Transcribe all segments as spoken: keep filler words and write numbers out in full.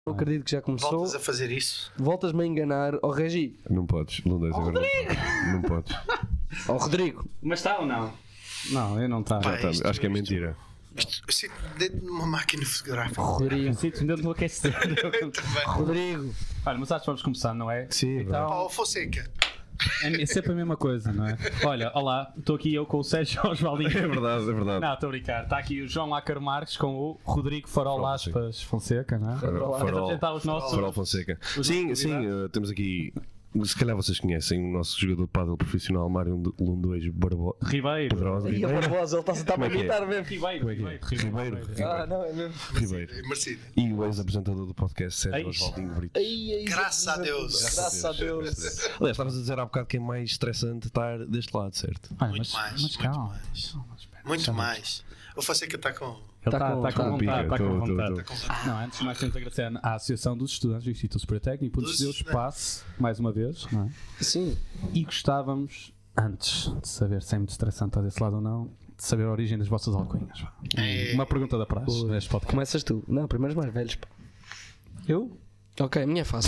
Não acredito que já começou. Voltas a fazer isso? Voltas-me a enganar. Ó oh, Regi. Não podes, Lundez, agora não, não podes. Ó oh, Rodrigo. Mas está ou não? Não, eu não está. Pá, Já isto- tá, acho que é isto- mentira. Isto, eu sinto dentro de uma máquina fotográfica. Rodrigo. Sinto dentro do aquecedor. Eu também. Rodrigo. Olha, mas acho que vamos começar, não é? Sim, Então, Paulo Fonseca. é sempre a mesma coisa, não é? Olha, olá, estou aqui eu com o Sérgio Osvaldinho. É verdade, é verdade. Não, estou a brincar. Está aqui o João Acar Marques com o Rodrigo Farol Farol Aspas Fonseca, não é? Farol, Queres Farol, apresentar os nossos? Farol Fonseca. os Sim, nossos sim, convidados? uh, temos aqui. Se calhar vocês conhecem o nosso jogador de pádel profissional Mário Lundez Barbosa. Ribeiro. Pedrosa. E a Barbosa, ele está a sentar Como para é que é? gritar mesmo. Ribeiro. Ribeiro. Ribeiro. Ribeiro. Ah, não, é mesmo. Ribeiro. Merecido. E o ex-apresentador do podcast Sérgio Ei. Osvaldinho Brito. Ai, ai, Graças a Deus. Graças a Deus. Aliás, estavas a dizer há bocado que é mais estressante estar deste lado, certo? Olha, Muito mas, mais, mas muito calma. mais. Calma, espera. Muito Calma. mais. O Fonseca está com. Ele Tá está com- tá tá com com vontade, está pica, com tô- tô- vontade. tô. Não, antes de mais temos de agradecer à Associação dos Estudantes do Instituto Superior Técnico por nos Dos deu o estudantes. espaço, mais uma vez, não é? Sim. E gostávamos, antes de saber se é muito estressante estar desse lado ou não, de saber a origem das vossas alcunhas. vá. É. Uma pergunta da praxe Ui. neste podcast. Começas tu. Não, primeiro os mais velhos. pá. Eu? Ok, a minha é fácil.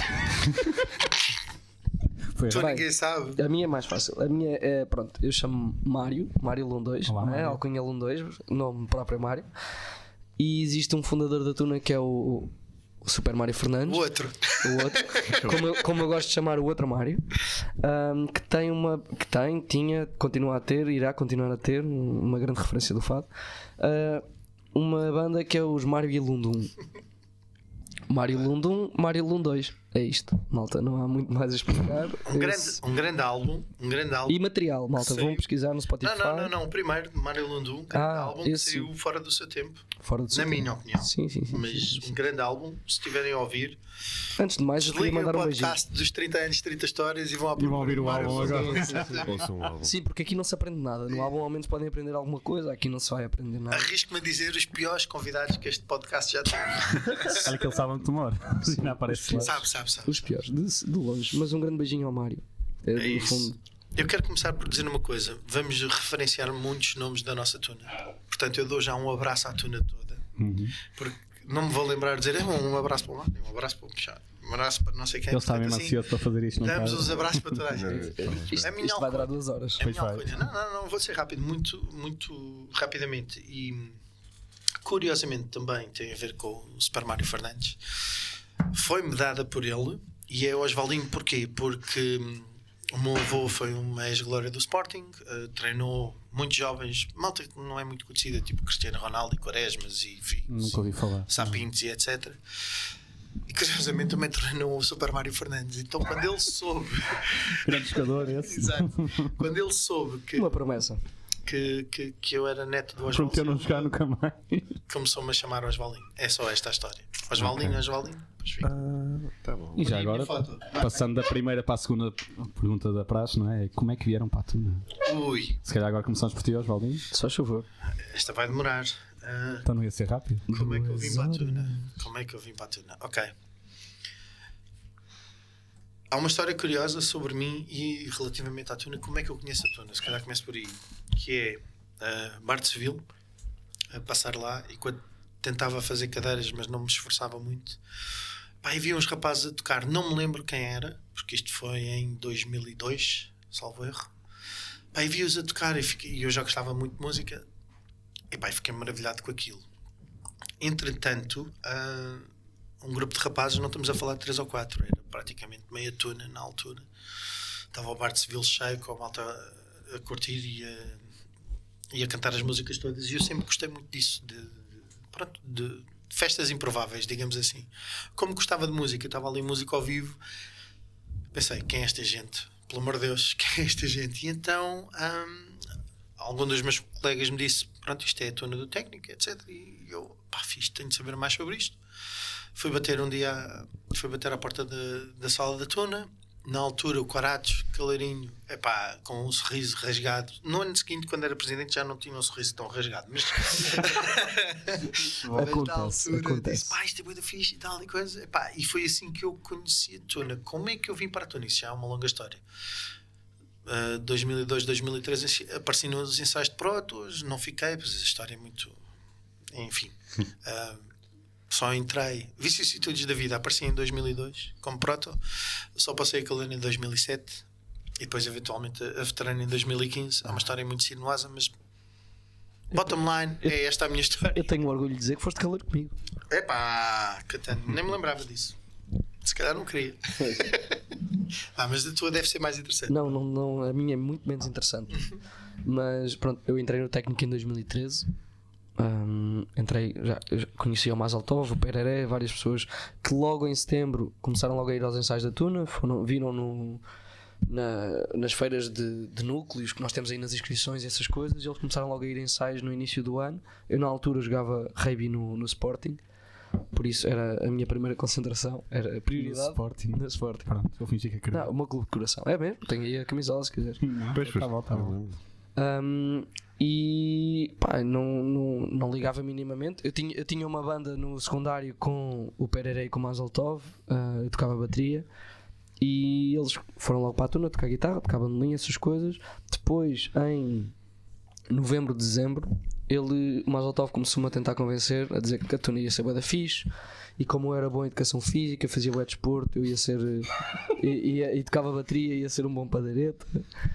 Foi Tu Vai. ninguém sabe. A minha é mais fácil. A minha é, pronto, eu chamo Mário, Mário Lundez, Olá, não é? Mário. Alcunha Lundez, nome próprio é Mário. E existe um fundador da Tuna que é o, o Super Mário O Fernandes, outro. o outro, como, eu, como eu gosto de chamar o outro Mário, ahm, que tem uma, que tem, tinha, continua a ter, irá continuar a ter, um- uma grande referência do fado, ah, uma banda que é os Mário e Lundum. Mário Lundum, Mário Lundez. É isto, malta, não há muito mais a explicar. Um grande, Esse- um grande álbum. Um grande álbum. E material, malta, Saiu- vão pesquisar no Spotify. Não, não, não, não. O primeiro, Mário Lundum, um grande Ah, álbum que esse- saiu fora do seu tempo. Fora do Na seu minha tempo. opinião. Sim, sim, sim. Mas sim, sim. um grande álbum. Se estiverem a ouvir, Antes de mais, eu queria desliguem o mandar um beijinho. podcast dos trinta anos, trinta histórias e vão à E vão ouvir o procura de álbum Mário agora. Lundum. Ouçam um álbum. Sim, porque aqui não se aprende nada. No álbum ao menos podem aprender alguma coisa, aqui não se vai aprender nada. Arrisco-me a dizer os piores convidados que este podcast já tem. Olha que ele sabe onde tomar. Não aparece lá. Sabe, sabe, sabe. Os piores, de, de longe. Mas um grande beijinho ao Mário. É, É no isso. fundo. Eu quero começar por dizer uma coisa. Vamos referenciar muitos nomes da nossa tuna. Portanto, eu dou já um abraço à tuna toda. Uhum. Porque não me vou lembrar de dizer "É, um abraço para o Mário, um abraço para o Puxado, um abraço para não sei quem. Ele está Portanto, mesmo assim, ansioso para fazer isto, não damos está? os abraços para toda a gente. Isto, A minha isto vai durar alcunha- duas horas. A minha Pois vai. alcunha. Não, não, não, vou ser rápido, muito, muito rapidamente. E curiosamente também tem a ver com o Super Mário Fernandes. Foi-me dada por ele e é o Osvaldinho porquê? Porque hum, o meu avô foi uma ex-glória do Sporting, eh, treinou muitos jovens, malta que não é muito conhecida, tipo Cristiano Ronaldo e Quaresmas e enfim, Nunca ouvi falar. Sapintos e etcétera. E curiosamente também treinou o Super Mário Fernandes. Então quando ele soube, Grande jogador esse. exato, quando ele soube que, Uma promessa. que, que, que eu era neto do Prometeu Oswaldinho, não jogar nunca mais. começou-me a chamar Osvaldinho. É só esta a história. Osvaldinho, Ok. Osvaldinho. Pois fica. Ah, tá bom. E já E a agora, minha foto? passando da primeira para a segunda pergunta da praxe, não é? Como é que vieram para a Tuna? Ui, Se calhar agora começamos por ti, Osvaldinho. Só chover. esta vai demorar. Ah, Então não ia ser rápido. como é que eu vim para a tuna? Como é que eu vim para a tuna? Ok. Há uma história curiosa sobre mim e relativamente à tuna. Como é que eu conheço a tuna? Se calhar começo por aí. Que é uh, Bar de Seville, a passar lá, e quando tentava fazer cadeiras, mas não me esforçava muito, pá, e vi uns rapazes a tocar. Não me lembro quem era, porque isto foi em dois mil e dois, salvo erro. Pá, e vi-os a tocar e, fiquei, e eu já gostava muito de música. E pá, e fiquei maravilhado com aquilo. Entretanto, ah, um grupo de rapazes, não estamos a falar de três ou quatro, era praticamente meia tuna na altura. Estava o Bar de Seville cheio, com a malta a curtir e a, e a cantar as músicas todas. E eu sempre gostei muito disso, de, de, pronto, de festas improváveis, digamos assim. Como gostava de música, estava ali música ao vivo, pensei, quem é esta gente? Pelo amor de Deus, quem é esta gente? E então, hum, algum dos meus colegas me disse, pronto, isto é a tuna do técnico, etcétera. E eu, pá, fiz, tenho de saber mais sobre isto. Fui bater um dia, fui bater à porta da, da sala da tuna. Na altura, o Quaratos, Calarinho, epá, com um sorriso rasgado. No ano seguinte, quando era presidente, já não tinha um sorriso tão rasgado. Mas, mas na Acontece, altura, acontece. disse, pá, isto é bué da fixe e tal e coisa. Epá, e foi assim que eu conheci a tuna. Como é que eu vim para a tuna? Isso já é uma longa história. Uh, dois mil e dois, dois mil e três apareci nos ensaios de protos, não fiquei, pois a história é muito, enfim, uh, só entrei, vicissitudes da vida, apareci em dois mil e dois como proto, só passei aquele ano em dois mil e sete e depois eventualmente a veterano em dois mil e quinze. É uma história muito sinuosa, mas bottom line, é esta a minha história. Eu tenho orgulho de dizer que foste calor comigo. Epá, Catano, nem me lembrava disso. Se calhar não queria. Ah, mas a tua deve ser mais interessante. Não, não, não, a minha é muito menos interessante. Mas pronto, eu entrei no técnico em dois mil e treze. Um, entrei, já, já conhecia o Mazaltov, o Pereré, várias pessoas que logo em setembro começaram logo a ir aos ensaios da Tuna, foram, viram no, na, nas feiras de, de núcleos que nós temos aí nas inscrições e essas coisas, e eles começaram logo a ir a ensaios no início do ano. Eu na altura jogava rugby no, no Sporting, por isso era a minha primeira concentração, era a prioridade No Sporting. no Sporting. Pronto, eu fingi que acredito. Não, o meu clube de coração, é mesmo, tenho aí a camisola se quiseres. Não, Pois, tá pois. bom, tá bom. Um, e pá, não, não, não ligava minimamente. Eu tinha, eu tinha uma banda no secundário com o Pereré e com o Mazaltov, uh, eu tocava bateria e eles foram logo para a Tuna tocar guitarra, tocavam de linha, essas coisas. Depois, em novembro, dezembro, ele, o Mazaltov começou-me a tentar convencer, a dizer que a Tuna ia ser bué da fixe. E como eu era bom em educação física, fazia bué de desporto, eu ia ser e, e, e tocava bateria, ia ser um bom padeireta.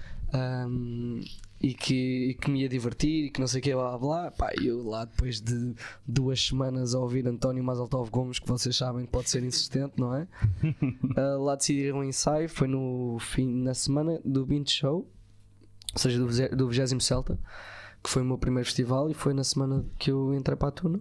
Um, e, que, e que me ia divertir e que não sei o que, blá blá. Pá, eu lá depois de duas semanas a ouvir António Mazaltov Gomes, que vocês sabem que pode ser insistente, não é? Uh, lá decidiram um ensaio, foi no fim, na semana do vinte Show, ou seja, do, do vigésimo Celta, que foi o meu primeiro festival, e foi na semana que eu entrei para a Tuna.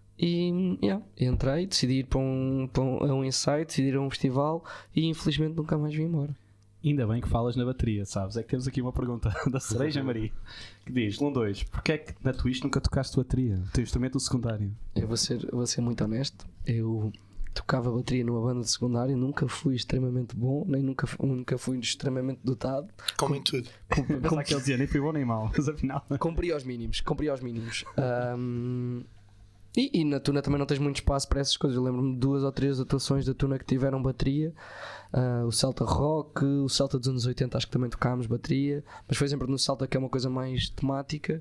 E yeah, entrei, decidi ir para um, para um, a um ensaio, decidi ir a um festival e infelizmente nunca mais vim embora. Ainda bem que falas na bateria, sabes? É que temos aqui uma pergunta da Cereja Maria que diz: Lum dois, porquê é que na Twitch nunca tocaste bateria? O teu instrumento do secundário? Eu vou ser, eu vou ser muito honesto. Eu tocava bateria numa banda de secundário, nunca fui extremamente bom, nem nunca, nunca fui extremamente dotado. Como em tudo. Pensar que ele dizia nem fui bom nem mal, mas afinal. Cumpri aos mínimos, cumpri aos mínimos. Um, e, e na Tuna também não tens muito espaço para essas coisas. Eu lembro-me de duas ou três atuações da Tuna que tiveram bateria. Uh, o Celta Rock, o Celta dos anos oitenta, acho que também tocámos bateria, mas foi sempre no Celta, que é uma coisa mais temática.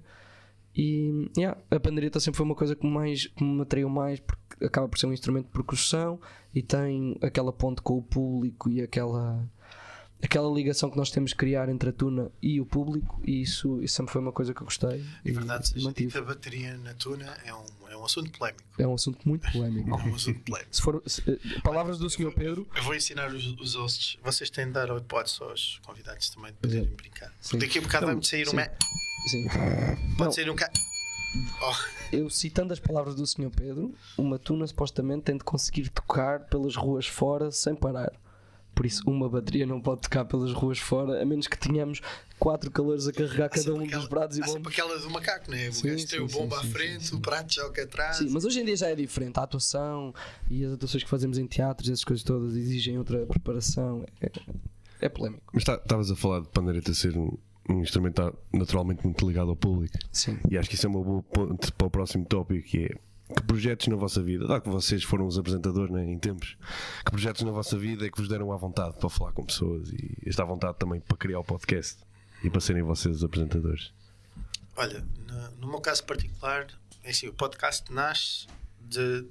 E yeah, a pandeireta sempre foi uma coisa que, mais, que me atraiu mais, porque acaba por ser um instrumento de percussão e tem aquela ponte com o público e aquela, aquela ligação que nós temos de criar entre a Tuna e o público, e isso, isso sempre foi uma coisa que eu gostei. É verdade, seja mantive. dita, a bateria na Tuna é um, é um assunto polémico. É um assunto muito polémico. É um assunto polémico. Se for, se, uh, palavras do senhor Pedro. Eu vou ensinar os, os hosts. Vocês têm de dar a hipótese aos convidados também de poderem Sim. brincar. Sim. Daqui a bocado vai-me sair sim. um. Sim. Pode Não. sair um cá. Oh. Eu, citando as palavras do senhor Pedro, uma Tuna supostamente tem de conseguir tocar pelas ruas fora sem parar. Por isso, uma bateria não pode tocar pelas ruas fora, a menos que tenhamos quatro calores a carregar cada um dos braços e há sempre bombos. aquela do macaco, não é? O Sim, gajo tem sim, o bombo sim, à sim, frente, sim, sim. o prato já o que atrás. Sim, mas hoje em dia já é diferente. A atuação e as atuações que fazemos em teatros, essas coisas todas exigem outra preparação. É, é polémico. Mas estavas a falar de pandeireta ser um, um instrumento naturalmente muito ligado ao público. Sim. E acho que isso é uma boa ponte para o próximo tópico, que é: que projetos na vossa vida, dado que vocês foram os apresentadores, né, em tempos, que projetos na vossa vida é que vos deram à vontade para falar com pessoas e esta vontade também para criar o podcast e para serem vocês os apresentadores? Olha, no, no meu caso particular, é assim, o podcast nasce de.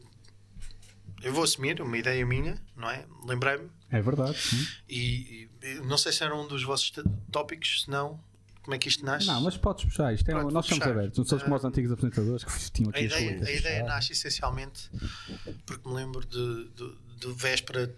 Eu vou assumir uma ideia minha, não é? Lembrei-me. É verdade, sim. E, e não sei se era um dos vossos t- tópicos, se não. Como é que isto nasce? Não, mas podes puxar. Isto é, Pronto, nós vou somos puxar. abertos. Não somos como os antigos apresentadores que tinham A aqui as ideia, ruínas. a ideia nasce essencialmente porque me lembro de, de, de véspera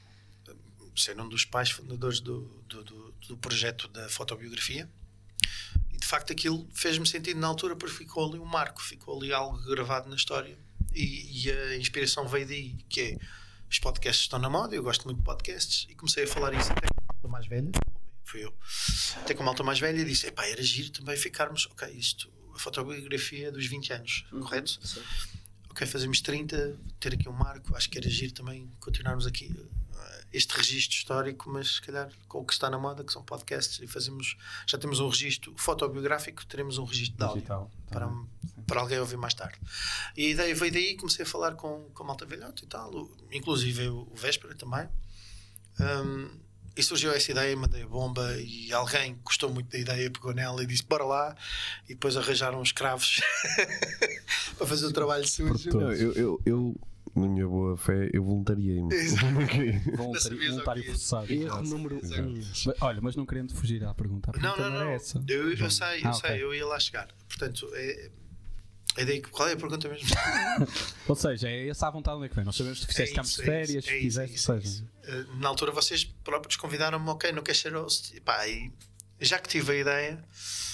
ser um dos pais fundadores do, do, do, do projeto da fotobiografia, e de facto aquilo fez-me sentido na altura, porque ficou ali um marco, ficou ali algo gravado na história, e, e a inspiração veio daí, que é: os podcasts estão na moda, eu gosto muito de podcasts, e comecei a falar isso até com a malta mais velha. Fui eu, até com a malta mais velha, e disse: epá, era giro também ficarmos, ok, isto, a fotobiografia dos vinte anos, Uhum, correto? sim. Ok, fazemos trinta, ter aqui um marco, acho que era giro também continuarmos aqui uh, este registro histórico, mas se calhar com o que está na moda, que são podcasts, e fazemos, já temos um registro fotobiográfico, teremos um registro de áudio Digital. para, Também. para alguém ouvir mais tarde. E a ideia veio daí, comecei a falar com, com a malta velhota e tal, o- inclusive o, o Véspera também. Um, e surgiu essa ideia, mandei a bomba, e alguém gostou muito da ideia, pegou nela e disse: bora lá. E depois arranjaram os escravos para fazer o trabalho sujo. Não, eu, eu, eu na minha boa fé, eu voluntariei-me. Voluntário, voluntário forçado. Erro número um. Mas, olha, mas não querendo fugir à pergunta. A pergunta Não, não, não. é essa. Eu, eu sei, eu Ah, sei, ok. eu ia lá chegar. Portanto, é, é daí que, qual é a pergunta mesmo? Ou seja, é essa a vontade onde é que vem. Nós sabemos que fizeste É campos isso, de é isso, férias, é isso, fizeste, é isso, ou é seja. isso. Uh, Na altura vocês próprios convidaram-me, ok, não queres ser host? E, pá, e já que tive a ideia,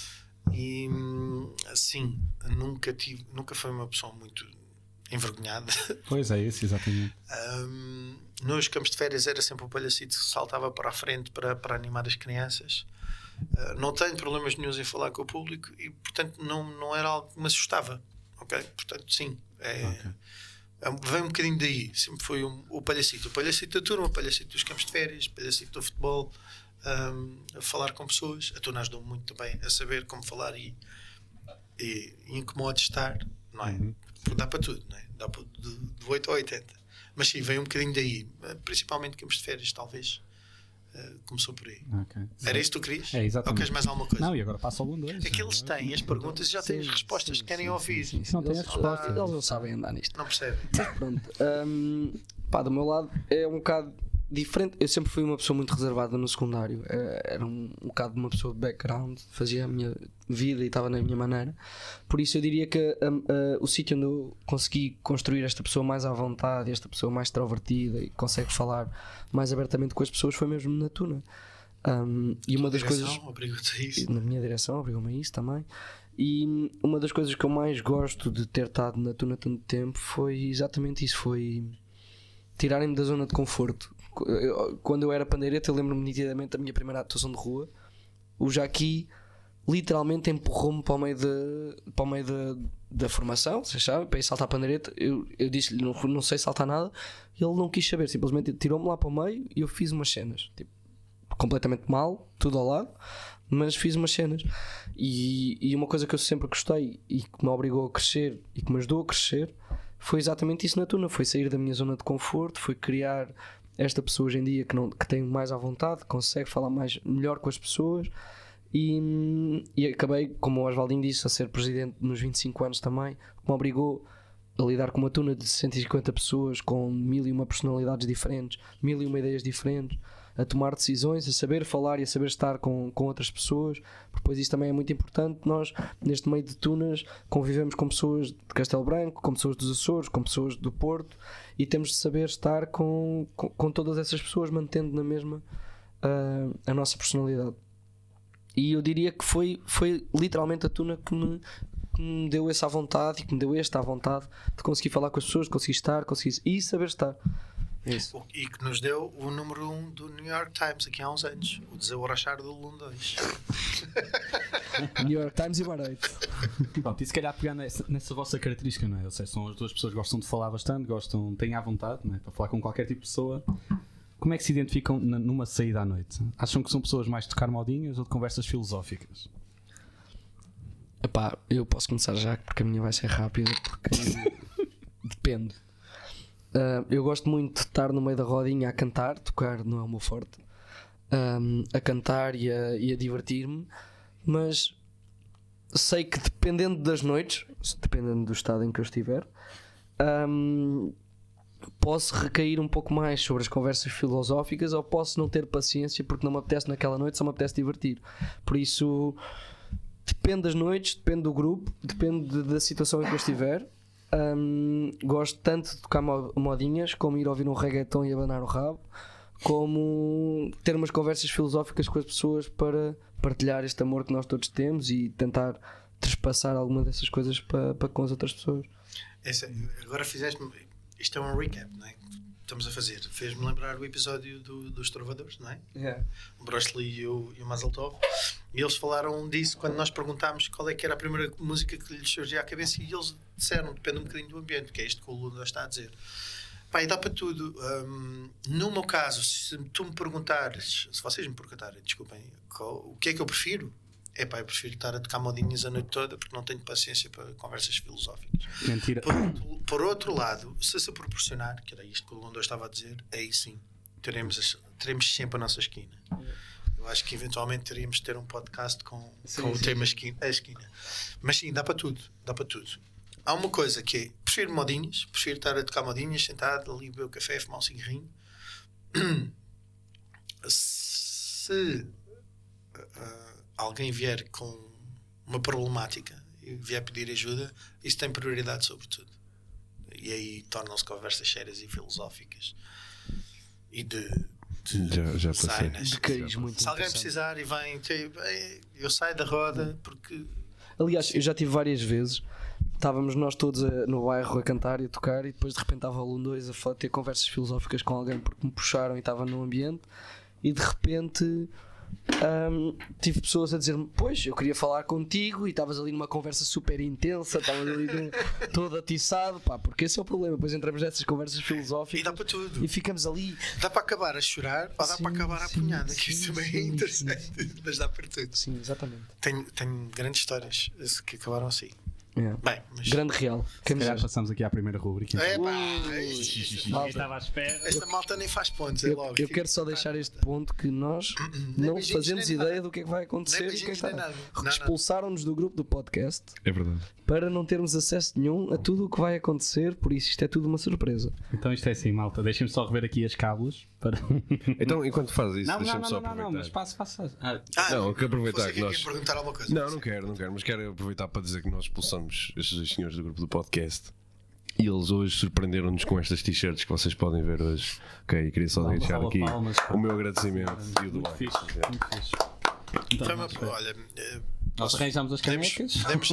e hum, assim, nunca tive, nunca foi uma pessoa muito envergonhada. Pois é, isso, exatamente. Um, nos campos de férias era sempre o palhacito que saltava para a frente para, para animar as crianças. Uh, não tenho problemas nenhums em falar com o público e, portanto, não, não era algo que me assustava. Ok? Portanto, sim. É, Ok. é, vem um bocadinho daí. Sempre foi um, o palhacito. O palhacito da turma, o palhacito dos campos de férias, o palhacito do futebol, um, a falar com pessoas. A turma ajudou muito também a saber como falar e, e, e em que modo estar, não é? Uhum. Dá para tudo, não é? Dá para de, de oito a oitenta. Mas sim, vem um bocadinho daí. Principalmente campos de férias, talvez. Uh, começou por aí. Ok. Era isso que tu querias? É, exatamente. Ou queres mais alguma coisa? Não, e agora passa ao um dois. É que eles têm as perguntas e já têm as respostas que querem ouvir. Sim, sim, Não tem eles, as respostas. eles não sabem andar nisto. Não percebem? Pronto. hum, pá, do meu lado é um bocado diferente. Eu sempre fui uma pessoa muito reservada no secundário. Eh, Era um, um bocado de uma pessoa de background, fazia a minha vida e estava na minha maneira. Por isso eu diria que hum, eh, o sítio onde eu consegui construir esta pessoa mais à vontade, esta pessoa mais extrovertida e que consegue falar mais abertamente com as pessoas foi mesmo na Tuna. Um, e uma das coisas Obriga-te a isso. na minha direção, obrigou-me a isso também. E uma das coisas que eu mais gosto de ter estado na Tuna tanto tempo foi exatamente isso: foi tirarem-me da zona de conforto. Eu- Quando eu era pandeireta, eu lembro-me nitidamente da minha primeira atuação de rua. O Jaqui literalmente empurrou-me para o meio, de, para o meio da, da formação, vocês sabem, para ir saltar a pandeireta. Eu, eu disse-lhe, não, não sei saltar nada, e ele não quis saber, simplesmente tirou-me lá para o meio e eu fiz umas cenas. Tipo, completamente mal, tudo ao lado, mas fiz umas cenas. E, e uma coisa que eu sempre gostei e que me obrigou a crescer e que me ajudou a crescer foi exatamente isso na Tuna: foi sair da minha zona de conforto, foi criar esta pessoa hoje em dia que, não, que tem mais à vontade, consegue falar mais, melhor com as pessoas. E, e acabei, como o Osvaldinho disse, a ser presidente nos vinte e cinco anos também, que me obrigou a lidar com uma Tuna de cento e cinquenta pessoas com mil e uma personalidades diferentes, mil e uma ideias diferentes, a tomar decisões, a saber falar e a saber estar com, com outras pessoas. Porque depois isso também é muito importante. Nós, neste meio de Tunas, convivemos com pessoas de Castelo Branco, com pessoas dos Açores, com pessoas do Porto, e temos de saber estar com, com, com todas essas pessoas, mantendo na mesma uh, a nossa personalidade. E eu diria que foi, foi literalmente a Tuna que me, que me deu essa vontade e que me deu esta vontade de conseguir falar com as pessoas, de conseguir estar, conseguir e saber estar. É isso. O- E que nos deu o número um do New York Times aqui há uns anos. O desaborrachar do Lundões. New York Times e Bareito. Pronto, e se calhar pegar nessa, nessa vossa característica, não é? Ou seja, são as duas pessoas que gostam de falar bastante, gostam, têm à vontade, não é? Para falar com qualquer tipo de pessoa. Como é que se identificam na- numa saída à noite? Acham que são pessoas mais de tocar modinhas ou de conversas filosóficas? Epá, eu posso começar já porque a minha vai ser rápida, porque depende. Ah, eu gosto muito de estar no meio da rodinha a cantar, tocar não é o meu forte, um, a cantar e a, e a divertir-me, mas sei que dependendo das noites, dependendo do estado em que eu estiver, um, posso recair um pouco mais sobre as conversas filosóficas, ou posso não ter paciência porque não me apetece naquela noite, só me apetece divertir. Por isso depende das noites, depende do grupo, depende de- da situação em que eu estiver. Hum, gosto tanto de tocar mo- modinhas, como ir ouvir um reggaeton e abanar o rabo, como ter umas conversas filosóficas com as pessoas para partilhar este amor que nós todos temos e tentar trespassar alguma dessas coisas para, para com as outras pessoas. Essa- agora fizeste-me. Isto é um recap, não é? Estamos a fazer. Fez-me lembrar o episódio do, dos Trovadores, não é? Yeah. O Bruce Lee e o, e o Mazel Tov. E eles falaram disso quando nós perguntámos qual é que era a primeira música que lhes surgia à cabeça, e eles disseram, depende um bocadinho do ambiente, que é isto que o Lula está a dizer. Pá, e dá para tudo. Hum, no meu caso, se tu me perguntares, se vocês me perguntarem, desculpem, qual, o que é que eu prefiro? É pá, eu prefiro estar a tocar modinhas a noite toda porque não tenho paciência para conversas filosóficas. Mentira. Por, outro- por outro lado, se se proporcionar, que era isto que o Londo estava a dizer, aí sim, teremos, as- teremos sempre a nossa esquina. Eu acho que eventualmente teríamos de ter um podcast com, Sim, com o sim. tema esquina, a esquina. Mas sim, dá para tudo, dá para tudo. há uma coisa que é, prefiro modinhas, prefiro estar a tocar modinhas, sentado ali, beber o café, fumar um cigarrinho. Se uh, alguém vier com uma problemática e vier pedir ajuda, isso tem prioridade sobre tudo. E aí tornam-se conversas sérias e filosóficas e de, de Já, já passei. sainas. De cariz muito Se alguém interessante. precisar e vem, tipo, "Ei, eu saio da roda porque Aliás, eu já tive várias vezes. Estávamos nós todos a- no bairro a cantar e a tocar, e depois de repente estava um, dois a fa- ter conversas filosóficas com alguém porque me puxaram e estava no ambiente, e de repente ahm, tive pessoas a dizer-me: Pois, eu queria falar contigo, e estavas ali numa conversa super intensa, estavas ali num- todo atiçado, pá, porque esse é o problema. Depois entramos nessas conversas e filosóficas dá para tudo. e ficamos ali. Dá para acabar a chorar ou dá Sim, para acabar a sim, apunhada, que isso sim, também é sim, interessante, mas dá para tudo. Sim, exatamente. Tenho, tenho grandes histórias que acabaram assim. É. Bem, mas. Grande real. Se calhar Camisetas. passamos aqui à primeira rubrica. É, pá, Malta, Estava à espera. esta malta nem faz pontos, é Eu, logo. eu quero só deixar este ponto que nós não beijinhos, fazemos nem ideia nada. do que é que vai acontecer Nem e quem beijinhos, está. nem nada. Não, não. Expulsaram-nos do grupo do podcast É verdade. para não termos acesso nenhum a tudo o que vai acontecer, por isso isto é tudo uma surpresa. Então isto é assim, malta. Deixem-me só rever aqui as cábulas. Para... Então, enquanto fazes isso, Não, não, deixa-me não, só não, não, aproveitar. não, mas passo, passo. Ah, Ah, Não, eu quero aproveitar você que nós- quer perguntar alguma coisa? Não, não quero, não quero, mas quero aproveitar para dizer que nós expulsamos estes dois senhores do grupo do podcast e eles hoje surpreenderam-nos com estas t-shirts que vocês podem ver hoje. Ok, e queria só Palmas, deixar palmas, aqui palmas. o meu agradecimento e o do muito Mike. fixe, muito fixe. Então, Foi uma, nós, espera. olha, eh, Nós posso- arranjamos as podemos, canecas. podemos,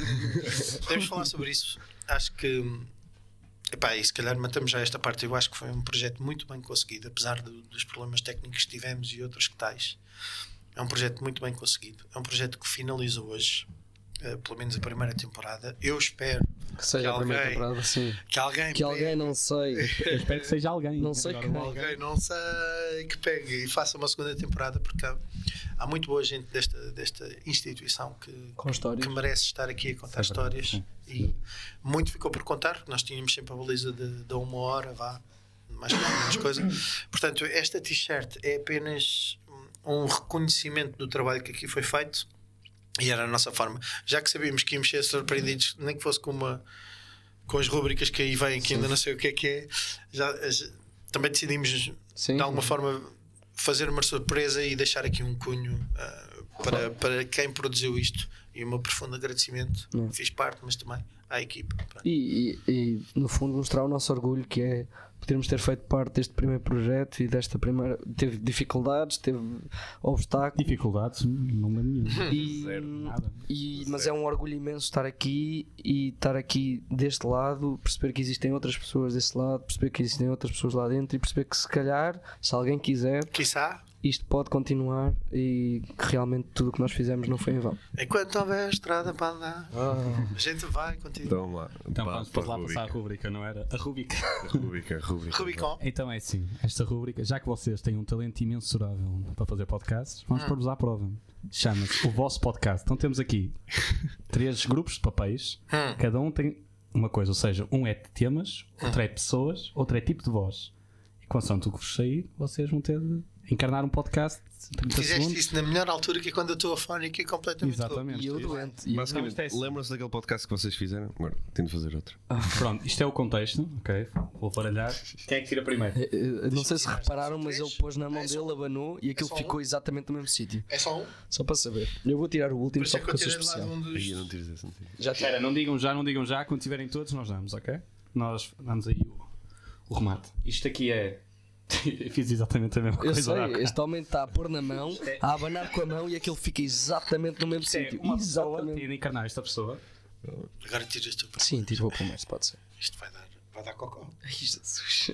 podemos falar sobre isso. Acho que, epá, e se calhar matamos já esta parte. Eu acho que foi um projeto muito bem conseguido, apesar do- dos problemas técnicos que tivemos e outros que tais. É um projeto muito bem conseguido. É um projeto que finaliza hoje, eh, pelo menos a primeira temporada. Eu espero Que seja Que a primeira alguém- temporada, sim. que alguém Que alguém, pegue- não sei. Eu espero que seja alguém. Não sei Agora, quem. um alguém. alguém, não sei, que pegue e faça uma segunda temporada, porque há, há muito boa gente desta, desta instituição que, Com histórias. que merece estar aqui a contar Isso é verdade, histórias, sim. e muito ficou por contar, porque nós tínhamos sempre a baliza de, de uma hora, vá, mais ou menos coisa. Portanto, esta t-shirt é apenas um reconhecimento do trabalho que aqui foi feito, e era a nossa forma. Já que sabíamos que íamos ser surpreendidos, nem que fosse com uma com as rubricas que aí vêm, que ainda não sei o que é que é, já, já- também decidimos Sim. de alguma forma fazer uma surpresa e deixar aqui um cunho ah, para, para quem produziu isto, e o meu profundo agradecimento. Hum. Fiz parte, mas também à equipa. E, e- e, no fundo mostrar o nosso orgulho, que é podermos ter feito parte deste primeiro projeto e desta primeira. Teve dificuldades, teve obstáculos. Dificuldades? Não lembro nenhum. E, Nada. e- mas é um orgulho imenso estar aqui e estar aqui deste lado, perceber que existem outras pessoas desse lado, perceber que existem outras pessoas lá dentro, e perceber que se calhar, se alguém quiser, Quiçá, isto pode continuar e que realmente tudo o que nós fizemos não foi em vão. enquanto houver estrada para andar, a gente vai contigo. Então vamos lá. Então Pá, vamos pá, lá passar a rubrica, não era? A rubrica. Rubrica, rubrica. Rubicon. Então é assim, esta rubrica, já que vocês têm um talento imensurável para fazer podcasts, vamos Hum. pôr-vos à prova. Chama-se o vosso podcast. Então temos aqui três grupos de papéis, Hum. cada um tem uma coisa, ou seja, um é de temas, outro é de pessoas, outro é tipo de voz. E consoante o que vos sair, vocês vão ter de encarnar um podcast de trinta Fizeste segundos. isso na melhor altura, que é quando eu estou afónico e completamente louco. Exatamente. E eu doente. E eu Basicamente, Então, isto é- lembram-se daquele podcast que vocês fizeram? Agora, tenho de fazer outro. Pronto, isto é o contexto, ok? Vou baralhar. Quem é que tira primeiro? Eh, eh, não sei se tirar, repararam, são mas três? ele pôs na mão É só dele, um? abanou e aquilo só um? ficou exatamente no mesmo sítio. É só um? Só para saber. Eu vou tirar o Por último isso só é que eu porque eu sou tirei de lado especial. um dos. Aí não tires esse, não tires. Já Espera, não digam já, não digam já. Quando tiverem todos, nós damos, ok? Nós damos aí o, o remate. Isto aqui é. Eu fiz exatamente a mesma Eu coisa. sei, há bocado. este homem está a pôr na mão, a abanar com a mão e aquilo fica exatamente no mesmo Isto é sítio. uma pessoa, Exatamente. tem de encarnar esta pessoa. Agora tiras tu. Sim, tiro o primeiro, pode ser. Isto vai dar, vai dar cocó. Ai, Jesus.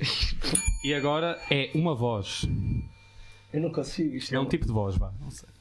E agora é uma voz. Eu não consigo. Isto É um tipo de voz, vá. Não sei.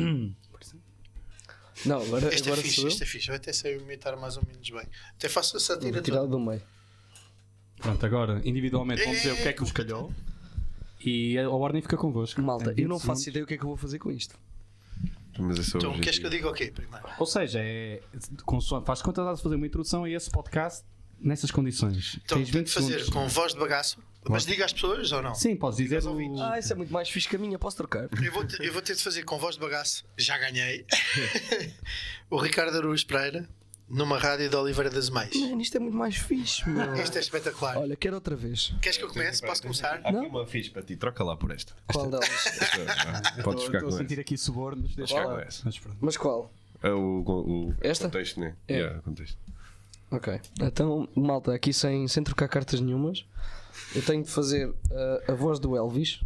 Não, agora, Isto é agora fixe, sou eu. isto é fixe. Eu até sei imitar mais ou menos bem. Até faço a sátira Vou tirar toda. do meio. Pronto, agora individualmente vamos dizer o que é que vos calhou. E a ordem fica convosco. Malta, É vinte eu não faço segundos. ideia o que é que eu vou fazer com isto. Mas esse é o Então, queres que eu objetivo. diga o quê primeiro? Ou seja, é, consoante- faz conta de fazer uma introdução a esse podcast nessas condições. Então, Tens tenho vinte que fazer segundos. com voz de bagaço. Mas diga às pessoas ou não? Sim, podes dizer aos o... ouvintes. Ah, isso é muito mais fixe que a minha, posso trocar. Eu vou, ter, eu vou ter de fazer com voz de bagaço. Já ganhei. O Ricardo Araújo Pereira. numa rádio de Oliveira das Mães. Mano, isto é muito mais fixe, meu. Isto é espetacular. Olha, quero outra vez. Queres que eu comece? Posso começar? Há aqui Não? uma fixe para ti, troca lá por esta. Qual delas? Esta, podes ficar Estou a com sentir essa. aqui subornos. Deixa Ficar lá. com essa. Mas pronto. Mas qual? É o, o, o Esta? contexto, né? É. Yeah, contexto. Ok. Então, malta, aqui sem, sem trocar cartas nenhumas, eu tenho de fazer uh, a voz do Elvis.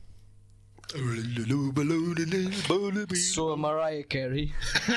Sou a Mariah Carey.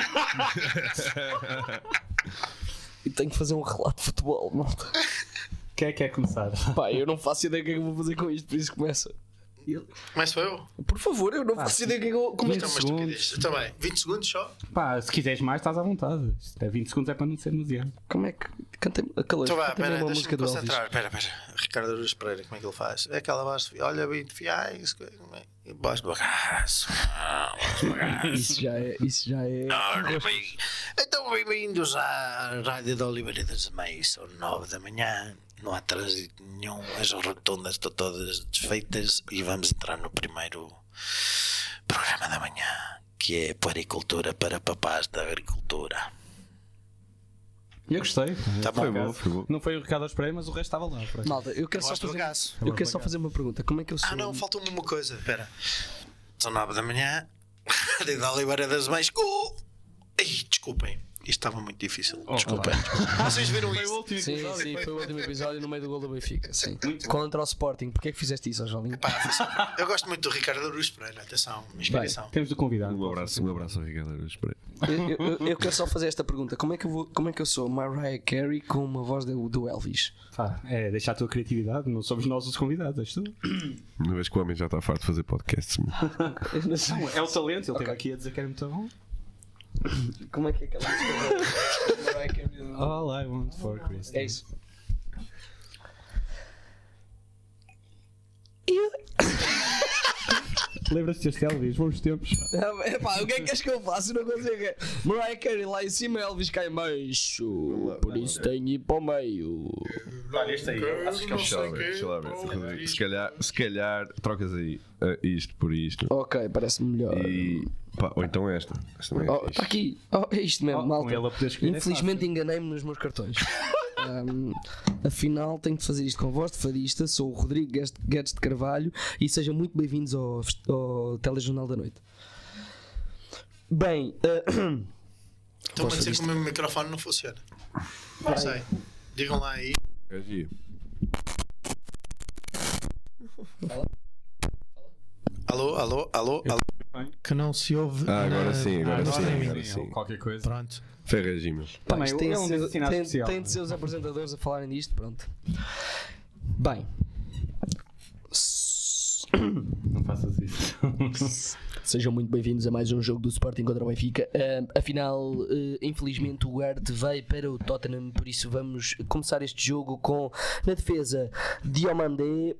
E tenho de fazer um relato de futebol, malta. Quem é que quer começar? Pá, eu não faço ideia do que é que eu vou fazer com isto, por isso começa. Mas sou eu? Por favor, eu não faço ideia do que é que eu. Como é que Isto é uma estupidez. Eu também. vinte segundos só? Pá, se quiseres mais, estás à vontade. Isto é vinte segundos é para não ser demasiado. Como é que. Cantei. Calor, Então vá, cantei pera, uma deixa-me música do Elvis. concentrar. Espera, espera. Ricardo Aruz Pereira, como é que ele faz? É aquela voz de olha bem de fiais. Como é? E voz de bagaço. Voz de bagaço. Isso já é. Isso já é. Ora bem. Então, bem-vindos à Rádio de Oliveira das Mães. São nove da manhã. Não há trânsito nenhum. As rotundas estão todas desfeitas. E vamos entrar no primeiro programa da manhã, que é Puericultura para Papás da Agricultura. Eu gostei. Tá bom. Foi bom, foi bom. Não foi o Ricardo Espera, mas o resto estava lá. por acaso. Malta, eu quero só Voz de fazer. bagaço. Eu quero só fazer uma pergunta. Como é que eu sou? Ah, não, falta-me uma coisa. Espera. São nove da manhã. Rádio de Oliveira das Mães. Uh! Ai, desculpem. Isto estava muito difícil. Desculpem. Vocês viram Foi o isso? último Sim, episódio. sim, foi o último episódio no meio do gol do Benfica. Sim. Muito bom. Contra o Sporting. Porquê é que fizeste isso, Jolinho? Pá, foi só- eu gosto muito do Ricardo Aruz Pereira. Atenção, uma inspiração. Temos de convidar. Um abraço, um abraço ao Ricardo Aruz Pereira. Eu, eu- eu quero só fazer esta pergunta. Como é que eu, vou, como é que eu sou Mariah Carey com uma voz do, do Elvis? Pá, é deixar a tua criatividade. Não somos nós os convidados, és tu. Uma vez que o homem já está farto de fazer podcasts. meu. Não, é o talento. Ele esteve aqui a dizer que era muito bom. Como é que é aquela música da Mariah Carey? All I want for Christmas. É isso. Lembra-se deste Elvis? Bons tempos. É, pá, o que é que queres que eu faça? Eu não consigo. Mariah Carey lá em cima, Elvis cá em baixo. Por isso tenho de ir para o meio. Olha, este aí. Acho que Deixa lá ver, deixa lá ver. Rodrigo. Se calhar, se calhar trocas aí uh, isto por isto. Ok, parece-me melhor. E, pá, ou então esta. Esta também é Oh, fixe. está aqui. Oh, é isto mesmo, Oh, com malta. ele a poder escolher é Infelizmente enganei-me nos meus cartões. Um, afinal, tenho de fazer isto com voz de fadista. Sou o Rodrigo Guedes- Guedes de Carvalho e sejam muito bem-vindos ao, ao Telejornal da Noite. Bem, uh, Estão-me a dizer que o meu microfone não funciona. Não sei. Digam lá aí. Gagia. Alô, alô, alô, alô. Que não se ouve. Ah, agora sim, agora no sim, streaming. agora sim. Qualquer coisa. Pronto. Ferragima. pá, Também, isto tem, é de um ser- desassinado tem- especial. tem de ser os apresentadores a falarem disto. Pronto. Bem, Não faças isso. sejam muito bem-vindos a mais um jogo do Sporting contra o Benfica. Ah, afinal, ah, infelizmente o Guard veio para o Tottenham, por isso vamos começar este jogo com, na defesa, Diomandé,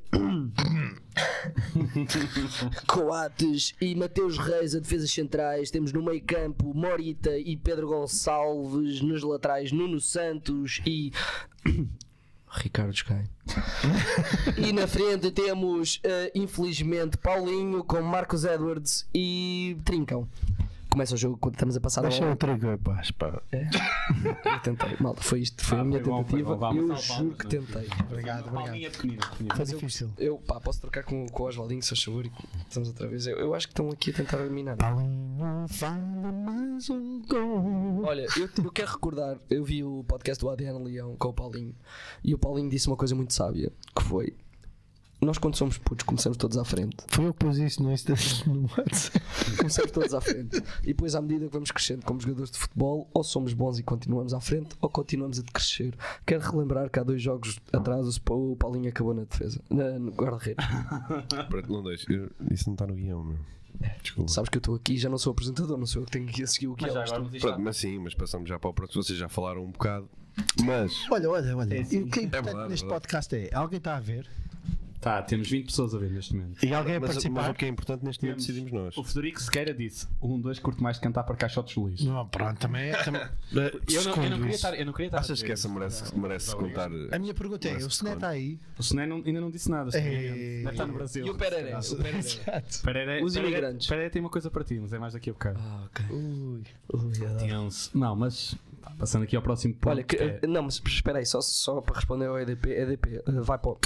Coates e Mateus Reis a defesas centrais. Temos no meio campo Morita e Pedro Gonçalves, nos laterais Nuno Santos e Ricardo Sky. E na frente temos, eh, infelizmente, Paulinho com Marcos Edwards e Trincão. Começa o jogo quando estamos a passar a Deixa bola. eu trigo, paz, pá. Eu tentei, malta, foi isto, foi Ah, a minha foi bom, foi tentativa. bom. Vamos Eu ao juro palmas, que né? tentei. Obrigado, obrigado. Palminha pequenina, pequenina. Foi Mas eu- difícil. Eu, pá, posso trocar com, com o Oswaldinho, se faz favor, e estamos outra vez. Eu, eu acho que estão aqui a tentar eliminar. Paulinho fala mais um gol. Olha, eu, eu quero recordar, eu vi o podcast do A D N Leão com o Paulinho e o Paulinho disse uma coisa muito sábia, que foi: nós quando somos putos começamos todos à frente. Foi eu que pus isso no Insta no WhatsApp. Começamos todos à frente. E depois, à medida que vamos crescendo como jogadores de futebol, ou somos bons e continuamos à frente, ou continuamos a decrescer. Quero relembrar que há dois jogos atrás o Sp- o Paulinho acabou na defesa, na, no guarda-redes. Pronto, não deixo. Eu- Isso não está no guião, meu. Desculpa. Sabes que eu estou aqui e já não sou apresentador, não sou eu que tenho que seguir o Mas guião. já agora, mas isto Pronto, mas sim, mas passamos já para o próximo. Vocês já falaram um bocado. Mas. Olha, olha, olha. É E assim. o que é É importante verdade, neste é verdade. podcast é: alguém está a ver Tá, temos vinte pessoas a ver neste momento. e alguém a Mas, mas participar. o que é importante neste momento Temos decidimos nós. O Federico Sequeira disse: um, dois, curto mais de cantar para caixotes de lixo. Não, pronto, também é. Também... Eu não, eu, não Escondo queria isso. estar, eu não queria estar. a Achas dizer que essa isso. merece, merece contar? A minha pergunta é: o Sené está aí? O Sené não- ainda não disse nada. Ei. Deve estar no Brasil. E o Pereira? O Pereira. Exato. Pereira, Os Pereira- imigrantes. Pereira tem uma coisa para ti, mas é mais daqui a bocado. Ah, ok. Ui. Ui, é. Tenso. Não, mas Passando aqui ao próximo ponto. Olha, que, é... não, mas espera aí, só, só para responder ao E D P, E D P, uh, vai para o...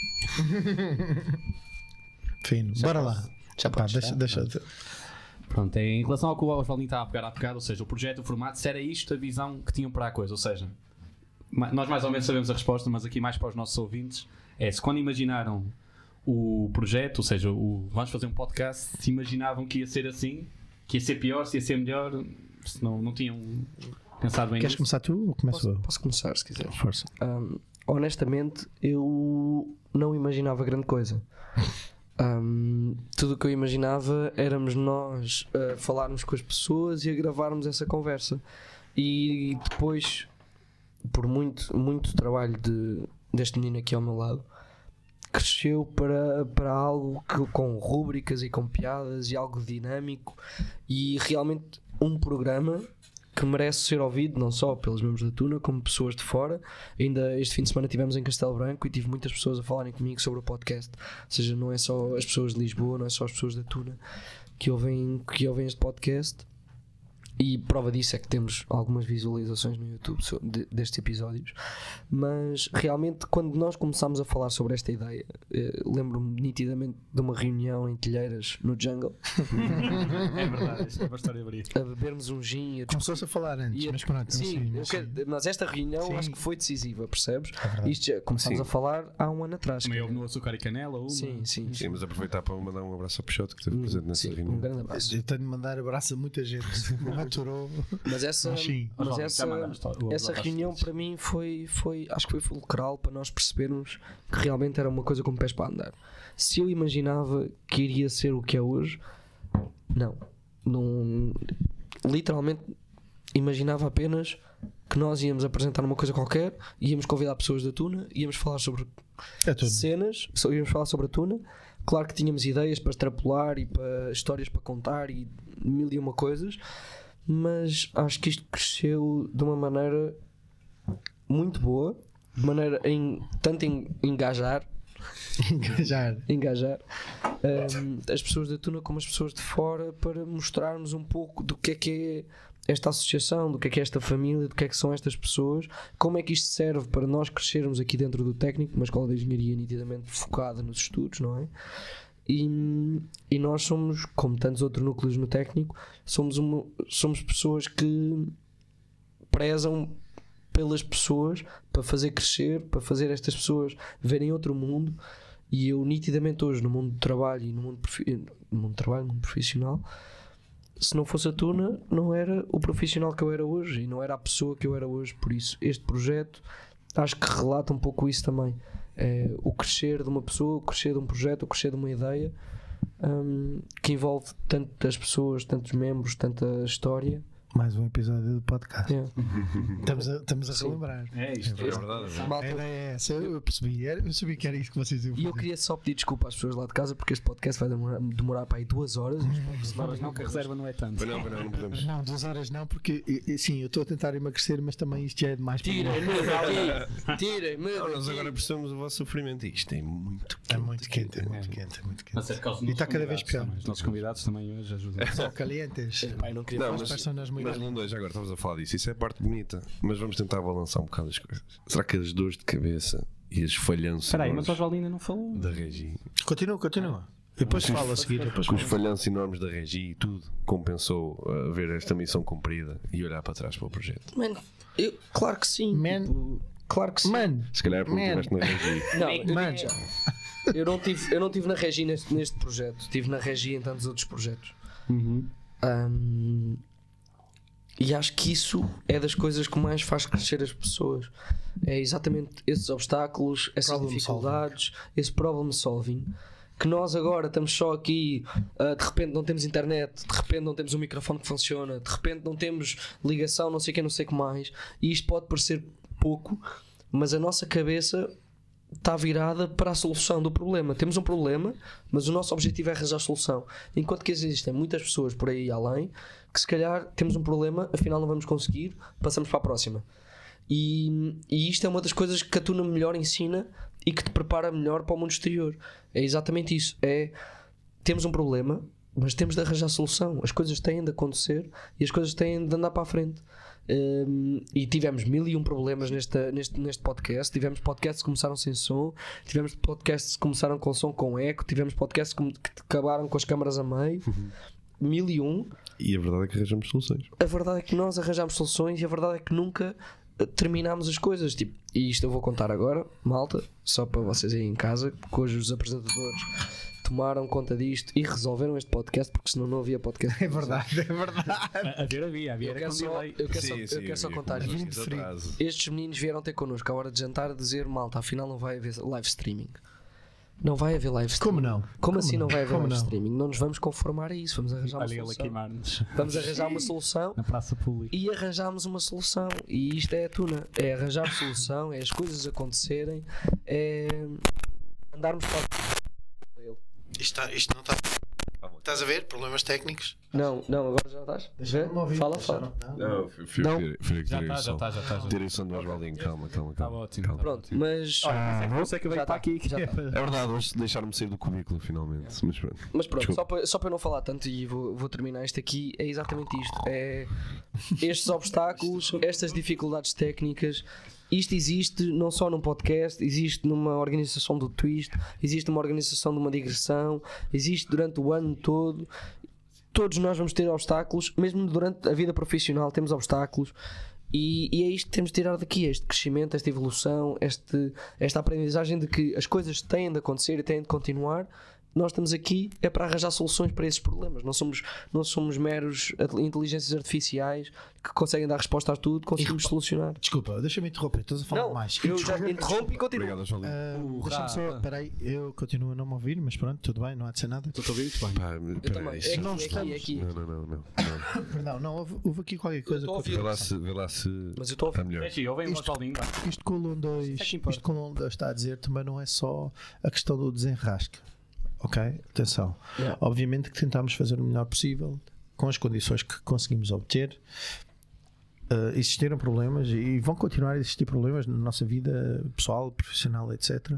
Fino, bora lá. Já Pá, podes, deixa, tá? deixa. Pronto, é, em relação ao que o Osvaldinho estava a pegar há bocado, ou seja, o projeto, o formato, se era isto a visão que tinham para a coisa, ou seja, ma- nós mais ou menos sabemos a resposta, mas aqui mais para os nossos ouvintes, é se quando imaginaram o projeto, ou seja, o, vamos fazer um podcast, se imaginavam que ia ser assim, que ia ser pior, se ia ser melhor, se não, não tinham pensado bem Queres nisso. começar tu ou começo Posso, eu? posso começar, se quiser. Força. Um, honestamente, eu não imaginava grande coisa. Um, tudo o que eu imaginava éramos nós a falarmos com as pessoas e a gravarmos essa conversa. E depois, por muito, muito trabalho de, deste menino aqui ao meu lado, cresceu para, para algo que, com rúbricas e com piadas e algo dinâmico e realmente um programa que merece ser ouvido não só pelos membros da Tuna como pessoas de fora. Ainda este fim de semana estivemos em Castelo Branco e tive muitas pessoas a falarem comigo sobre o podcast, ou seja, não é só as pessoas de Lisboa, não é só as pessoas da Tuna que ouvem, que ouvem este podcast. E prova disso é que temos algumas visualizações no YouTube de, destes episódios. Mas realmente, quando nós começámos a falar sobre esta ideia, eh, lembro-me nitidamente de uma reunião em Telheiras, no Jungle, É verdade, isto é uma história verídica. a bebermos um gin. A Começou-se a falar antes, E a- mas pronto. sim, sim, eu mas quero- mas esta reunião Sim. acho que foi decisiva, percebes? É verdade. Isto já começámos Sim. a falar há um ano atrás. Também cara. houve no Açúcar e Canela, uma. Sim, sim. Sim, mas aproveitar para mandar um abraço ao Peixoto que esteve presente nessa Sim, um reunião. grande abraço. Eu tenho de mandar abraço a muita gente. Não aturou. Mas essa, Mas sim. mas Osvaldo, essa, já mandaste o- o essa abraço. reunião para mim foi, foi, acho que foi fulcral para nós percebermos que realmente era uma coisa com pés para andar. Se eu imaginava que iria ser o que é hoje, não. não literalmente imaginava apenas que nós íamos apresentar uma coisa qualquer, íamos convidar pessoas da Tuna, íamos falar sobre É tudo. cenas, só íamos falar sobre a Tuna. Claro que tínhamos ideias para extrapolar e para histórias para contar e mil e uma coisas, mas acho que isto cresceu de uma maneira muito boa, de maneira em tanto em engajar, Engajar. engajar hum, as pessoas da Tuna como as pessoas de fora para mostrarmos um pouco do que é que é esta associação, do que é que é esta família, do que é que são estas pessoas, como é que isto serve para nós crescermos aqui dentro do técnico, uma escola de engenharia nitidamente focada nos estudos, não é? E, e nós somos, como tantos outros núcleos no técnico, somos, uma, somos pessoas que prezam pelas pessoas para fazer crescer, para fazer estas pessoas verem outro mundo. E eu nitidamente hoje no mundo do trabalho e no mundo, profi- no mundo do trabalho, no mundo profissional, se não fosse a Tuna, não era o profissional que eu era hoje e não era a pessoa que eu era hoje. Por isso este projeto acho que relata um pouco isso também. É, o crescer de uma pessoa, o crescer de um projeto, o crescer de uma ideia, hum, que envolve tantas pessoas, tantos membros, tanta história. Mais um episódio do podcast. É. Estamos a, estamos a relembrar. É isto. É verdade. A Malta, ideia é essa, eu percebi. Era- Eu sabia que era isso que vocês iam e eu fazer. queria só pedir desculpa às pessoas lá de casa porque este podcast vai demorar, demorar para aí duas horas. Mas não, que a reserva não é tanto. Mas não, mas não, não podemos. Não, duas horas não, porque e- e, sim, eu estou a tentar emagrecer, mas também isto já é demais para mim. Tirem-me daqui! Tirem-me Não, nós daqui! agora percebemos o vosso sofrimento. Isto é muito É muito quente, é muito quente, é muito Mas é quente. por causa dos E está nossos cada vez convidados pior. também. Os nossos convidados também hoje ajudam. Só calientes. Pai, não queria Não, As mas, personas muito mas não dois, agora estamos a falar disso. Isso é a parte bonita. Mas vamos tentar balançar um bocado as coisas. Será que as dores de cabeça e as falhanças Espera aí, mas o enormes Osvaldo ainda não falou. da Regi, Continua, continua. Depois falo a seguir. Depois com os falo. falhanços enormes da Regi e tudo, compensou uh, ver esta missão cumprida e olhar para trás para o projeto? Mano, eu, claro que sim. Man. tipo, claro que sim. Mano, Se calhar porque Man. estiveste na Regi. Não, eu, Man. eu não tive, eu não tive na Regi neste, neste projeto, estive na Regi em tantos outros projetos. Uhum. Hum, e acho que isso é das coisas que mais faz crescer as pessoas. É exatamente esses obstáculos, essas Problem dificuldades, esse problem solving. Que nós agora estamos só aqui, ah, de repente não temos internet, de repente não temos um microfone que funciona, de repente não temos ligação, não sei o que, não sei o que mais. E isto pode parecer pouco, mas a nossa cabeça está virada para a solução do problema. Temos um problema, mas o nosso objetivo é arranjar a solução. Enquanto que existem muitas pessoas por aí além que se calhar temos um problema, afinal não vamos conseguir, passamos para a próxima. E, e isto é uma das coisas que a Tuna melhor ensina e que te prepara melhor para o mundo exterior. É exatamente isso. É, temos um problema, mas temos de arranjar solução. As coisas têm de acontecer e as coisas têm de andar para a frente. Um, e tivemos mil e um problemas neste, neste, neste podcast. Tivemos podcasts que começaram sem som, tivemos podcasts que começaram com som com eco, tivemos podcasts que, que acabaram com as câmaras a meio. Uhum. Mil e um. E a verdade é que arranjamos soluções. A verdade é que nós arranjamos soluções e a verdade é que nunca terminámos as coisas. Tipo, e isto eu vou contar agora, malta, só para vocês aí em casa, que hoje os apresentadores tomaram conta disto e resolveram este podcast, porque senão não havia podcast. É verdade, é verdade. A ver, havia, havia. Eu quero só, eu quero sim, só, sim, eu quero só havia, contar isto. Estes meninos vieram ter connosco à hora de jantar a dizer: malta, afinal não vai haver live streaming. Não vai haver live streaming. Como não? Como, Como assim não, não vai haver Como live não? streaming? Não nos vamos conformar a isso. Vamos arranjar uma Olha ele a solução. queimar-nos Vamos arranjar uma solução. na praça pública. E arranjámos uma solução. E isto é a tuna. É arranjar solução, é as coisas acontecerem, é andarmos para ele. Isto, tá- isto não está. Estás a ver? Problemas técnicos. Não, não, agora já estás? Vê? Fala, fala. Não, fui Não. Já está, já está, já está. Tirei o som do Oswaldinho, calma, calma, Está calma. ótimo. calma. Pronto, mas. Olha, você que veio Já para tá, aqui. já tá. É verdade, hoje deixaram-me sair do cubículo finalmente. Mas pronto. Mas pronto, Desculpa. só para, só para eu não falar tanto e vou, vou terminar isto aqui, é exatamente isto. É estes obstáculos, estas dificuldades técnicas. Isto existe não só num podcast, existe numa organização do Twist, existe numa organização de uma digressão, existe durante o ano todo. Todos nós vamos ter obstáculos, mesmo durante a vida profissional temos obstáculos. E, e é isto que temos de tirar daqui, este crescimento, esta evolução, este, esta aprendizagem de que as coisas têm de acontecer e têm de continuar. Nós estamos aqui é para arranjar soluções para esses problemas. Não somos, não somos meros inteligências artificiais que conseguem dar resposta a tudo, conseguimos E, solucionar. Desculpa, deixa-me interromper, estás a falar Não, mais. eu já interrompo e continuo. Obrigado, Oswaldinho. Ah, Deixa-me só, espera aí, eu continuo a não me ouvir, mas pronto, tudo bem, não há de ser nada. Estou a ouvir muito bem. Pá, Eu pera, também. isso- É aqui, não é aqui, estamos- é aqui. Não, não, não, não, não. Perdão, não, houve, houve aqui qualquer coisa. estou a que ouvir. Vê lá se, vê lá se Mas eu estou a está ouvir. melhor. É sim, ouvem o Isto- Oswaldinho. Isto que o Lon dois, Isso é que importa. isto que o Lon dois está a dizer também não é só a questão do desenrasque. Ok? Atenção. Yeah. Obviamente que tentámos fazer o melhor possível com as condições que conseguimos obter. Uh, existiram problemas e vão continuar a existir problemas na nossa vida pessoal, profissional, etcétera.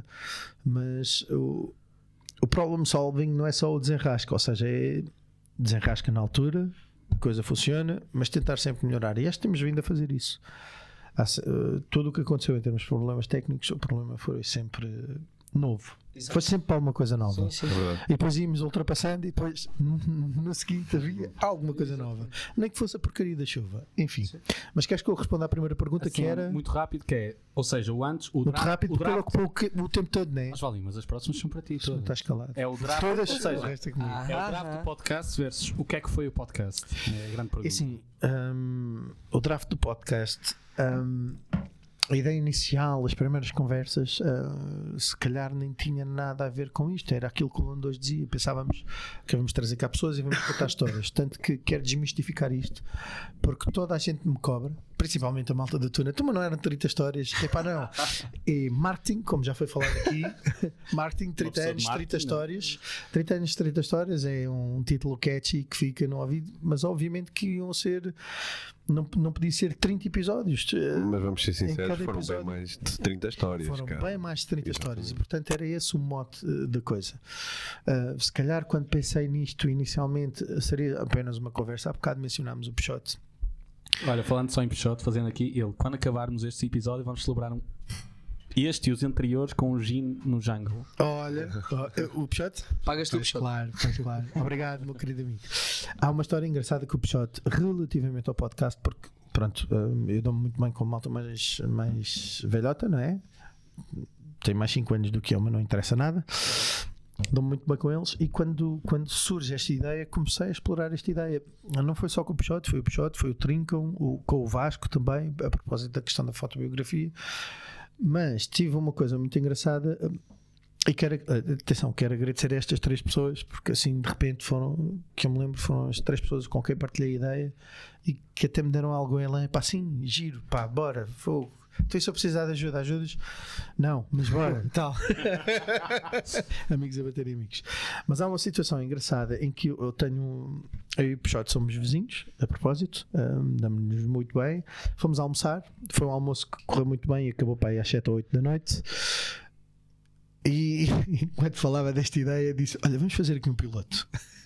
Mas o, o problem solving não é só o desenrasque, ou seja, é desenrasca na altura, a coisa funciona, mas tentar sempre melhorar. E acho que temos vindo a fazer isso. Há se- uh, tudo o que aconteceu em termos de problemas técnicos, o problema foi sempre novo. Exato. Foi sempre para alguma coisa nova. Sim, sim. É verdade. E depois íamos ultrapassando e depois no seguinte havia alguma coisa nova. Nem que fosse a porcaria da chuva. Enfim. Mas queres que eu responda à primeira pergunta Assim, que era muito rápido, que é, ou seja, o antes, o muito draft, rápido o porque ele draft. ocupou o, que- o tempo todo, né? Oswaldinho, mas as próximas são para ti. Não todas. estás calado. É o draft, Todas, ou o seja, resto é comigo. Ah. é o draft Aham. do podcast versus o que é que foi o podcast. É a grande E pergunta. assim, hum, o draft do podcast, hum, a ideia inicial, as primeiras conversas, uh, se calhar nem tinha nada a ver com isto. Era aquilo que o Lon dois dizia. Pensávamos que vamos trazer cá pessoas e vamos contar histórias. Tanto que quero desmistificar isto, porque toda a gente me cobra, principalmente a malta da Tuna. Tu, mas não eram trinta histórias. Epá, não. E marketing, como já foi falado aqui, marketing, trinta pessoa de anos, marketing, trinta não. histórias. trinta anos, trinta histórias é um título catchy que fica no ouvido, mas obviamente que iam ser. Não, não podia ser trinta episódios. Mas vamos ser sinceros, cada foram episódio- bem mais de trinta histórias. Foram cara. bem mais de trinta Exatamente. histórias e portanto era esse o mote uh, da coisa. Uh, se calhar quando pensei nisto inicialmente uh, seria apenas uma conversa. Há bocado mencionámos o Peixote. Olha, falando só em Peixoto, fazendo aqui, ele, quando acabarmos este episódio, vamos celebrar um, este e os anteriores com um gin no jungle. Olha, oh, o Peixote? Pagas tu, Pois Peixoto. claro, pois claro. Obrigado, meu querido amigo. Há uma história engraçada com o Peixote relativamente ao podcast, porque pronto, uh, eu dou-me muito bem com malta mais, mais velhota, não é? Tem mais cinco anos do que eu, mas não interessa nada. Dou-me muito bem com eles e quando, quando surge esta ideia comecei a explorar esta ideia. Não foi só com o Peixote, foi o Peixote, foi o Trincão, o, com o Vasco também, a propósito da questão da fotobiografia. Mas tive uma coisa muito engraçada e quero, atenção, quero agradecer a estas três pessoas, porque assim de repente foram, que eu me lembro, foram as três pessoas com quem partilhei a ideia e que até me deram algo em lã, pá, sim, giro, pá, bora, fogo. Então, se eu precisar de ajuda, ajudas? Não, mas bora, e tal. Amigos a bater amigos. Mas há uma situação engraçada em que eu tenho. Eu e o Peixote somos vizinhos, a propósito, um, damos-nos muito bem. Fomos almoçar, foi um almoço que correu muito bem e acabou para aí às sete ou oito da noite. E enquanto falava desta ideia, disse: olha, vamos fazer aqui um piloto.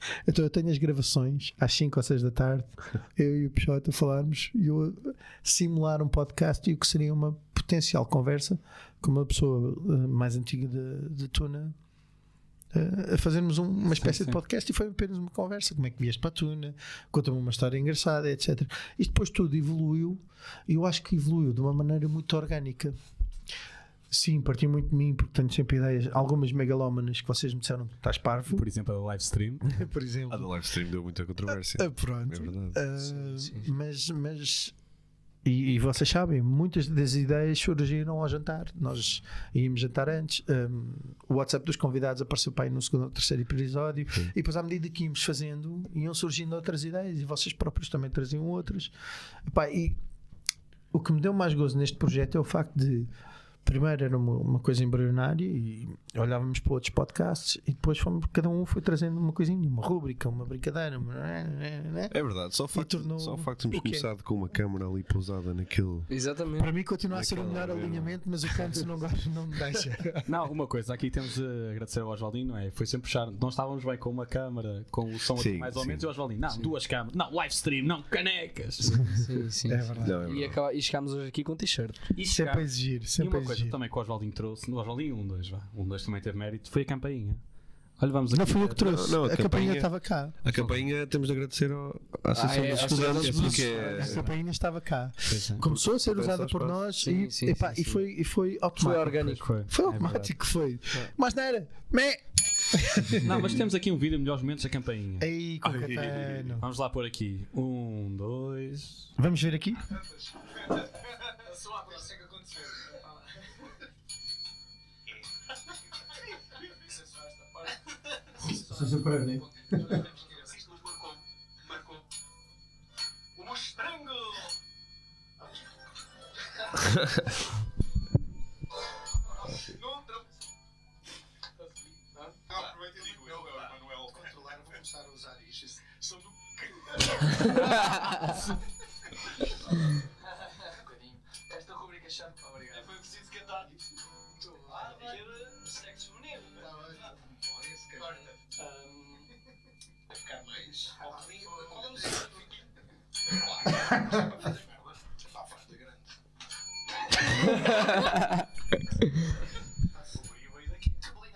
Então eu tenho as gravações às cinco ou seis da tarde, eu e o Peixoto a falarmos e eu a simular um podcast e o que seria uma potencial conversa com uma pessoa uh, mais antiga de, de Tuna, uh, a fazermos um, uma espécie Sim, sim. de podcast, e foi apenas uma conversa. Como é que vieste para a Tuna? Conta-me uma história engraçada, etcétera. Isto depois tudo evoluiu, e eu acho que evoluiu de uma maneira muito orgânica. Sim, partiu muito de mim, porque tenho sempre ideias, algumas megalómanas que vocês me disseram que estás parvo, Por exemplo, a live stream. por exemplo. A do live stream deu muita controvérsia. Ah, pronto. É verdade. Ah, Sim, sim. Mas, mas e, e vocês sabem, muitas das ideias surgiram ao jantar. Nós íamos jantar antes. Um, o WhatsApp dos convidados apareceu para aí no segundo ou terceiro episódio. Sim. E depois, à medida que íamos fazendo, iam surgindo outras ideias e vocês próprios também traziam outras. Epá, e o que me deu mais gozo neste projeto é o facto de, primeiro era uma, uma coisa embrionária e olhávamos para outros podcasts, e depois fomos, cada um foi trazendo uma coisinha, uma rúbrica, uma brincadeira, uma... É verdade, só o facto, tornou- só o facto de termos o quê? começado com uma câmera ali pousada naquele. Exatamente. Para mim continua a ser o Naquela melhor arena. alinhamento, mas o canto não, gosto, não me deixa. Não, uma coisa, aqui temos de agradecer ao Oswaldinho, não é? Foi sempre puxar. Nós estávamos bem com uma câmara, com o som Sim, aqui mais ou sim. menos, e o Oswaldinho, não, duas câmaras, não, live stream, não, canecas. Sim, sim. É verdade. Não, é E, verdade. acaba, e chegámos hoje aqui com t-shirt. E, Sempre a chegámos- exigir, e sempre a uma coisa exigir. também que o Oswaldinho trouxe, no Oswaldinho um, dois, vá, um, dois também teve mérito, foi a campainha. Olha, vamos aqui. Não fui eu que trouxe, Não, não, a a campainha campainha- estava cá. A campainha temos de agradecer ao- à Associação Ah, é, dos à Estudantes, Associação dos porque Estudantes. A campainha estava cá. Pois é. Começou a ser Porque usada faz por parte. nós Sim, e, sim, epá, sim, e, sim. foi, e foi Foi automático. orgânico. Foi. Foi É automático, foi. Mas não era. Mé! Não, mas temos aqui um vídeo, melhores momentos da campainha. Ei, com catano. Vamos lá pôr aqui. Um, dois. Vamos ver aqui? Sou super, né? O mostrango! Não, não. Aproveita e digo eu, Manuel. Controlar, vou começar a usar isto. São do Esta rubrica chama. Obrigado. Foi preciso cantar. Ah, sexo feminino. Olha esse cara. Vai ficar mais. Qual é o significado? Para fazer merda. Para a farta grande. Eu veio daqui.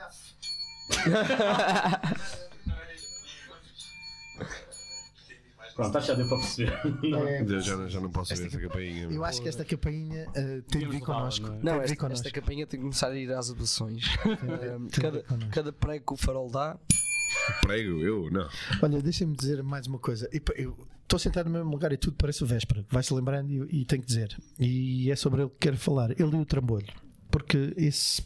Pronto, acho que já deu para perceber. Eu já, já não posso ver essa campainha. Eu acho que esta campainha uh, tem de Devíamos vir levá-la, connosco. não é? Tem Não, de vir esta, connosco. esta campainha tem que começar a ir às adoções. Tem de- Um, tem de cada, vir connosco. cada prego que o farol dá. Prego, eu? Não. Olha, deixem-me dizer mais uma coisa. E pa- Eu estou sentado no mesmo lugar e tudo parece o véspera. Vai-se lembrando e, e tenho que dizer. E é sobre ele que quero falar. Ele e o trambolho. Porque esse.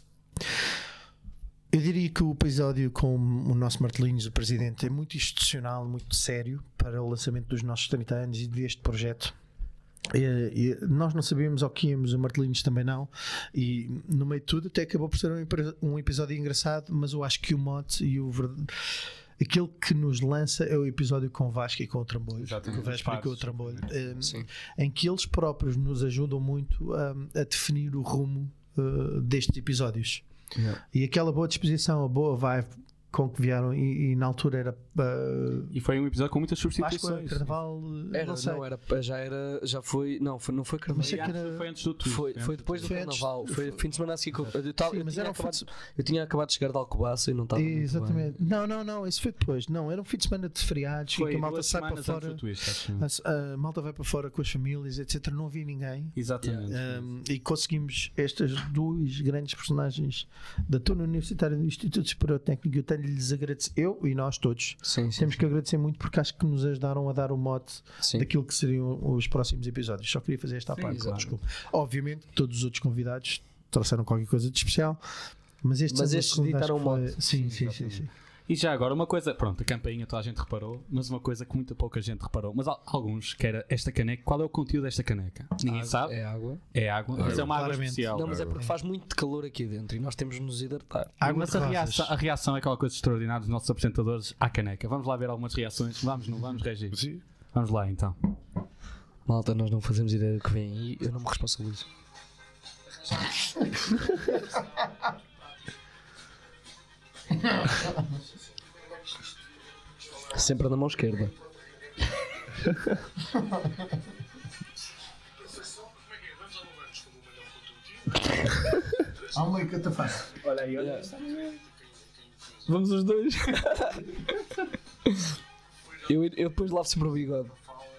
Eu diria que o episódio com o nosso Martelinhos, o presidente, é muito institucional, muito sério para o lançamento dos nossos trinta anos e deste projeto. E, e nós não sabíamos ao que íamos, o Martelinhos também não, e no meio de tudo até acabou por ser um, empre- um episódio engraçado, mas eu acho que o mote e o verd- aquele que nos lança é o episódio com o Vasco e com o Trambolho, Exatamente. com o Véspera e com o Pares. Trambolho, eh, Sim. em que eles próprios nos ajudam muito a, a definir o rumo eh, destes episódios. E aquela boa disposição, a boa vibe com que vieram, e, e na altura era uh, E foi um episódio com muitas Páscoa, substituições. Carnaval, Era, não sei. não, era, já era, já foi, não, foi, não foi carnaval. Mas é que era- Foi antes do Twitch. Foi, foi depois do Foi antes- carnaval, foi fim de semana a seguir. que Eu, eu, tava- Sim, eu mas tinha era um acabado, fim de- eu tinha acabado de chegar de Alcobaça e não estava. muito bem. Exatamente. Não, não, não, isso foi depois. Não, era um fim de semana de feriados, Foi que a malta duas sai para semanas antes fora. do Twitch, acho. A, a malta vai para fora com as famílias, etcétera. Não havia ninguém. Exatamente. Um, e conseguimos estas duas grandes personagens da turma universitária do Instituto Superior Técnico. Eu tenho de lhes agradecer, eu e nós todos. Sim, sim. Temos que agradecer muito porque acho que nos ajudaram a dar o mote Sim. daquilo que seriam os próximos episódios. Só queria fazer esta Sim, parte. claro. Desculpa. Obviamente, todos os outros convidados trouxeram qualquer coisa de especial, mas estes, Mas são estes os que ditaram acho que o foi- mote. Sim, sim, sim, sim. E já agora, uma coisa, pronto, a campainha toda a gente reparou, mas uma coisa que muita pouca gente reparou, mas al- alguns, que era esta caneca, qual é o conteúdo desta caneca? Ninguém sabe, É água. é água, mas é uma água Claramente. especial. Não, mas é porque faz muito calor aqui dentro e nós temos de nos hidratar. Água Mas de a rosas. reação, a reação é aquela coisa extraordinária dos nossos apresentadores à caneca. Vamos lá ver algumas reações, vamos, não vamos, Regi? Sim. Vamos lá então. Malta, nós não fazemos ideia do que vem aí, eu não me responsabilizo. Sempre na mão esquerda. Há uma que eu te faço. Olha aí, olha. Vamos os dois. Eu, eu depois lavo sempre o bigode.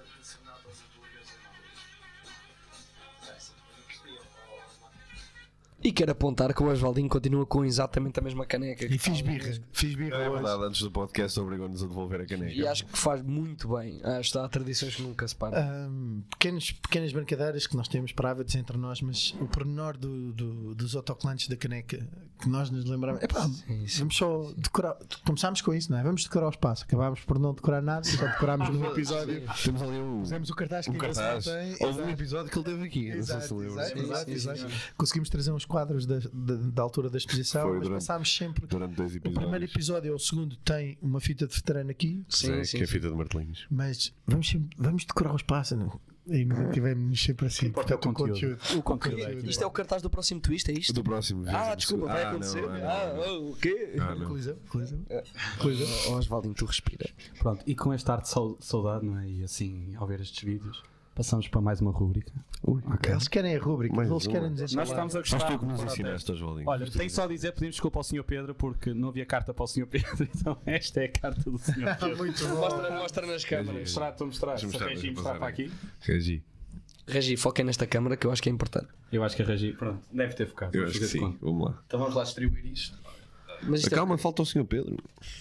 E quero apontar que o Osvaldinho continua com exatamente a mesma caneca. E fiz birra. Fiz birra É hoje. verdade, antes do podcast obrigou-nos a devolver a caneca. E acho que faz muito bem. Acho que há tradições que nunca se param. Ahm, pequenos, pequenas brincadeiras que nós temos privates entre nós, mas o pormenor do, do, dos autocolantes da caneca que nós nos lembramos. Epá, Sim, sim. vamos só decorar. Começámos com isso, não é? Vamos decorar o espaço. Acabámos por não decorar nada, só decorámos no episódio. Temos ali um, Pusemos o cartaz que um cartaz. tem. Houve um episódio que ele teve aqui. Não sei Exato, se lembra. exato, Sim, exato, sim, exato. sim, sim. Conseguimos trazer uns quadros da, da, da altura da exposição, Foi mas durante- passámos sempre. Durante dois O episódios. primeiro episódio ou o segundo tem uma fita de veterano aqui, Sim, Sim, que é sim, fita de martelinhos. mas vamos, sempre, vamos decorar o espaço. Não? E tivemos sempre assim. importa é o Portanto, conteúdo. O conteúdo é aqui. Isto é o cartaz do próximo twist, é isto? Do próximo vídeo. Ah, desculpa, vai Ah, acontecer. não, ah, não, Ah, não. oh, o quê? Ah, não. Colisão, colisão. Oh, Osvaldinho, tu respira. Pronto, e com este ar de sau- saudade, não é? E assim, ao ver estes vídeos, passamos para mais uma rúbrica. Ok. Eles querem a rúbrica, Mais eles uma. querem dizer Nós estamos a Mas gostar. tu que nos Pronto, ensinaste, Osvaldinho. Olha, tenho só a dizer, pedimos desculpa ao senhor Pedro porque não havia carta para o senhor Pedro, então esta é a carta do senhor Pedro. Muito bom. Mostra, mostra nas câmaras. Mostrar, estou a mostrar, Deixa-me se a mostrar, Regi deixa-me mostrar passar para aí. aqui. Regi. Regi, foquem nesta câmara que eu acho que é importante. Eu acho que a Regi, pronto, deve ter focado. Eu vou acho que fazer de sim. conta. Vamos lá. Então vamos lá distribuir isto. Mas isto é- Calma, falta o senhor Pedro.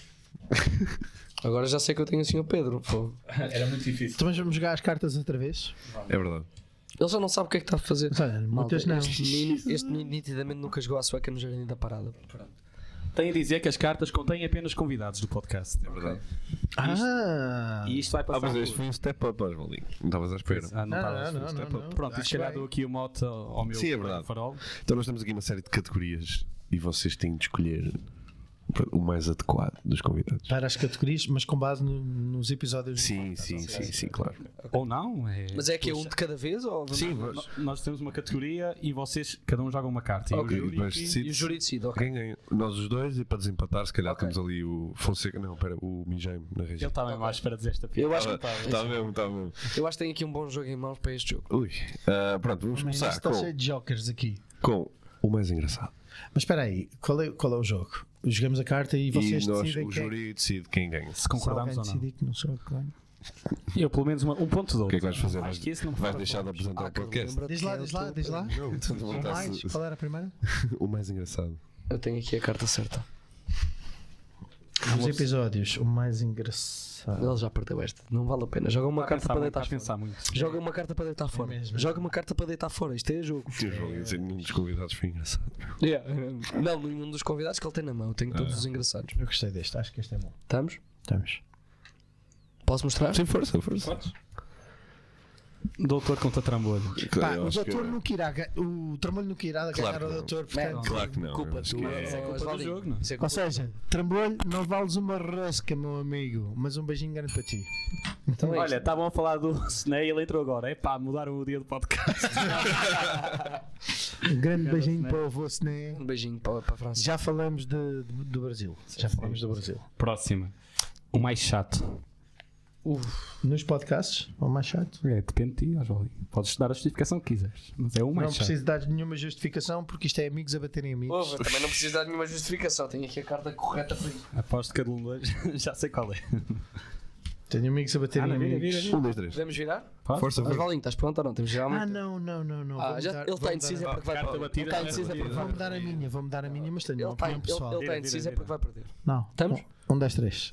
Agora já sei que eu tenho o senhor Pedro. Pô. Era muito difícil. Então vamos jogar as cartas outra vez? É verdade. Ele já não sabe o que é que está a fazer. Olha, muitas não. Este menino, este menino nitidamente nunca jogou à sueca no Jardim da Parada. Tenho a dizer que as cartas contêm apenas convidados do podcast. É verdade. Ah! E isto vai Ah, passar. mas por- este foi um step up, Osvaldinho. Não estavas à espera. Ah, não, Não, estava não, a não, fazer não, step não. up. Pronto, e Acho se calhar bem. dou aqui o mote ao meu Sim, é colega verdade. farol. Então nós temos aqui uma série de categorias e vocês têm de escolher o mais adequado dos convidados. Para as categorias, mas com base no- nos episódios. Sim, sim, sim, sim, claro. Ou não, é... Mas é que é um de cada vez? Ou vamos- Sim, No- mas Nós temos uma categoria e vocês, cada um joga uma carta. E o Ok, júri mas aqui- decide E o júri decide, ok. quem ganha. Nós os dois e para desempatar, se calhar Ok. temos ali o Fonseca. Não, espera, o Mijame na Ele região. está mesmo à espera de dizer esta piada. Eu acho que Está mesmo, está mesmo. Eu acho que tem aqui um bom jogo em mãos para este jogo. Ui. Ah, pronto, vamos Mas começar está com, cheio de jokers aqui. com o mais engraçado. Mas espera aí, qual é, qual é o jogo? Jogamos a carta e vocês e nós, decidem o quem júri decide quem ganha. Se concordamos se ou alguém não. decidir que não sou eu que ganho. Eu, pelo menos, uma- um ponto dou. O que é que vais fazer? Acho Vais, que isso não vais faz deixar de apresentar Ah, o podcast? lembra-te Diz lá, que é diz o lá, teu- diz lá. Não, tu não O estás- mais, qual era a primeira? o mais engraçado. Eu tenho aqui a carta certa. Os episódios, o mais engraçado. Ele já perdeu esta. Não vale a pena. Joga uma Está a carta pensar para muito, deitar está a pensar fora. muito. Joga uma carta para deitar fora. mesmo. Joga uma carta para deitar fora. Isto é jogo. Os Valentes dizer nenhum dos convidados foi engraçado. Yeah. Não, nenhum dos convidados que ele tem na mão. Eu tenho todos Ah. os engraçados. Eu gostei deste, acho que este é bom. Estamos? Estamos. Posso mostrar? Sim, força, força. Doutor contra trambolho. Pá, Eu o acho que- doutor nunca irá, ga- o Trambolho nunca irá Claro ganhar que o não. doutor, portanto. Claro que não. Culpa eu acho tua. que é- Isso é culpa do Osvaldinho. jogo, não? Isso é Ou culpa seja, Trambolho não vales uma rosca, meu amigo, mas um beijinho grande para ti. Então é Olha, isto. estavam a falar do Snei, ele entrou agora. É pá, mudaram o dia do podcast. Um grande beijinho Snake. para o avô Sné. Um beijinho para, para a França. Já falamos de, de- do Brasil. Já falamos do Brasil. Próxima. O mais chato. Nos podcasts, ou mais chato? É, depende de ti, Oswaldinho. Podes dar a justificação que quiseres. Mas é o mais Não chato. preciso dar nenhuma justificação porque isto é amigos a baterem amigos. Ouve, também não preciso dar nenhuma justificação. Tenho aqui a carta correta para isso. Aposto que cada um dois já sei qual é. Tenho amigos a baterem Ah, não, vira, amigos. vira, vira. Um, dois, três. Podemos virar? Pode? Força, força. Osvaldinho, estás pronto ou não? Temos de girar Ah, muito. não, não, não, não. Ah, Vou-me já, dar- ele está vou-me indeciso é dar- porque vai Carta perder. batida, Ele está carta indeciso é porque vai Vou-me dar a perder. minha, vou-me dar a minha, mas tenho Ele uma está opinião pessoal. ele está Vira, indeciso vira, é porque vai perder. Não. Estamos? Um, dois, três.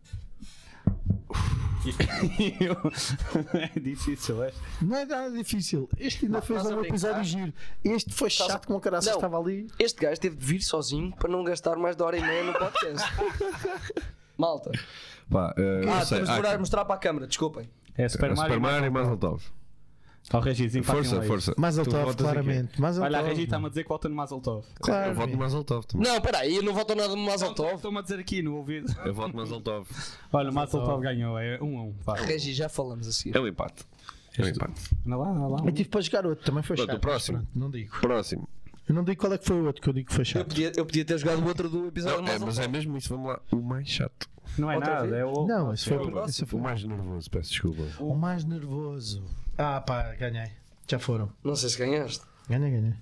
É difícil, é? Não é nada difícil. Este ainda Não, fez estás a um episódio brincar? giro. Este foi Estás a- chato como o caraças Não. estava ali. Este gajo teve de vir sozinho para não gastar mais de hora e meia no podcast. Malta. Pá, eh, eu Ah, sei. temos de Ah, mostrar, mostrar para a câmara, desculpem. É Super é Mario. Super Mario e Mazel Tov. Ó, Regi, desempatem Força, lá força. isto. Mazel Tu Tov, votas em quê? claramente. Mazel Olha, a Tov. Regi está-me a dizer que volta no Mazel Tov. Claro. Eu voto no Mazel Tov também. Não, peraí, eu não voto nada no Mazel Tov. Estou-me a dizer aqui no ouvido. Eu voto Mazel Tov. Olha, o Mazel Tov ganhou, é um a um. Vá. Regi, já falamos a seguir. É um empate. É um empate. Anda lá, anda lá. Eu tive para jogar outro, também foi Pronto, chato. o próximo. mas pronto, não digo. Próximo. Eu não digo qual é que foi o outro, que eu digo que foi Eu chato. podia, eu podia ter jogado o outro do episódio Não, é, mais mas é alto. mesmo isso, vamos lá. O mais chato. Não é Outra nada, vez? é o. Não, esse foi, o o- próximo. esse foi O mais nervoso, peço desculpa. o mais nervoso. Ah, pá, ganhei. Já foram. Não sei se ganhaste. Ganhei, ganhei.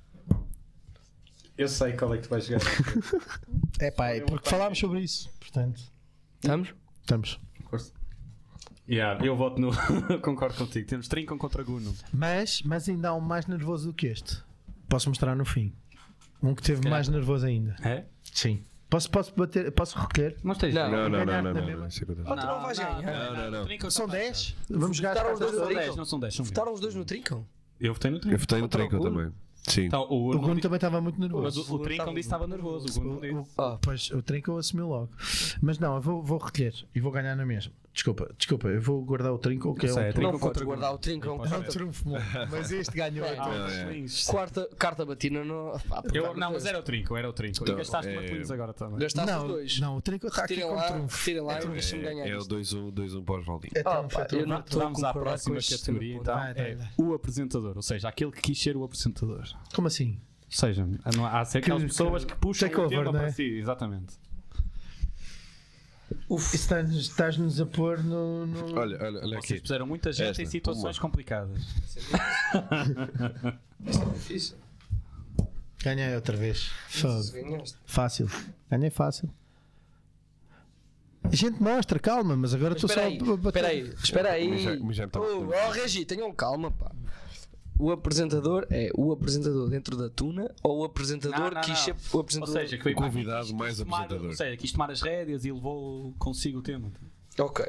Eu sei qual é que tu vais jogar. É pá, é porque falámos sobre isso. Portanto, Estamos? estamos. Yeah, eu voto no. Concordo contigo. Temos Trincão contra Guno. Mas, mas ainda há um mais nervoso do que este. Posso mostrar no fim. Um que teve calhar. mais nervoso ainda. É? Sim. Posso, posso bater, posso recolher? Não esteja. Não. Não, não, não, ganhar não, na não, mesma. não, isso é que eu tô- Ah, tu não vais ganhar. Não, não, não. Trincão São está dez? Vamos jogar Votaram as os dois cartas no São todas? dez, não são dez, são Votaram os dois no Trincão? Eu votei no Eu Trincão. votei no Contra o Trincão Guno? também. Sim. Então, o O Guno Guno também estava muito Mas nervoso. o, o Trincão disse que estava nervoso. O Guno disse. Ah, Pois, o Trincão assumiu logo. Mas não, eu vou, vou recolher e vou ganhar na mesma. Desculpa, desculpa, eu vou guardar o Trincão, que é Sei, um é trunfo. não Trincão podes contra guardar Guno. o Trincão. Podes É um ver. trunfo bom, mas este ganhou. É, então. Não, é. Quarta, carta batida no. Pá, por Eu, amor de não, mas Deus. era o Trincão, era o Trincão. E Então, gastaste uma é- Twins agora também. Gastaste os Não, dois. não, o Trincão está aqui Retirem com lá, trunfo. retirem lá e deixem-me ganhar. É, é o isto. dois um dois um para os Valdinhos. É Ah, trunfo, pá, é trunfo. eu não estou a Vamos à concordar com próxima este categoria sistema. então. Vai, vai, É vai. o apresentador, ou seja, aquele que quis ser o apresentador. Como assim? Ou seja, não há há aquelas Que- pessoas que puxam o takeover, tema não é? para si, exatamente. Estás- Estás-nos a pôr no. no- Olha, olha, olha Vocês aqui. puseram muita gente Esta, em situações uma. complicadas. Isto é difícil. Ganhei outra vez. Fogo. Se ganhaste. Fácil. Ganhei fácil. A gente mostra, calma, mas agora estou só Espera aí, a bater. espera aí, espera aí. Mas já- mas já me estava- Oh, oh, Regi, tenham calma, pá. O apresentador é o apresentador dentro da tuna ou o apresentador Não, não, quis não. ser o Ou apresentador? seja, que veio O para aqui, convidado quis mais tomar- apresentador. Ou seja, quis tomar as rédeas e levou consigo o tema. Ok.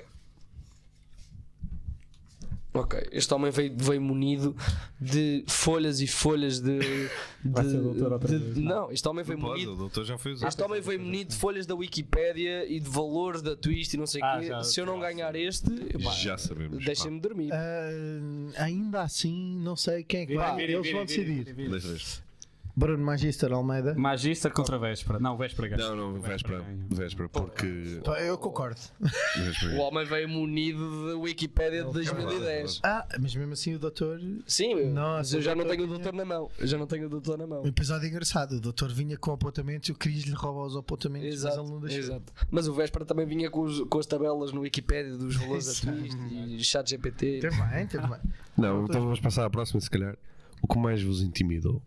Ok, este homem veio, veio munido de folhas e folhas de. de, Vai ser doutor outra de- vez, não, este homem veio Não pode, o munido. doutor já foi usado. Este homem veio munido de folhas da Wikipédia e de valores da Twist e não sei o Ah, quê. já- Se eu não já ganhar este, epá, Já sabemos. deixem-me dormir. Ah, ainda assim, não sei quem é que Vira, vai. vira, Eles vira, vão vira, decidir. vira, vira. Deixa ver. Bruno Magister Almeida. Magister contra Véspera. Não, Véspera ganha. Não, não, véspera. ganha. Véspera, porque. Pá, Eu concordo. Véspera. O homem veio munido da Wikipédia de dois mil e dez. Ah, mas mesmo assim o doutor. Sim, eu- Nossa, mas eu já o não doutor tenho o tinha- doutor na mão. Eu já não tenho o doutor na mão. Um episódio engraçado. O doutor vinha com apontamentos. Eu queria lhe roubar os apontamentos, mas Exato, ele não deixou. exato. Mas o Véspera também vinha com, os- com as tabelas no Wikipédia dos valores da Twist e chat G P T. Teve bem, teve bem. Não, então vamos passar à próxima, se calhar. O que mais vos intimidou?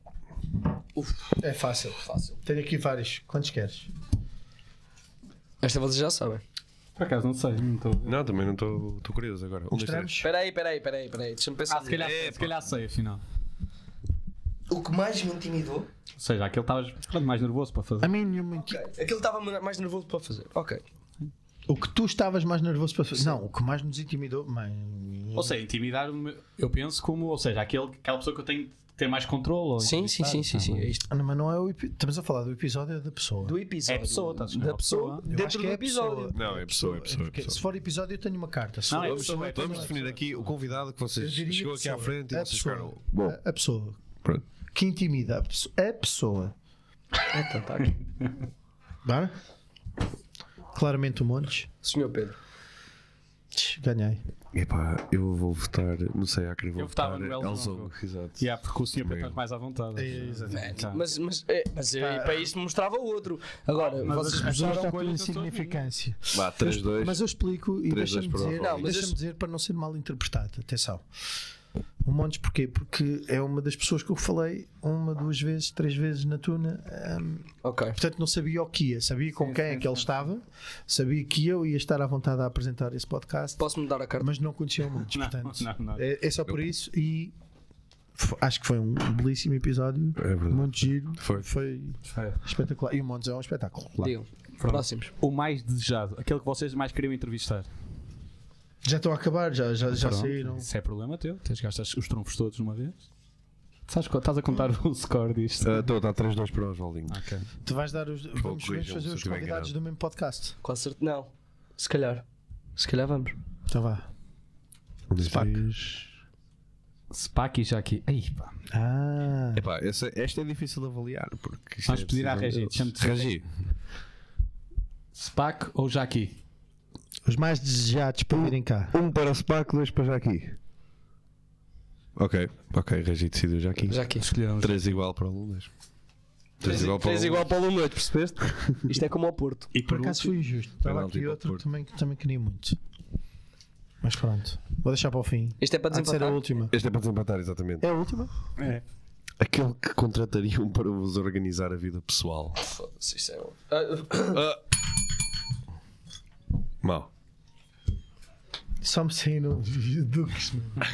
É fácil. Fácil. Tenho aqui vários. Quantos queres? Esta vocês já sabem. Por acaso, não sei. Não estou. Não, também não estou curioso agora. Um, dois, Mostramos? Espera aí, espera aí, espera aí, espera aí. Deixa-me pensar. Ah, se calhar, É, se calhar sei, afinal. O que mais me intimidou? Ou seja, aquele estavas pronto, mais nervoso para fazer. A mim, nenhuma. Ok. Aquilo estava mais nervoso para fazer. Ok. O que tu estavas mais nervoso para fazer. Não, o que mais nos intimidou. Mãe. Ou seja, intimidar, eu penso como, ou seja, aquele, aquela pessoa que eu tenho que ter mais controle. ou Sim, sim, sim, sim, sim. É isto. Ah, não, mas não é o epi... Estamos a falar do episódio da pessoa. Do episódio. É pessoa, estás a ver? Da É pessoa pessoa. Eu acho dentro que do é episódio. pessoa. Não, é pessoa, é pessoa. É Porque pessoa. se for episódio, eu tenho uma carta. Se Não, for é Vamos, pessoa, eu tenho vamos uma definir carta. aqui o convidado que Eu vocês diria chegou aqui à pessoa. frente e A vocês pessoa. ficaram. Bom, A, a pessoa. pronto. Que intimida a pessoa. A pessoa. Então tá aqui. Bora? Claramente o Montes. Senhor Pedro. Tch, Ganhei. Epá, eu vou votar, não sei, há querer vou Eu votava votar no Elzongo. Elzongo, exato. E há porque o senhor Também. está mais à vontade. É, exatamente. Tá. Mas, mas, é, mas eu, para isto mostrava o outro. Agora, Mas vocês as Pessoas mostraram. está com coisas da sua insignificância. Vá, três dois. Mas eu explico e três, deixa-me dois para o dizer, Raul. Não, mas deixa-me eu- dizer para não ser mal interpretado. Atenção. O Montes porquê? Porque é uma das pessoas que eu falei uma, duas vezes, três vezes na tuna. hum, Ok. portanto, não sabia o que ia. Sabia com Sim, quem sim, é que ele sim. estava. Sabia que eu ia estar à vontade a apresentar esse podcast. Posso-me dar a carta? Mas não conhecia o Montes. Não, Portanto, não, não. É, é só por isso. E f- acho que foi um belíssimo episódio. É verdade. Muito giro. Foi. Foi Foi. espetacular. E o Montes é um espetáculo. Digam. Pronto. Próximos. O mais desejado, aquele que vocês mais queriam entrevistar. Já estão a acabar, já, já, já Pronto. saíram. Isso é problema teu. Tens gastas os trunfos todos de uma vez. Sabes, co- estás a contar o score disto? Estou a dar três dois para o Oswaldinho. Ok. Tu vais dar os. Vamos vamos corrijam-me fazer se eu os estiver convidados enganado. do mesmo podcast. Com certeza. Não. Se calhar. Se calhar vamos. Então vá. Um, dois, Spac. três. Spac e já aqui. Ei, pá. Ah. Epá, essa, esta é difícil de avaliar. Porque isto Vamos é pedir à decisão Regi, deles. chame-te Regi. Spac ou já aqui? Os mais desejados para virem cá. Um para Spac, dois para Jaqui. Ok, ok, Regi decidiu já aqui. Já aqui. Escolhemos. três igual para o Aluno dois. três igual para o igual para o Aluno dois, percebeste? Isto é como ao Porto. E Por acaso foi injusto. Estava Penalti aqui para o outro Porto. também, que também queria muito. Mas pronto, vou deixar para o fim. Isto é para Há de ser a desempatar. última. Este é para desempatar, exatamente. É a última? É. Aquele que contratariam para vos organizar a vida pessoal. Foda-se, isto é. Ah, Mau. Só me saí no Duques.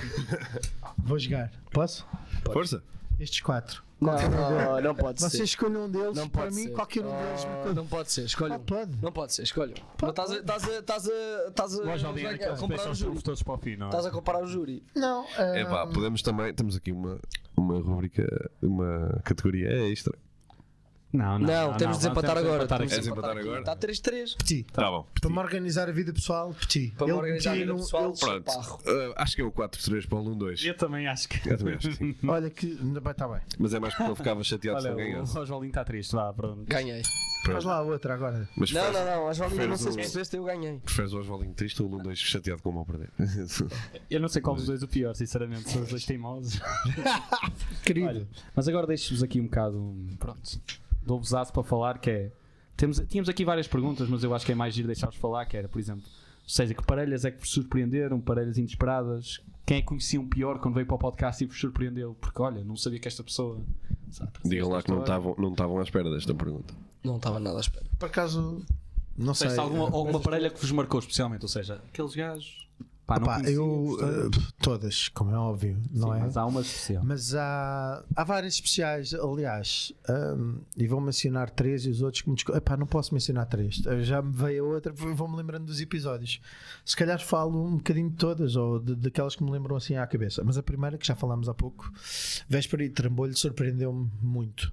Vou jogar. Posso? Força. Estes quatro. Não, não, não pode ser. Vocês escolham um deles. Não Para pode mim, ser. qualquer um deles me Ah, conta. Não pode ser, escolham. Ah, pode. Não pode ser, escolham. Não estás a, estás a, estás a, estás a, O Oswaldinho é a daqueles que comparar deixa o os júri. trunfos todos para o fim, não é? Estás a comparar o júri. Não. É pá, ah, podemos também. Temos aqui uma, uma rubrica, uma categoria extra. Não, não, Não, temos de desempatar vamos agora. desempatar Temos de É desempatar desempatar agora? aqui. Está três três. Petit. Tá bom. Para me organizar a vida pessoal, Petit. Para me Ele organizar a metia vida no- pessoal, ele- Pronto. Chaparro. Uh, acho que é o quatro três para o Aluno dois. Eu também acho que. Eu também acho que sim. Olha que. Está bem. Mas é mais porque eu ficava chateado se Olha, não o ganhasse. Oswaldinho está triste, vá, pronto. Ganhei. Faz lá a outra agora. Mas Não, preferes, não, não. As Valdinas não sei se preferes o- percebeste, eu ganhei. preferes o Oswaldinho triste ou o Aluno dois chateado com o mal perder? Eu não sei qual dos dois é o pior, sinceramente, são os dois teimosos. Querido. Olha, mas agora deixo-vos aqui um bocado, pronto, dou-vos aço para falar, que é, temos, tínhamos aqui várias perguntas, mas eu acho que é mais giro deixar-vos falar, que era, por exemplo, ou seja, que parelhas é que vos surpreenderam, parelhas inesperadas, quem é que conheciam pior quando veio para o podcast e vos surpreendeu, porque olha, não sabia que esta pessoa... sabe, Digam lá esta que não história. estavam não estavam à espera desta pergunta. Não estava nada à espera. Por acaso. Não Ou sei. seja, se alguma, alguma parelha que vos marcou especialmente, ou seja, aqueles gajos... Pá, não Pá, conhecia, eu. gostei. uh, todas, como é óbvio, não Sim, é? mas há uma especial. Mas há, há várias especiais, aliás, um, e vou mencionar três e os outros que me desculpem. Epá, não posso mencionar três. Já me veio a outra, vou-me lembrando dos episódios. Se calhar falo um bocadinho de todas, ou de, daquelas que me lembram assim à cabeça. Mas a primeira, que já falámos há pouco, Véspera e Trambolho, surpreendeu-me muito.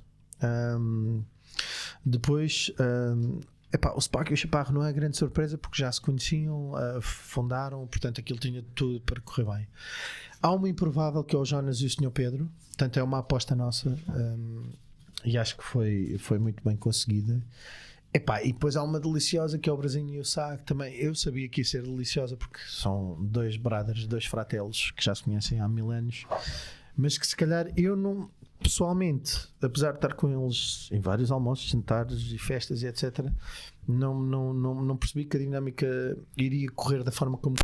Um, depois. Um, Epá, o Spock e o Chaparro não é grande surpresa porque já se conheciam, uh, fundaram, portanto aquilo tinha tudo para correr bem. Há uma improvável que é o Jonas e o senhor Pedro, portanto é uma aposta nossa, um, e acho que foi, foi muito bem conseguida. Epá, e depois há uma deliciosa que é o Brasinho e o Sá, que também eu sabia que ia ser deliciosa porque são dois brothers, dois fratelos que já se conhecem há mil anos, mas que se calhar eu não. Pessoalmente, apesar de estar com eles em vários almoços, jantares e festas e etcétera, não, não, não, não percebi que a dinâmica iria correr da forma como.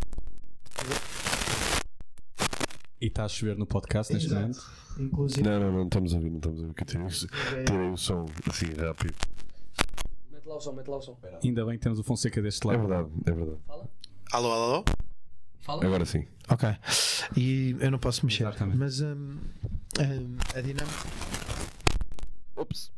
E está a chover no podcast neste Exato. momento. Inclusive. Não, não, não estamos a ouvir, não estamos a ouvir. Que tirei, tirei o som assim rápido. Mete lá o som, mete lá o som. Ainda bem que temos o Fonseca deste É lado. verdade, é verdade. Alô, alô, alô? Fala. Agora sim. Ok. E eu não posso mexer. Exatamente. Mas hum, hum, a dinâmica. Ops.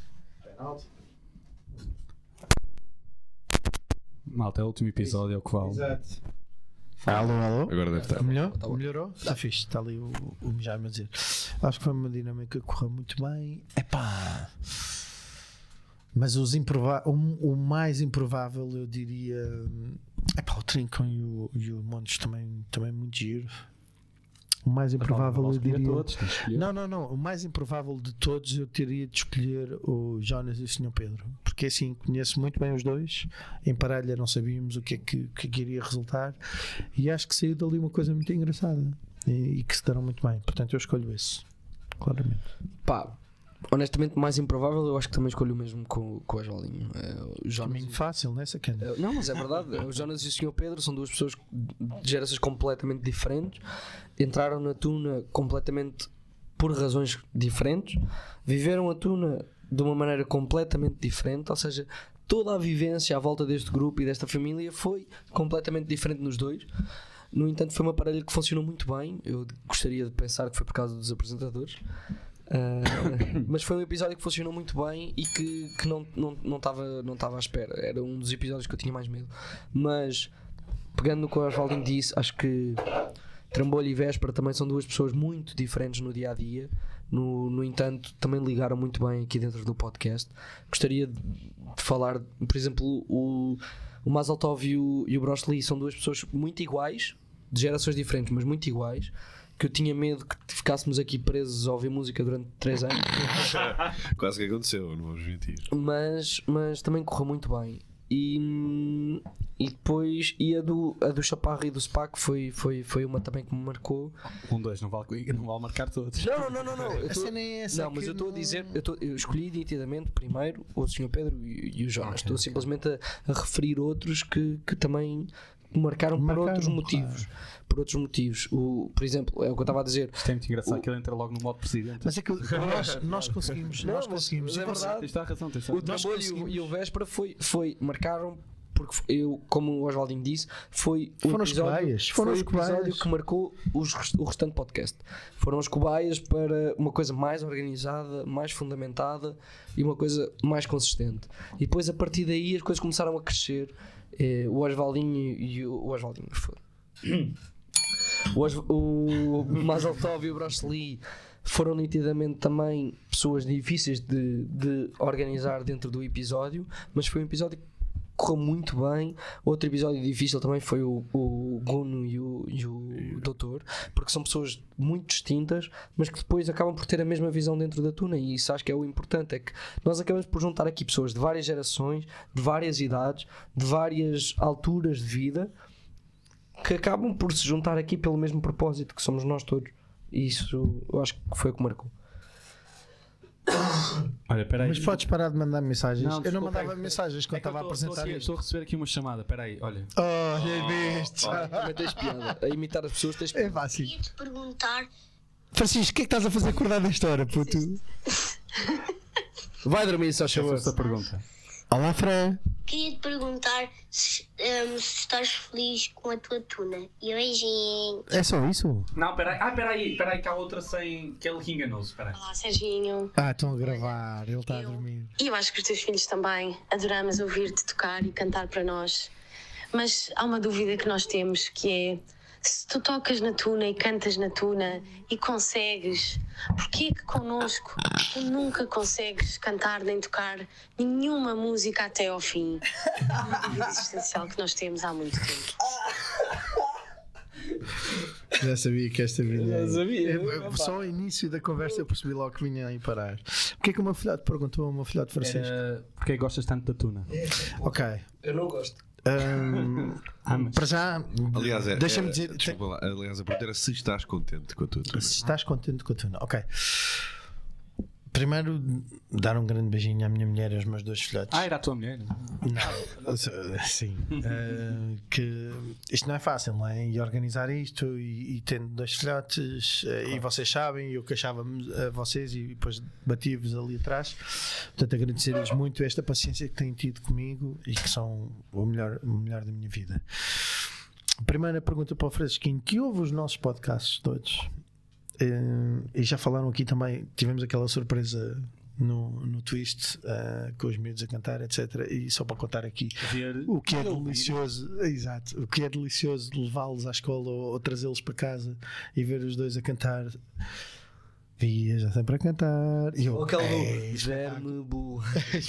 Malta, é o último episódio, é o que vale. Exato. Alô, alô? Agora deve estar. Melhor? Tá bom. Melhorou? Está fixe, está ali o, o Mijar a dizer. Acho que foi uma dinâmica que correu muito bem. Epá. Mas os improva o, o mais improvável eu diria. Epá, o Trincão e o, e o Montes também, também muito giro. O mais improvável eu diria. Todos, tens de escolher. Não, não, não. O mais improvável de todos eu teria de escolher o Jonas e o senhor Pedro. Porque assim, conheço muito bem os dois. Em parelha não sabíamos o que é que, o que, é que iria resultar. E acho que saiu dali uma coisa muito engraçada. E, e que se deram muito bem. Portanto, eu escolho esse. Claramente. Pá, honestamente, mais improvável, eu acho que também escolho o mesmo com, com o Oswaldinho. É, o Jonas. Caminho fácil, não é sacana? É, Não, mas é verdade. O Jonas e o senhor Pedro são duas pessoas de gerações completamente diferentes. Entraram na tuna completamente por razões diferentes. Viveram a tuna de uma maneira completamente diferente. Ou seja, toda a vivência à volta deste grupo e desta família foi completamente diferente nos dois. No entanto, foi uma parelha que funcionou muito bem. Eu gostaria de pensar que foi por causa dos apresentadores. Uh, mas foi um episódio que funcionou muito bem e que, que não estava não, não tava, não tava à espera. Era um dos episódios que eu tinha mais medo. Mas pegando no que o Oswaldinho disse, acho que Trambolho e Véspera também são duas pessoas muito diferentes no dia a dia. No, no entanto, também ligaram muito bem aqui dentro do podcast. Gostaria de, de falar, por exemplo, o, o Mazaltov e o, e o Bruce Lee são duas pessoas muito iguais, de gerações diferentes, mas muito iguais. Que eu tinha medo que ficássemos aqui presos a ouvir música durante três anos. Quase que aconteceu, não vamos mentir. mas, mas também correu muito bem. E, E depois, e a do, a do Chaparro e do Spaco foi, foi, foi uma também que me marcou. Um, dois, não vale, não vale marcar todos. Não, não, não, não. Eu A tô, cena é essa não, mas que eu estou a não- dizer, eu, tô, eu escolhi nitidamente primeiro o senhor Pedro e, e o Jonas. Estou simplesmente a, a referir outros que, que também me marcaram, Marcaram, por outros motivos. Por outros motivos. O, por exemplo, é o que eu estava a dizer. Isto é muito engraçado O- que ele entra logo no modo presidente. Mas é que nós, nós conseguimos, Não, nós mas- conseguimos. mas é verdade. Tens toda a razão, tens O toda a razão. Nós Trambolho e o- conseguimos. e o Véspera foi, foi, marcaram porque eu, como o Oswaldinho disse, foi o Foram os episódio, cobaias, foram foi os o episódio cobaias. que marcou os, rest- o restante podcast. Foram os cobaias para uma coisa mais organizada, mais fundamentada e uma coisa mais consistente. E depois a partir daí as coisas começaram a crescer. Eh, o Oswaldinho e o, o Oswaldinho foi. O, Os- o Mazaltov e o Bruce Lee foram nitidamente também pessoas difíceis de, de organizar dentro do episódio, mas foi um episódio que correu muito bem. Outro episódio difícil também foi o, o Guno e o, e o Doutor, porque são pessoas muito distintas, mas que depois acabam por ter a mesma visão dentro da Tuna, e isso acho que é o importante, é que nós acabamos por juntar aqui pessoas de várias gerações, de várias idades, de várias alturas de vida, que acabam por se juntar aqui pelo mesmo propósito, que somos nós todos. E isso eu acho que foi o que marcou. Olha, peraí. Mas podes parar de mandar mensagens. Não, eu não desculpa, mandava é que- mensagens quando É que eu estava a estou- estou apresentar aqui- isto. Estou a receber aqui uma chamada, peraí, olha. Oh, já viste? Também tens piada. A imitar as pessoas tens É piada. fácil. Queria te perguntar Francisco, o que é que estás a fazer acordar nesta hora, puto? Vai dormir, só Essa é favor. esta pergunta. Olá, Fran. Queria te perguntar se, hum, se estás feliz com a tua tuna. E beijinho. É só isso? Não, peraí. Ah, peraí, peraí, que há outra sem. que ele que enganoso. Peraí. Olá, Serginho. Ah, estão a gravar. Ele está a Eu- dormir. E eu acho que os teus filhos também. Adoramos ouvir-te tocar e cantar para nós. Mas há uma dúvida que nós temos, que é: se tu tocas na tuna e cantas na tuna e consegues, porquê que connosco tu nunca consegues cantar nem tocar nenhuma música até ao fim? É uma dúvida existencial que nós temos há muito tempo. Já sabia que esta vinha. Já sabia. É, só o início da conversa eu percebi logo que vinha aí parar. Porquê que o meu filhote perguntou ao meu filhote Francisco? Era... Porquê gostas tanto da tuna? Ok. Eu não gosto. Hum, Ah, mas- para já, Aliás, é, deixa-me é- dizer. desculpa lá, aliás, a pergunta era se estás contente com a tua turma. Se estás contente com a tuna, ok. Primeiro, dar um grande beijinho à minha mulher e aos meus dois filhotes. Ah, era a tua mulher? Não, sim. Uh, que isto não é fácil, não é? E organizar isto e, e tendo dois filhotes, uh, e vocês sabem, eu queixava-me a vocês e depois bati-vos ali atrás. Portanto, agradecer-lhes muito esta paciência que têm tido comigo e que são o melhor, o melhor da minha vida. Primeira pergunta para o Francisquinho, que ouve os nossos podcasts todos. Uh, e já falaram aqui também, tivemos aquela surpresa no, no twist, uh, com os miúdos a cantar, etcétera. E só para contar aqui Ver. o que é e ouvir. delicioso, exato, o que é delicioso de levá-los à escola ou, ou trazê-los para casa e ver os dois a cantar. Via já sempre a cantar. E eu, Ou aquele "Ei, do Germe Bu.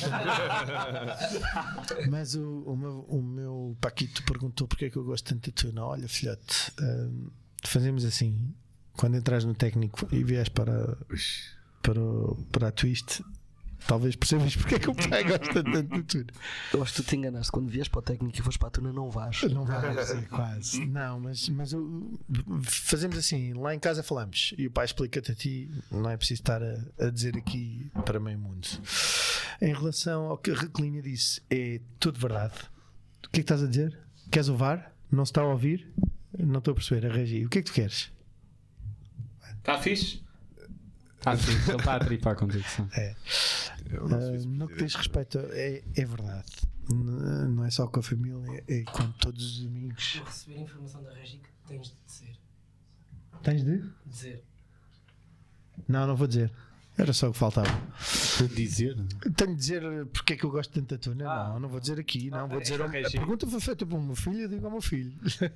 Mas o, o, meu, o meu Paquito perguntou porque é que eu gosto tanto de tuna. Olha, filhote, hum, fazemos assim: quando entras no técnico e vies para, para, o- para a twist, talvez percebas porque é que o pai gosta tanto de tuna. Eu acho que tu te enganaste. Quando vies para o técnico e fores para a tuna, não vais. Não vai assim, quase. Não, mas, mas o- fazemos assim: lá em casa falamos e o pai explica-te a ti. Não é preciso estar a, a dizer aqui para meio mundo. Em relação ao que a Requelinha disse, é tudo verdade. O que é que estás a dizer? Queres o V A R? Não se está a ouvir? Não estou a perceber, a Regi. O que é que tu queres? Está fixe? Está fixe. Ele está a tripar contigo. sim. É. Eu não sei Ah, se no que percebi. diz respeito, é, é verdade. N- Não é só com a família, é com todos os amigos. Vou receber a informação da Regi que tens de dizer. Tens de? Dizer. Não, não vou dizer. Era só o que faltava. Dizer? Tenho de dizer porque é que eu gosto tanto da tuna. Ah. Não, não vou dizer aqui. Não, Ah, vou é dizer. só ao- que é a giro. pergunta foi feita pelo meu filho, eu digo ao meu filho.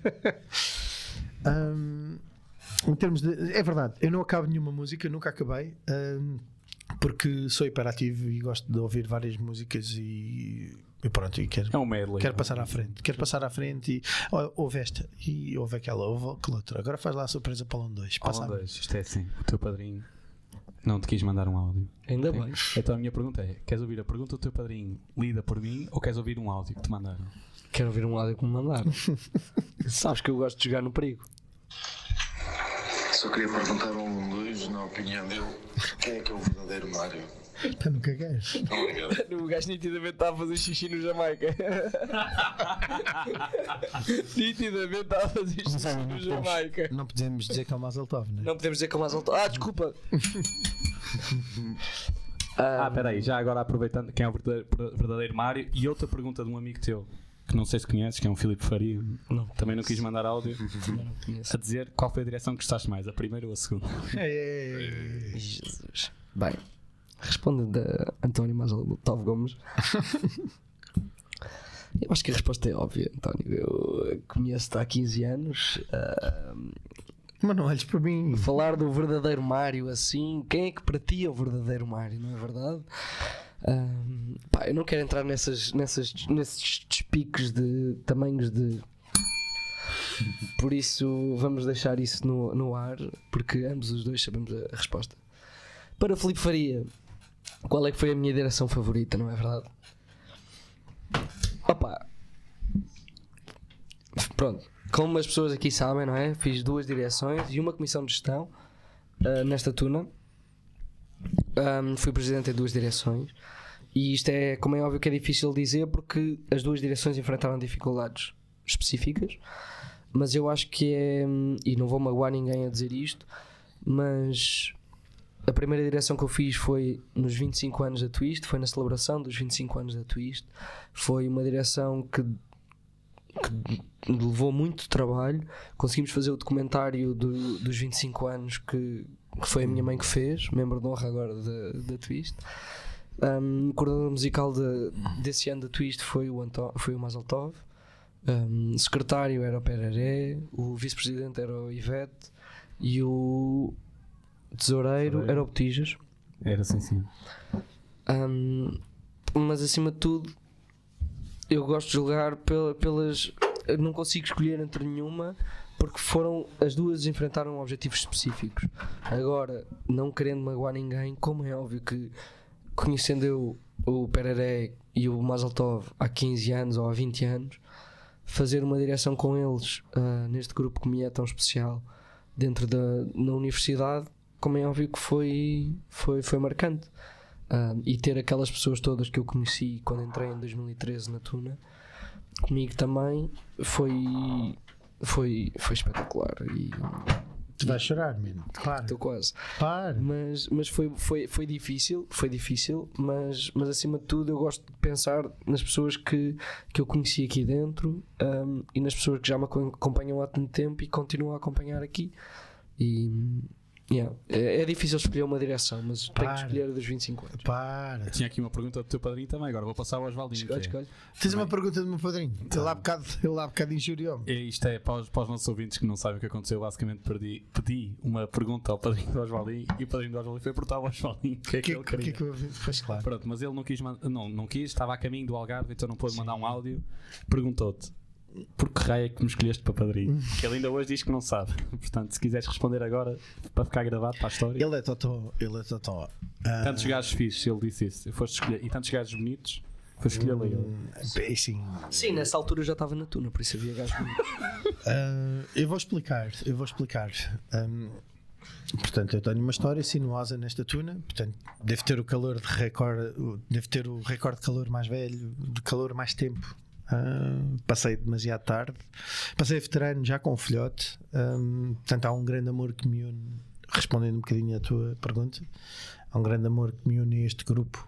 Hum, em termos de. É verdade, eu não acabo nenhuma música, nunca acabei. hum, porque sou hiperativo e gosto de ouvir várias músicas e, e pronto, e quero, É um medley. quero passar à frente. Quero passar à frente e ó, ouve esta e ouve aquela, ouve aquela outra. Agora faz lá a surpresa para o Alan dois. Passa Alan a- dois, isto é assim. O teu padrinho não te quis mandar um áudio. Ainda bem. Então a minha pergunta é: queres ouvir a pergunta do teu padrinho lida por mim ou queres ouvir um áudio que te mandaram? Quero ouvir um áudio que me mandaram. Sabes que eu gosto de jogar no perigo. Só queria perguntar ao um dois, na opinião dele, quem é que é o verdadeiro Mário? Pá, nunca queres. O gajo nitidamente está a fazer xixi no Jamaica. Nitidamente está a fazer xixi no Jamaica. Não podemos dizer que é o Mazel Tov, né? Não podemos dizer que é o mais alto. Ah, desculpa. Ah, espera aí, já agora aproveitando, quem é o verdadeiro, verdadeiro Mário? E outra pergunta de um amigo teu, que não sei se conheces, que é um Filipe Faria. Não. Também não quis mandar áudio. Não conheço. A dizer qual foi a direção que gostaste mais, a primeira ou a segunda? Jesus. Bem, responde a António Mazel Tov Gomes. Eu acho que a resposta é óbvia, António. Eu conheço-te há quinze anos. Uh, Mas não olhes para mim. Falar do verdadeiro Mário assim, quem é que para ti é o verdadeiro Mário, não é verdade? Uh, pá, eu não quero entrar nessas, nessas, nesses despicos de tamanhos de. Por isso vamos deixar isso no, no ar, porque ambos os dois sabemos a, a resposta. Para Filipe Faria, qual é que foi a minha direção favorita, não é verdade? Opa, pronto, como as pessoas aqui sabem, não é? Fiz duas direções e uma comissão de gestão uh, nesta tuna. Um, fui presidente em duas direções e isto é, como é óbvio, que é difícil dizer porque as duas direções enfrentaram dificuldades específicas, mas eu acho que é, e não vou magoar ninguém a dizer isto, mas a primeira direção que eu fiz foi nos vinte e cinco anos da Twist, foi na celebração dos vinte e cinco anos da Twist. Foi uma direção que, que levou muito trabalho. Conseguimos fazer o documentário do, dos vinte e cinco anos que, que foi a minha mãe que fez, membro de honra agora da, da Twist. Um, o coordenador musical de, desse ano da Twist foi o, Anto, foi o Mazel Tov. Um, secretário era o Pereré, o vice-presidente era o Ivete e o tesoureiro Tesoureiro. era o Botijas. Era assim, sim. Um, mas acima de tudo, eu gosto de julgar pela, pelas. Eu não consigo escolher entre nenhuma porque foram as duas enfrentaram objetivos específicos. Agora, não querendo magoar ninguém, como é óbvio que conhecendo eu o Pereré e o Mazel Tov há quinze anos ou há vinte anos, fazer uma direção com eles uh, neste grupo que me é tão especial dentro da na universidade, como é óbvio que foi, foi, foi marcante. Uh, e ter aquelas pessoas todas que eu conheci quando entrei em dois mil e treze na Tuna, comigo também, foi, foi, foi espetacular. E Tu vais chorar, mano. Claro. estou quase. Claro. Mas, mas foi, foi, foi difícil, foi difícil, mas, mas acima de tudo eu gosto de pensar nas pessoas que, que eu conheci aqui dentro um, e nas pessoas que já me acompanham há tanto tempo e continuam a acompanhar aqui. E yeah, é, é difícil escolher uma direção, mas tenho Para. que escolher a dos vinte e cinco anos. Para. Tinha aqui uma pergunta do teu padrinho também, agora vou passar ao Osvaldinho. Escolhe, que é- escolhe. Tens uma pergunta do meu padrinho. Ele há bocado, ele há bocado injuriou-me. E isto é para os, para os nossos ouvintes que não sabem o que aconteceu. Basicamente, perdi, pedi uma pergunta ao padrinho do Osvaldinho e o padrinho do Osvaldinho foi perguntar ao Osvaldinho o que é que, Que, ele que, queria. que, que eu Pois claro. Pronto, mas ele não quis, man- não, não quis, estava a caminho do Algarve, então não pôde mandar um áudio. Perguntou-te por que raio é que me escolheste para padrinho? Que ele ainda hoje diz que não sabe. Portanto, se quiseres responder agora, para ficar gravado para a história. Ele é totó. Ele é totó. Ah, Tantos gajos fixes, ele disse isso. Foste escolher, e tantos gajos bonitos, foste escolher ele. bem, sim. Sim, nessa altura eu já estava na Tuna, por isso havia gajos bonitos. Ah, eu vou explicar. Eu vou explicar. Um, portanto, eu tenho uma história sinuosa nesta Tuna. Portanto, devo ter o calor de recorde. Devo ter o recorde de calor mais velho, de calor mais tempo. Uh, passei demasiado tarde, passei a veterano já com o filhote. Um, portanto, há um grande amor que me une. Respondendo um bocadinho à tua pergunta, há um grande amor que me une a este grupo.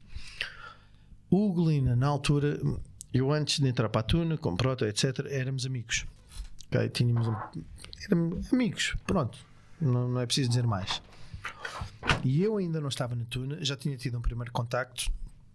O Hugo Lina, na altura, eu antes de entrar para a Tuna, com Proto, etcétera, éramos amigos. Okay? Tínhamos um, éramos amigos, pronto, não, não é preciso dizer mais. E eu ainda não estava na Tuna, já tinha tido um primeiro contacto.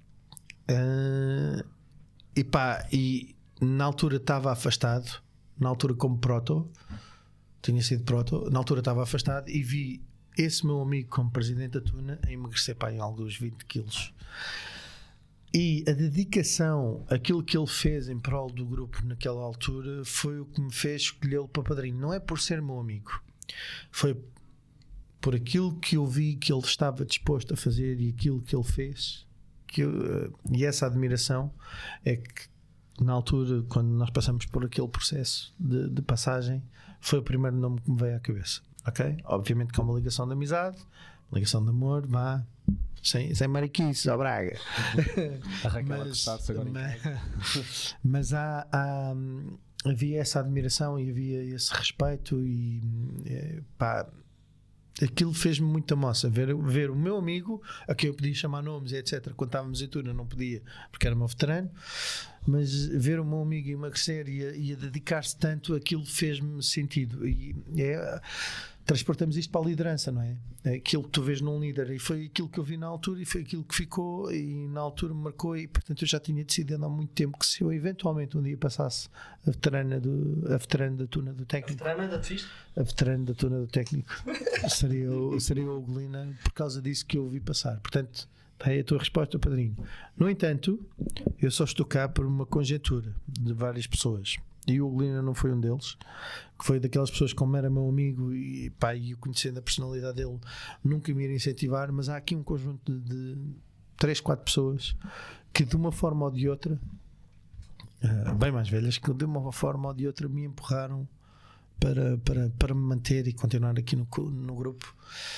Uh, E pá, e na altura estava afastado, na altura como proto, tinha sido proto, na altura estava afastado e vi esse meu amigo como presidente da Tuna a emagrecer pá, em alguns vinte quilos. E a dedicação, aquilo que ele fez em prol do grupo naquela altura foi o que me fez escolhê-lo para padrinho. Não é por ser meu amigo, foi por aquilo que eu vi que ele estava disposto a fazer e aquilo que ele fez. Que eu, e essa admiração é que na altura, quando nós passamos por aquele processo de, de passagem, foi o primeiro nome que me veio à cabeça. Ok? Obviamente que é uma ligação de amizade, ligação de amor, vá, sem, sem mariquices, ao Braga. mas, agora mas, mas há, há, havia essa admiração e havia esse respeito e pá, aquilo fez-me muita moça ver, ver o meu amigo, a quem eu podia chamar nomes, etcétera. Quando estávamos em turno, não podia, porque era meu veterano, mas ver o meu amigo emagrecer e a, e a dedicar-se tanto, aquilo fez-me sentido. E é, transportamos isto para a liderança, não é? É aquilo que tu vês num líder, e foi aquilo que eu vi na altura, e foi aquilo que ficou, e na altura me marcou. E portanto eu já tinha decidido há muito tempo que se eu eventualmente um dia passasse a veterana, do, a veterana da tuna do técnico, A veterana da Twist? a veterana da tuna do técnico, seria o, seria o Ugolina, por causa disso que eu ouvi passar. Portanto, está aí a tua resposta, padrinho. No entanto, eu só estou cá por uma conjectura de várias pessoas, e o Ugolina não foi um deles, que foi daquelas pessoas que, como era meu amigo e pá, e conhecendo a personalidade dele, nunca me iria incentivar. Mas há aqui um conjunto de, de três, quatro pessoas que de uma forma ou de outra, uh, bem mais velhas, que de uma forma ou de outra me empurraram para, para, para me manter e continuar aqui no, no grupo,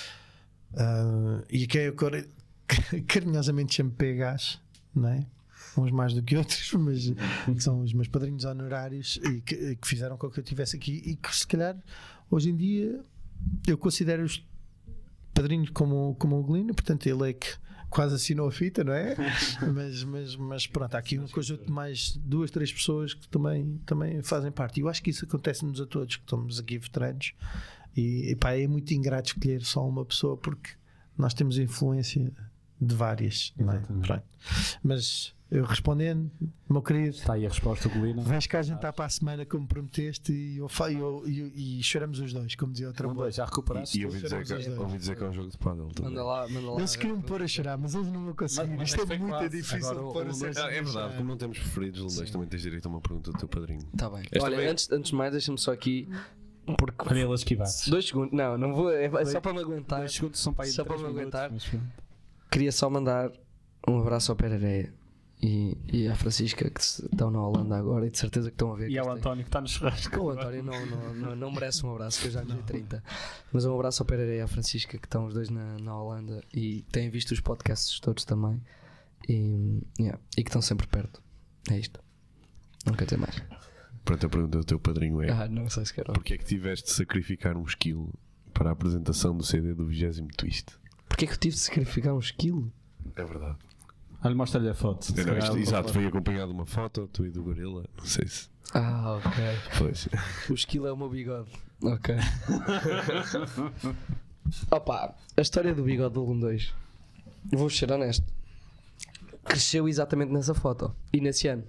uh, e que eu carinhosamente chamo P Hs, não é? Uns mais do que outros, mas que são os meus padrinhos honorários e que, que fizeram com que eu estivesse aqui, e que se calhar hoje em dia eu considero os padrinhos como, como o Ugolina. Portanto ele é que quase assinou a fita, não é? mas, mas, mas pronto, há aqui um conjunto de mais duas, três pessoas que também, também fazem parte, e eu acho que isso acontece-nos a todos que estamos aqui veteranos, e, e pá, é muito ingrato escolher só uma pessoa, porque nós temos influência de várias, não é? Pronto. Mas eu respondendo, meu querido, está aí a resposta, Ugolina. Vens cá jantar para a semana como prometeste, e, eu, eu, e, e choramos os dois, como dizia outra um, boa. Já recuperaste? E, e ouvi, dizer que, ouvi dizer que é um jogo de pádel também. Manda lá, manda lá. Eles queriam me pôr a chorar, mas eles não vão conseguir. Mas- mas Isto foi é muito quase. difícil Agora de o- pôr o a ser. Luís- É, é verdade, como não temos preferidos, Lundês, também tens direito a uma pergunta do teu padrinho. Está bem. Esta Olha, vem- antes, antes de mais, deixa-me só aqui. Porque Olha ele a esquivar. dois segundos, não, não vou, é é só para me aguentar. Dois segundos são para aí Só três para me minutos, aguentar. mas pronto. Queria só mandar um abraço ao Pereira e, e à Francisca, que se- estão na Holanda agora e de certeza que estão a ver. E que ao isto é- António que está no churrasco. O António não, não, não, não merece um abraço, que eu já lhe dei trinta. Mas um abraço ao Pereira e à Francisca, que estão os dois na, na Holanda e têm visto os podcasts todos também. E, yeah, e que estão sempre perto. É isto. Não quero ter mais. Pronto, a pergunta do teu padrinho é: Ah, não sei se quero. porque é que tiveste de sacrificar um esquilo para a apresentação do C D do vigésimo Twist? Porquê é que eu tive de sacrificar um esquilo? É verdade. Olha, mostra-lhe a foto. Se Não, calhar isto- uma exato, foto. foi acompanhado de uma foto, tu e do gorila. Não sei se Ah, ok. foi. O esquilo é o meu bigode. Ok. Opa, a história do bigode do Lund dois, vou ser honesto, cresceu exatamente nessa foto e nesse ano.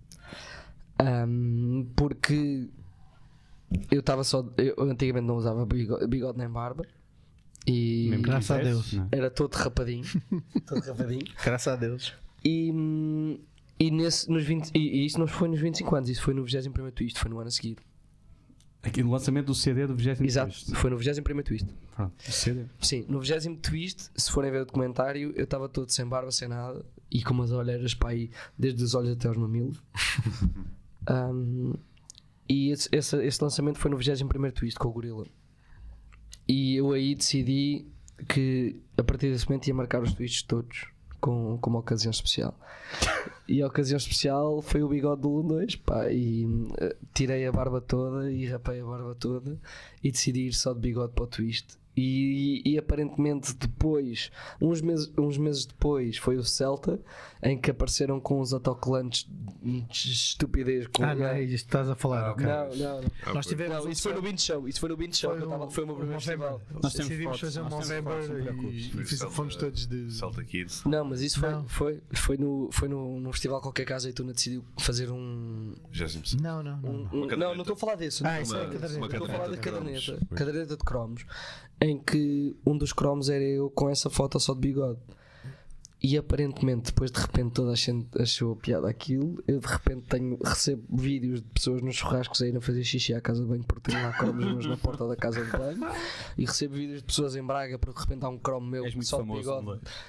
Ahm, porque eu estava só. Eu antigamente não usava bigode, bigode nem barba. E Mesmo que Graças a quisesse, Deus. não é? era todo rapadinho. Todo rapadinho. Graças a Deus. E, hum, e, nesse, nos vinte, e, e isso não foi nos vinte e cinco anos, isso foi no vigésimo primeiro Twist, foi no ano a seguir. Aqui no lançamento do C D do vigésimo Exato, Twist. foi no vigésimo primeiro Twist. Pronto, o C D. Sim, no vigésimo Twist, se forem ver o documentário, eu estava todo sem barba, sem nada, e com umas olheiras para aí, desde os olhos até aos mamilos. Um, e esse, esse, esse lançamento foi no vigésimo primeiro Twist com o Gorila. E eu aí decidi que a partir desse momento ia marcar os twists todos com, com uma ocasião especial. E a ocasião especial foi o bigode do Lund dois, pá, e uh, tirei a barba toda e rapei a barba toda e decidi ir só de bigode para o Twist. E, e, e aparentemente depois, uns meses, uns meses depois, foi o Celta, em que apareceram com os autocolantes de estupidez. Com Ah, não é isto que estás a falar, ok. Não, não, não. Nós tivemos Não, um isso foi no Bean Show. Isso foi no Bean Show. Foi que eu um- tava- Foi o meu primeiro um November. festival. Nós temos Decidimos fotos, fazer um nós temos November fotos, não te preocupes. e, e fiz- fomos todos de. Salta Kids. Não, mas isso foi, Não. foi, foi, no, foi no, num festival qualquer casa e tu não decidiu fazer um. vigésimo Não, não, não. um- não. um- caderneta. não, não estou a falar desse. Ah, não isso estou a é falar- caderneta. Uma Estou a falar da caderneta de caderneta. cromos. Caderneta de cromos. Em que um dos cromos era eu com essa foto só de bigode. E aparentemente, depois de repente toda a gente achou piada aquilo. Eu de repente tenho, recebo vídeos de pessoas nos churrascos a irem fazer xixi à casa de banho porque tenho lá cromos meus na porta da casa de banho. E recebo vídeos de pessoas em Braga porque de repente há um cromo meu És muito só de famoso, bigode. não é? Pá,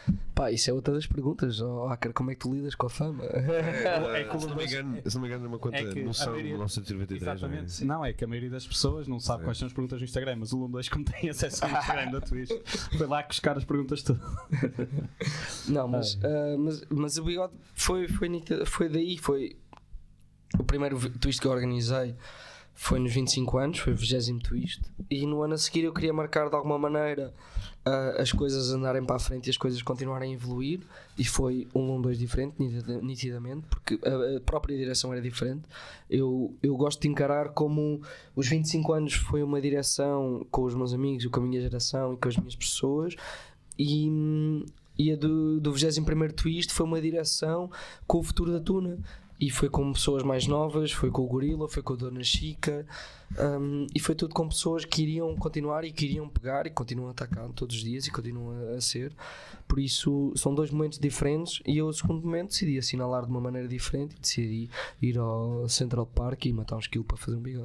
Pá, isso é outra das perguntas. Oh, Acker, como é que tu lidas com a fama? É, se, não me engano, se não me engano, é uma conta É que no a São maioria- mil novecentos e noventa e três. Exatamente. Não, é que a maioria das pessoas não sabe Sim. quais são as perguntas no Instagram, mas o Lume dois, como tem acesso ao Instagram da Twitch, foi lá buscar as perguntas todas. Não, mas, ah, mas, mas o bigode foi, foi, nítido- foi daí. Foi o primeiro vi- twist que eu organizei. Foi nos vinte e cinco anos, foi o vigésimo twist. E no ano a seguir eu queria marcar de alguma maneira ah, as coisas andarem para a frente e as coisas continuarem a evoluir. E foi um um dois diferente, nitida- nitidamente, porque a, a própria direção era diferente. Eu, eu gosto de encarar como os vinte e cinco anos foi uma direção com os meus amigos, com a minha geração e com as minhas pessoas. E, e a do, do vigésimo primeiro twist foi uma direção com o futuro da Tuna. E foi com pessoas mais novas, foi com o Gorila, foi com a Dona Chica, um, e foi tudo com pessoas que iriam continuar e que iriam pegar e continuam a atacar todos os dias e continuam a, a ser. Por isso são dois momentos diferentes e eu, no segundo momento, decidi assinalar de uma maneira diferente e decidi ir ao Central Park e matar um esquilo para fazer um bigode.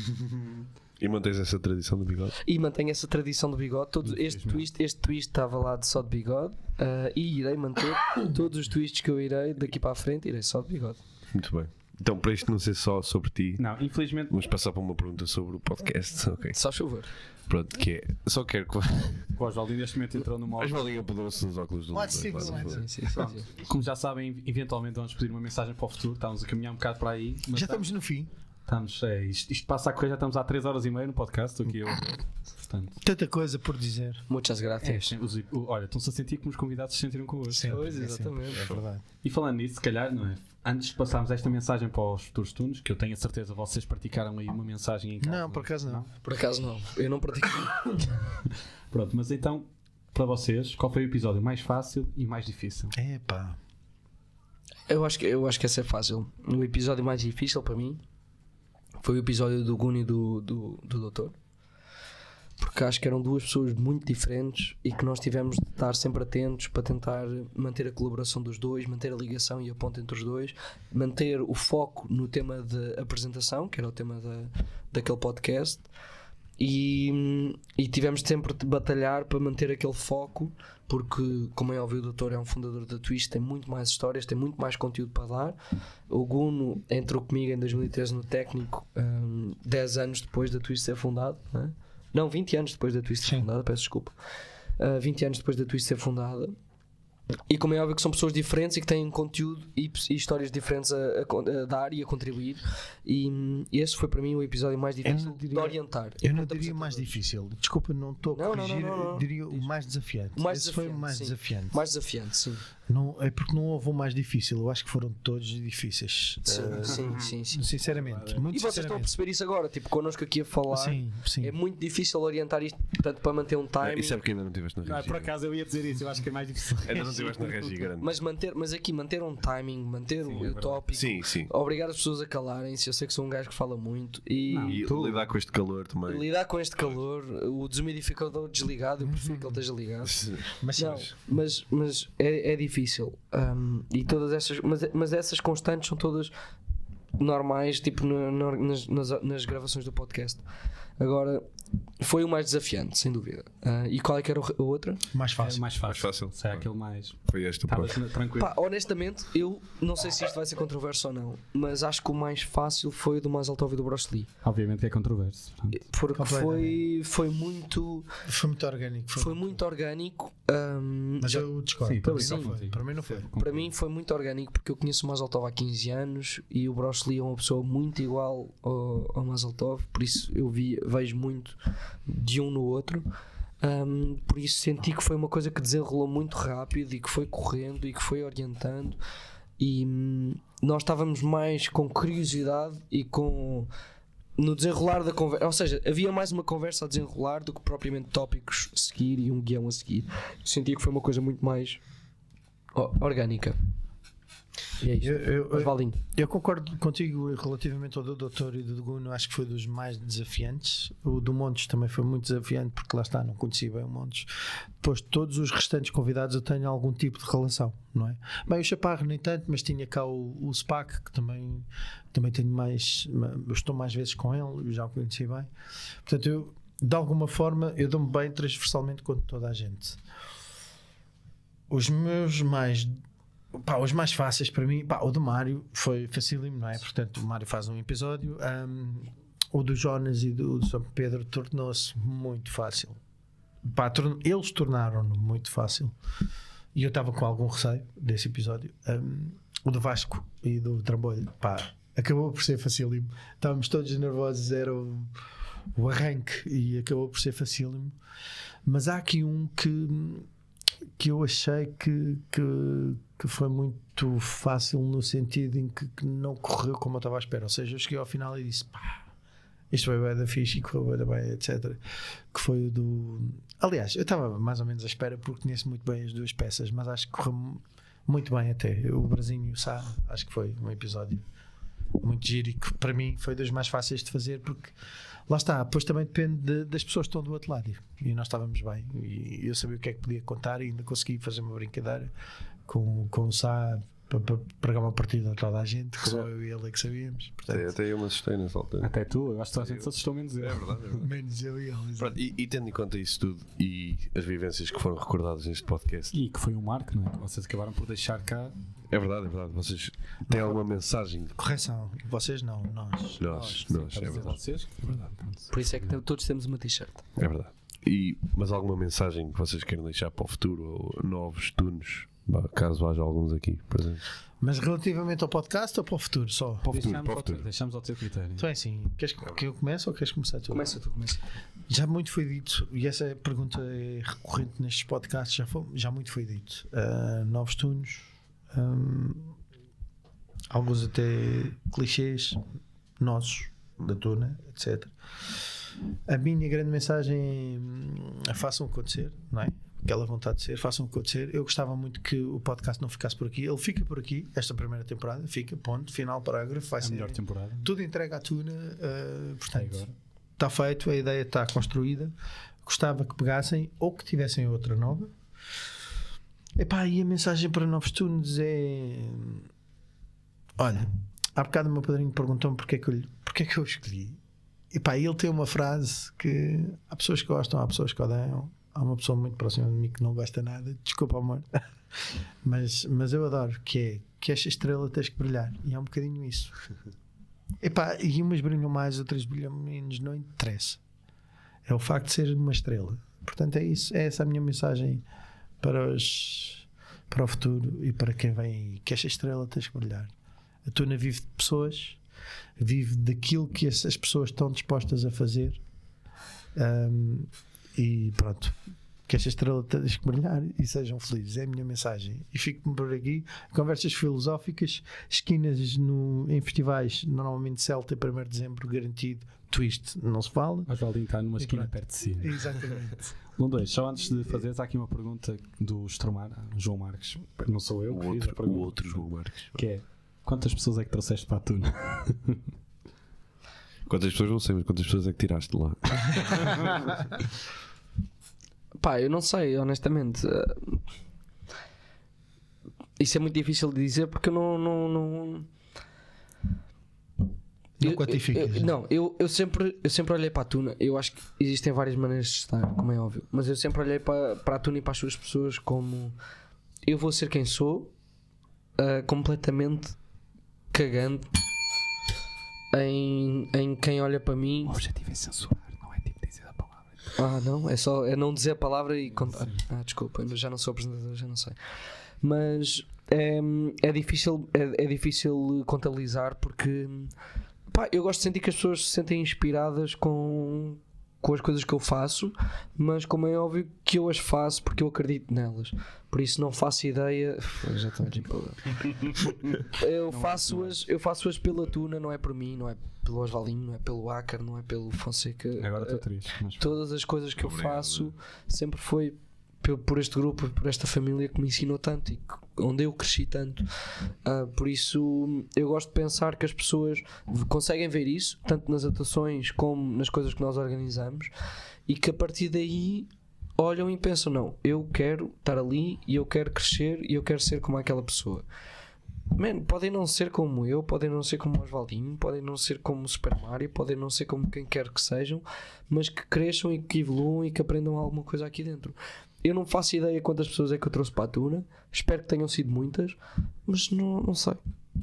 E mantens essa tradição do bigode? E mantenho essa tradição do bigode. Todo, este, twist, este twist estava lá de só de bigode, uh, e irei manter todos os twists que eu irei daqui para a frente, irei só de bigode. Muito bem. Então, para isto não ser só sobre ti, Não, infelizmente. vamos passar para uma pergunta sobre o podcast. Ok. Só chover. Pronto, que é. Só quero que. O Oswaldinho neste momento entrou numa As bolinhas apoderou-se nos óculos do Let's Lume dois, see, vai, let's vai. Sim, sim, sim, sim. Como já sabem, eventualmente vamos pedir uma mensagem para o futuro. Estamos a caminhar um bocado para aí. Mas Já estamos no fim. estamos é, isto, isto passa a correr, já estamos há três horas e meia no podcast. Aqui eu, portanto, Tanta coisa por dizer. Muitas é, graças. os- o- olha, estão-se a sentir como os convidados se sentiram convosco. Pois, exatamente. É verdade. E falando nisso, se calhar, não é? Antes de passarmos esta mensagem para os futuros tunes, que eu tenho a certeza vocês praticaram aí uma mensagem em casa. Não, por acaso não. Por acaso não, eu não pratico. Pronto, mas então, para vocês, qual foi o episódio mais fácil e mais difícil? Epá. Eu acho que, eu acho que essa é fácil. O episódio mais difícil para mim foi o episódio do Guni e do, do, do Doutor. Porque acho que eram duas pessoas muito diferentes e que nós tivemos de estar sempre atentos para tentar manter a colaboração dos dois, manter a ligação e a ponte entre os dois, manter o foco no tema de apresentação, que era o tema da, daquele podcast, e, e tivemos sempre de batalhar para manter aquele foco, porque, como é óbvio, o Doutor é um fundador da Twitch, tem muito mais histórias, tem muito mais conteúdo para dar. O Guno entrou comigo em dois mil e treze no técnico, um, dez anos depois da Twitch ser fundada, não é? Não, vinte anos depois da Twist ser Sim. fundada, peço desculpa. Uh, vinte anos depois da Twist ser fundada. E como é óbvio que são pessoas diferentes e que têm conteúdo e, e histórias diferentes a, a con- a dar e a contribuir. E hum, esse foi para mim o episódio mais difícil não diria- de orientar. Eu não Enquanto diria o mais apresentador. difícil. Desculpa, não estou a Não, não, não, corrigir. não, não. Eu diria o mais desafiante. O mais Esse foi o desafiante, mais sim. desafiante. Mais desafiante, sim. Não, é porque não houve o mais difícil. Eu acho que foram todos difíceis. Sim, Eh, sim, sim, sim. Sinceramente. Muito E vocês estão a sinceramente. perceber isso agora, tipo, connosco aqui a falar. Sim, sim. É muito difícil orientar isto, portanto, para manter um timing. Isso é porque ainda não estiveste na Não, regi. por acaso eu ia dizer isso, eu acho que é mais difícil. Ainda não estiveste na regi, garanto. Mas, manter, mas aqui manter um timing, manter Sim, o, é o verdade. tópico, Sim, sim. obrigar as pessoas a calarem-se. Eu sei que sou um gajo que fala muito e Não. E Tu- lidar com este calor também. lidar com este calor, o desumidificador desligado, eu prefiro que ele esteja ligado. Mas Não, mas, mas é, é difícil. Um, e todas essas, mas, mas essas constantes são todas normais, tipo no- no- nas, nas, nas gravações do podcast. Agora, foi o mais desafiante, sem dúvida. Ah, e qual é que era o- a outra? mais É fácil. mais fácil. Mais fácil. Se é aquele mais. Foi este o Estavas próximo. tranquilo. Pá, honestamente, eu não sei se isto vai ser controverso ou não, mas acho que o mais fácil foi o do mais alto ouvido do Bruce Lee. Obviamente que é controverso. portanto. Porque foi, Completamente. foi muito. Foi muito orgânico. Foi, Foi muito orgânico. um, Mas já- eu discordo. Sim, para, mim sim. não foi. para mim não foi. Para mim foi muito orgânico porque eu conheço o Mazeltov há quinze anos e o Bruce Lee é uma pessoa muito igual ao, ao Mazeltov, por isso eu vi, vejo muito de um no outro. Um, por isso senti que foi uma coisa que desenrolou muito rápido e que foi correndo e que foi orientando, e hum, nós estávamos mais com curiosidade e com no desenrolar da conversa, ou seja, havia mais uma conversa a desenrolar do que propriamente tópicos a seguir e um guião a seguir. Senti que foi uma coisa muito mais ó, orgânica. E é isto. Eu, eu- Osvaldinho. eu concordo contigo relativamente ao do Doutor e do Guno. Acho que foi dos mais desafiantes. O do Montes também foi muito desafiante, porque lá está, não conhecia bem o Montes. Depois, todos os restantes convidados eu tenho algum tipo de relação, não é? Bem, o Chaparro nem tanto, mas tinha cá o, o Spac, que também, também tenho mais. Eu estou mais vezes com ele, eu já o conheci bem. Portanto, eu, de alguma forma, eu dou-me bem transversalmente com toda a gente. os meus mais. Pá, os mais fáceis para mim, pá, o do Mário foi facílimo, não é? Portanto, o Mário faz um episódio. Um, o do Jonas e do São Pedro tornou-se muito fácil. Pá, torn- eles tornaram-no muito fácil. E eu estava com algum receio desse episódio. Um, o do Vasco e do Trambolho, pá, acabou por ser facílimo. Estávamos todos nervosos, era o, o arranque e acabou por ser facílimo. Mas há aqui um que. que eu achei que, que, que foi muito fácil no sentido em que, que não correu como eu estava à espera. Ou seja, eu cheguei ao final e disse pá, isto foi bem da fixe e correu bem da bem, etcétera. Que foi o do... Aliás, eu estava mais ou menos à espera porque conheço muito bem as duas peças, mas acho que correu muito bem até. O Brasinho e o Sá, acho que foi um episódio muito giro e que para mim foi dos mais fáceis de fazer porque lá está, depois também depende de, das pessoas que estão do outro lado e nós estávamos bem e eu sabia o que é que podia contar e ainda consegui fazer uma brincadeira com, com o Sá para, para pregar uma partida a toda a gente, que só eu e ele é que sabíamos. Portanto, até, até eu me assustei nessa altura. Até tu, eu acho que toda a gente se assustou menos eu. É verdade, é verdade. menos eu e ele. Pronto, e, e tendo em conta isso tudo e as vivências que foram recordadas neste podcast, E que foi um marco, não é? Que vocês acabaram por deixar cá. é verdade, é verdade. Vocês têm alguma mensagem? Correção, vocês não, nós. Nós, nós, Para é dizer verdade. vocês, é verdade. Pronto. Por isso é que te- todos temos uma t-shirt. É verdade. E, mas alguma mensagem que vocês queiram deixar para o futuro ou novos turnos, caso haja alguns aqui presentes? Mas relativamente ao podcast ou para o futuro só? Para o futuro, Deixamos para o ao teu- futuro. Deixamos ao teu critério. Então é assim, queres que eu comece ou queres começar tu? Começa tu, começa. Já muito foi dito, e essa pergunta é recorrente nestes podcasts, já, foi, já muito foi dito. Uh, novos tunos, um, alguns até clichês nossos, da tuna, etcétera. A minha grande mensagem é façam acontecer, não é? Aquela vontade de ser, façam acontecer. Eu gostava muito que o podcast não ficasse por aqui. Ele fica por aqui, esta primeira temporada, fica, ponto, final, parágrafo, vai A ser melhor temporada. tudo entregue à tuna, uh, portanto, agora. está feito, a ideia está construída. Gostava que pegassem ou que tivessem outra nova. Epá, e a mensagem para novos tunes é: olha, há bocado o meu padrinho perguntou-me porque é que eu, lhe- porque é que eu escolhi. Epá, ele tem uma frase que há pessoas que gostam, há pessoas que odeiam. Há uma pessoa muito próxima de mim que não gosta nada, desculpa, amor, mas, mas eu adoro, que é que esta estrela tens que brilhar, e é um bocadinho isso. Epá, e umas brilham mais, outras brilham menos, não interessa. É o facto de ser uma estrela. Portanto, é isso, é essa a minha mensagem para, os, para o futuro e para quem vem aí, que esta estrela tens que brilhar. A tuna vive de pessoas, vive daquilo que essas pessoas estão dispostas a fazer. Um, E pronto, que esta estrela tens que brilhar e sejam felizes, é a minha mensagem. E fico-me por aqui, conversas filosóficas, esquinas no, em festivais, normalmente Celta, primeiro de dezembro, garantido, Twist, não se fala. O Oswaldinho está numa E esquina pronto. perto de si. Exatamente. Um, dois, só antes de fazeres, há aqui uma pergunta do Estromar, João Marques. Não sou eu O que fiz outro, a pergunta. o outro João Marques. Que é: quantas pessoas é que trouxeste para a tuna? Quantas pessoas não sei, mas quantas pessoas é que tiraste de lá? Pá, eu não sei, honestamente. Uh, Isso é muito difícil de dizer porque eu não. Não, não... Não Eu- quantificas. eu- não, eu, eu, sempre, eu sempre olhei para a tuna. Eu acho que existem várias maneiras de estar, como é óbvio. Mas eu sempre olhei para, para a tuna e para as suas pessoas como eu vou ser quem sou, uh, completamente cagando em, em quem olha para mim. O objetivo é censurar, não é tipo dizer a palavra. Ah, não, é só é não dizer a palavra e contar. Ah, desculpa, eu já não sou apresentador, já não sei. Mas é, é difícil, é, é difícil contabilizar porque pá, eu gosto de sentir que as pessoas se sentem inspiradas com, com as coisas que eu faço, mas como é óbvio que eu as faço porque eu acredito nelas. Por isso não faço ideia. Eu já estou a empolgar. Eu faço-as eu faço-as pela tuna, não é por mim, não é pelo Oswaldinho, não é pelo Acar, não é pelo Fonseca. Agora estou triste. Mas... Todas as coisas que eu Obrigado. faço sempre foi por, por este grupo, por esta família que me ensinou tanto e que, onde eu cresci tanto. Ah, por isso eu gosto de pensar que as pessoas conseguem ver isso, tanto nas atuações como nas coisas que nós organizamos, e que a partir daí olham e pensam: não, eu quero estar ali e eu quero crescer e eu quero ser como aquela pessoa. Man, podem não ser como eu, podem não ser como o Oswaldinho, podem não ser como o Super Mario, podem não ser como quem quer que sejam, mas que cresçam e que evoluam e que aprendam alguma coisa aqui dentro. eu não faço ideia quantas pessoas é que eu trouxe para a Tuna. Espero que tenham sido muitas, mas não, não sei.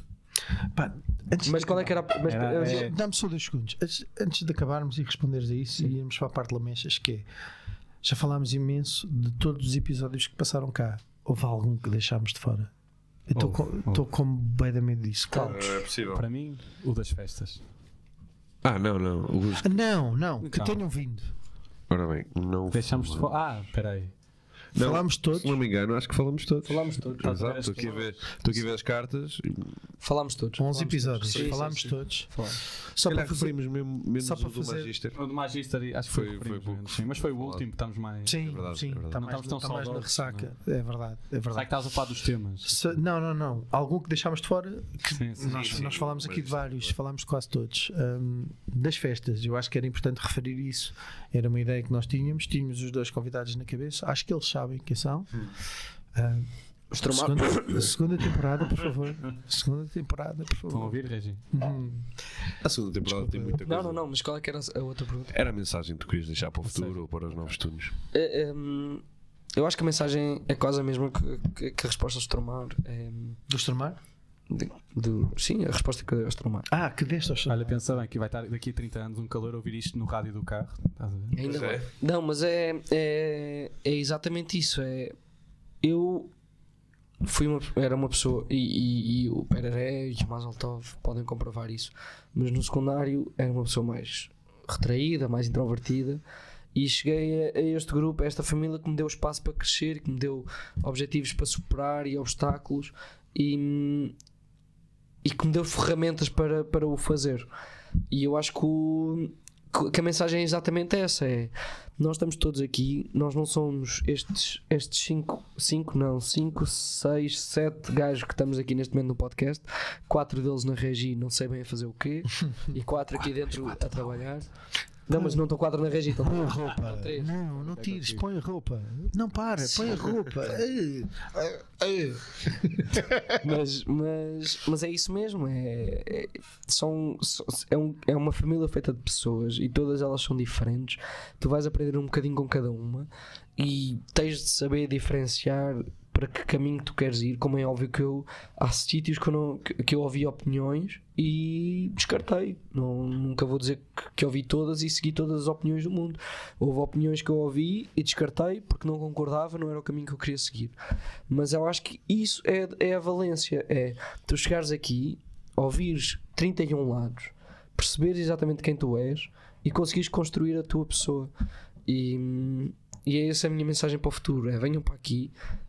Pá, antes Mas de qual é que era. Mas, Era- eh, é- Dá-me só dois segundos. Antes, antes de acabarmos e responderes a isso, e irmos para a parte de Lamechas, que é, já falámos imenso de todos os episódios que passaram cá. Houve algum que deixámos de fora? Eu estou Houve, com, houve. estou com bem da medo disso. Calma. É possível. Para mim, o das festas. Ah, não, não. Os- Ah, Não, não, que Calma. tenham vindo. Ora bem, não. Deixámos de fora. Ah, espera aí. Não, Falámos todos. Se não me engano, acho que falamos todos. Falámos todos. Exato, estou aqui a ver, estou aqui a ver as cartas. Falámos todos. onze Falámos episódios. todos. Sim, Falámos sim, sim. todos. Falámos. Só para Calhar fazer. referimos mesmo menos só para o do fazer- Magister. O do Magister, acho que Foi- foi, foi referimos pouco. menos, sim, mas foi o último, estamos mais. Sim, É verdade, sim, é verdade. está Não mais, estamos tão está mais na saudosos, ressaca. É verdade, é Será que verdade. estás a falar dos temas? Se- não, não, não. Algum que deixámos de fora, que Sim, sim. nós, sim, nós sim. falámos aqui de Mas- vários, falámos de quase todos. Hum, das festas, eu acho que era importante referir isso. Era uma ideia que nós tínhamos, tínhamos os dois convidados na cabeça, acho que eles sabem quem são. Hum, Os Tromar- segunda, segunda temporada, por favor. Segunda temporada, por Estão a favor. ouvir, Regi? Hum, A segunda temporada tem muita coisa. Não, não, não, mas qual é que era a outra pergunta? Era a mensagem que tu querias deixar para o futuro ou para os novos turnos? É, hum, eu acho que a mensagem é quase a mesma que, que, que a resposta de Stromar. É, do Stromar? de- do, sim, a resposta que eu dei ao Stromar. Ah, que deste ao Stromar. Olha, pensa bem que vai estar daqui a trinta anos um calor a ouvir isto no rádio do carro. Estás a ver? Ainda Pois é. bem. Não, mas é, é, é exatamente isso. É, eu fui uma, era uma pessoa, e, e, e o Pereré e o Mazaltov podem comprovar isso, mas no secundário era uma pessoa mais retraída, mais introvertida. E cheguei a, a este grupo, a esta família que me deu espaço para crescer, que me deu objetivos para superar e obstáculos, e, e que me deu ferramentas para, para o fazer. E eu acho que, o, que a mensagem é exatamente essa: é, nós estamos todos aqui, nós não somos estes estes cinco, cinco não, cinco, seis, sete gajos que estamos aqui neste momento no podcast, quatro deles na regi não sei bem a fazer o quê, e quatro aqui dentro a trabalhar. Não, mas não estão quatro na regi, estão Põe a roupa. três. Não, não tires, põe a roupa. Não para, põe a roupa. Ei, ei. mas, mas, mas é isso mesmo. É, é, são, são- é, um- é uma família feita de pessoas e todas elas são diferentes. Tu vais aprender um bocadinho com cada uma e tens de saber diferenciar para que caminho tu queres ir. Como é óbvio que eu há sítios que eu, não, que, que eu ouvi opiniões e descartei. Não, nunca vou dizer que, que ouvi todas e segui todas as opiniões do mundo. Houve opiniões que eu ouvi e descartei porque não concordava, não era o caminho que eu queria seguir. Mas eu acho que isso é, é a valência. É tu chegares aqui, ouvires trinta e um lados, perceberes exatamente quem tu és e conseguires construir a tua pessoa. E, e é essa a minha mensagem para o futuro: é venham para aqui,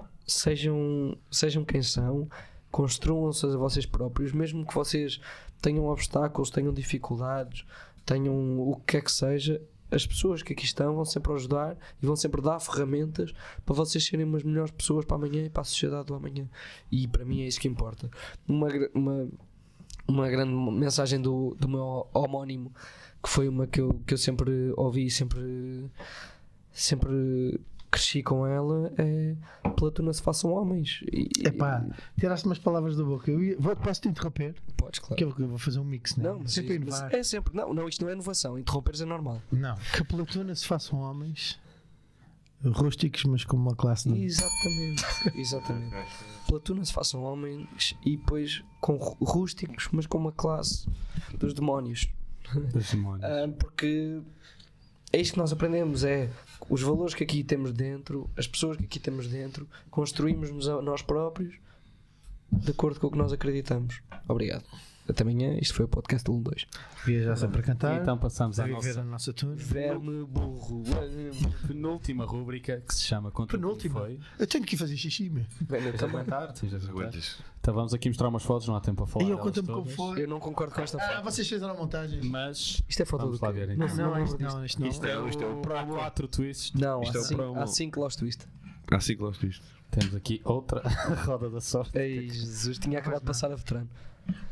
sejam, sejam quem são, construam-se a vocês próprios, mesmo que vocês tenham obstáculos, tenham dificuldades, tenham o que quer que seja. As pessoas que aqui estão vão sempre ajudar e vão sempre dar ferramentas para vocês serem umas melhores pessoas para amanhã e para a sociedade do amanhã. E para mim é isso que importa. Uma, gra- uma, uma grande mensagem do, do meu homónimo, que foi uma que eu, que eu sempre ouvi e sempre, sempre cresci com ela, é: pela Tuna se façam homens. E, Epá, tiraste umas palavras da boca. Eu ia, vou, posso te interromper? Podes, claro. Que eu, eu vou fazer um mix, né? Não, mas, sempre a mas inovar. é sempre. Não, não, isto não é inovação. Interromperes é normal. Não, que pela Tuna se façam homens rústicos, mas com uma classe não. Exatamente, exatamente. Pela Tuna se façam homens e depois com rú- rústicos, mas com uma classe dos demónios. Dos demónios. Ah, porque é isto que nós aprendemos: é os valores que aqui temos dentro, as pessoas que aqui temos dentro, construímos-nos a nós próprios de acordo com o que nós acreditamos. Obrigado. Até amanhã. Isto foi o podcast do um dois. Viajar sempre a cantar. Então passamos a à viver nossa a nossa Tuna. Verme burro. penúltima rúbrica, que se chama Conta Penúltima? Foi. Eu tenho que ir fazer xixi, meu. Tens de aguentar, tens de aguentar. Aguentas. Então vamos aqui mostrar umas fotos, não há tempo a falar. E eu delas conta-me como todas. foi. Eu não concordo com esta Ah, foto. vocês fizeram a montagem. Mas Isto é foto vamos do lá quê? ver Não, então. não, não, isto não, não, isto não. Isto é, isto é um Há promo. quatro twists. Não, Isto é há um cinco, promo. há cinco lost twist. Há ciclos disto. Temos aqui outra roda da sorte. Ei, Jesus, tinha acabado de passar a veterano.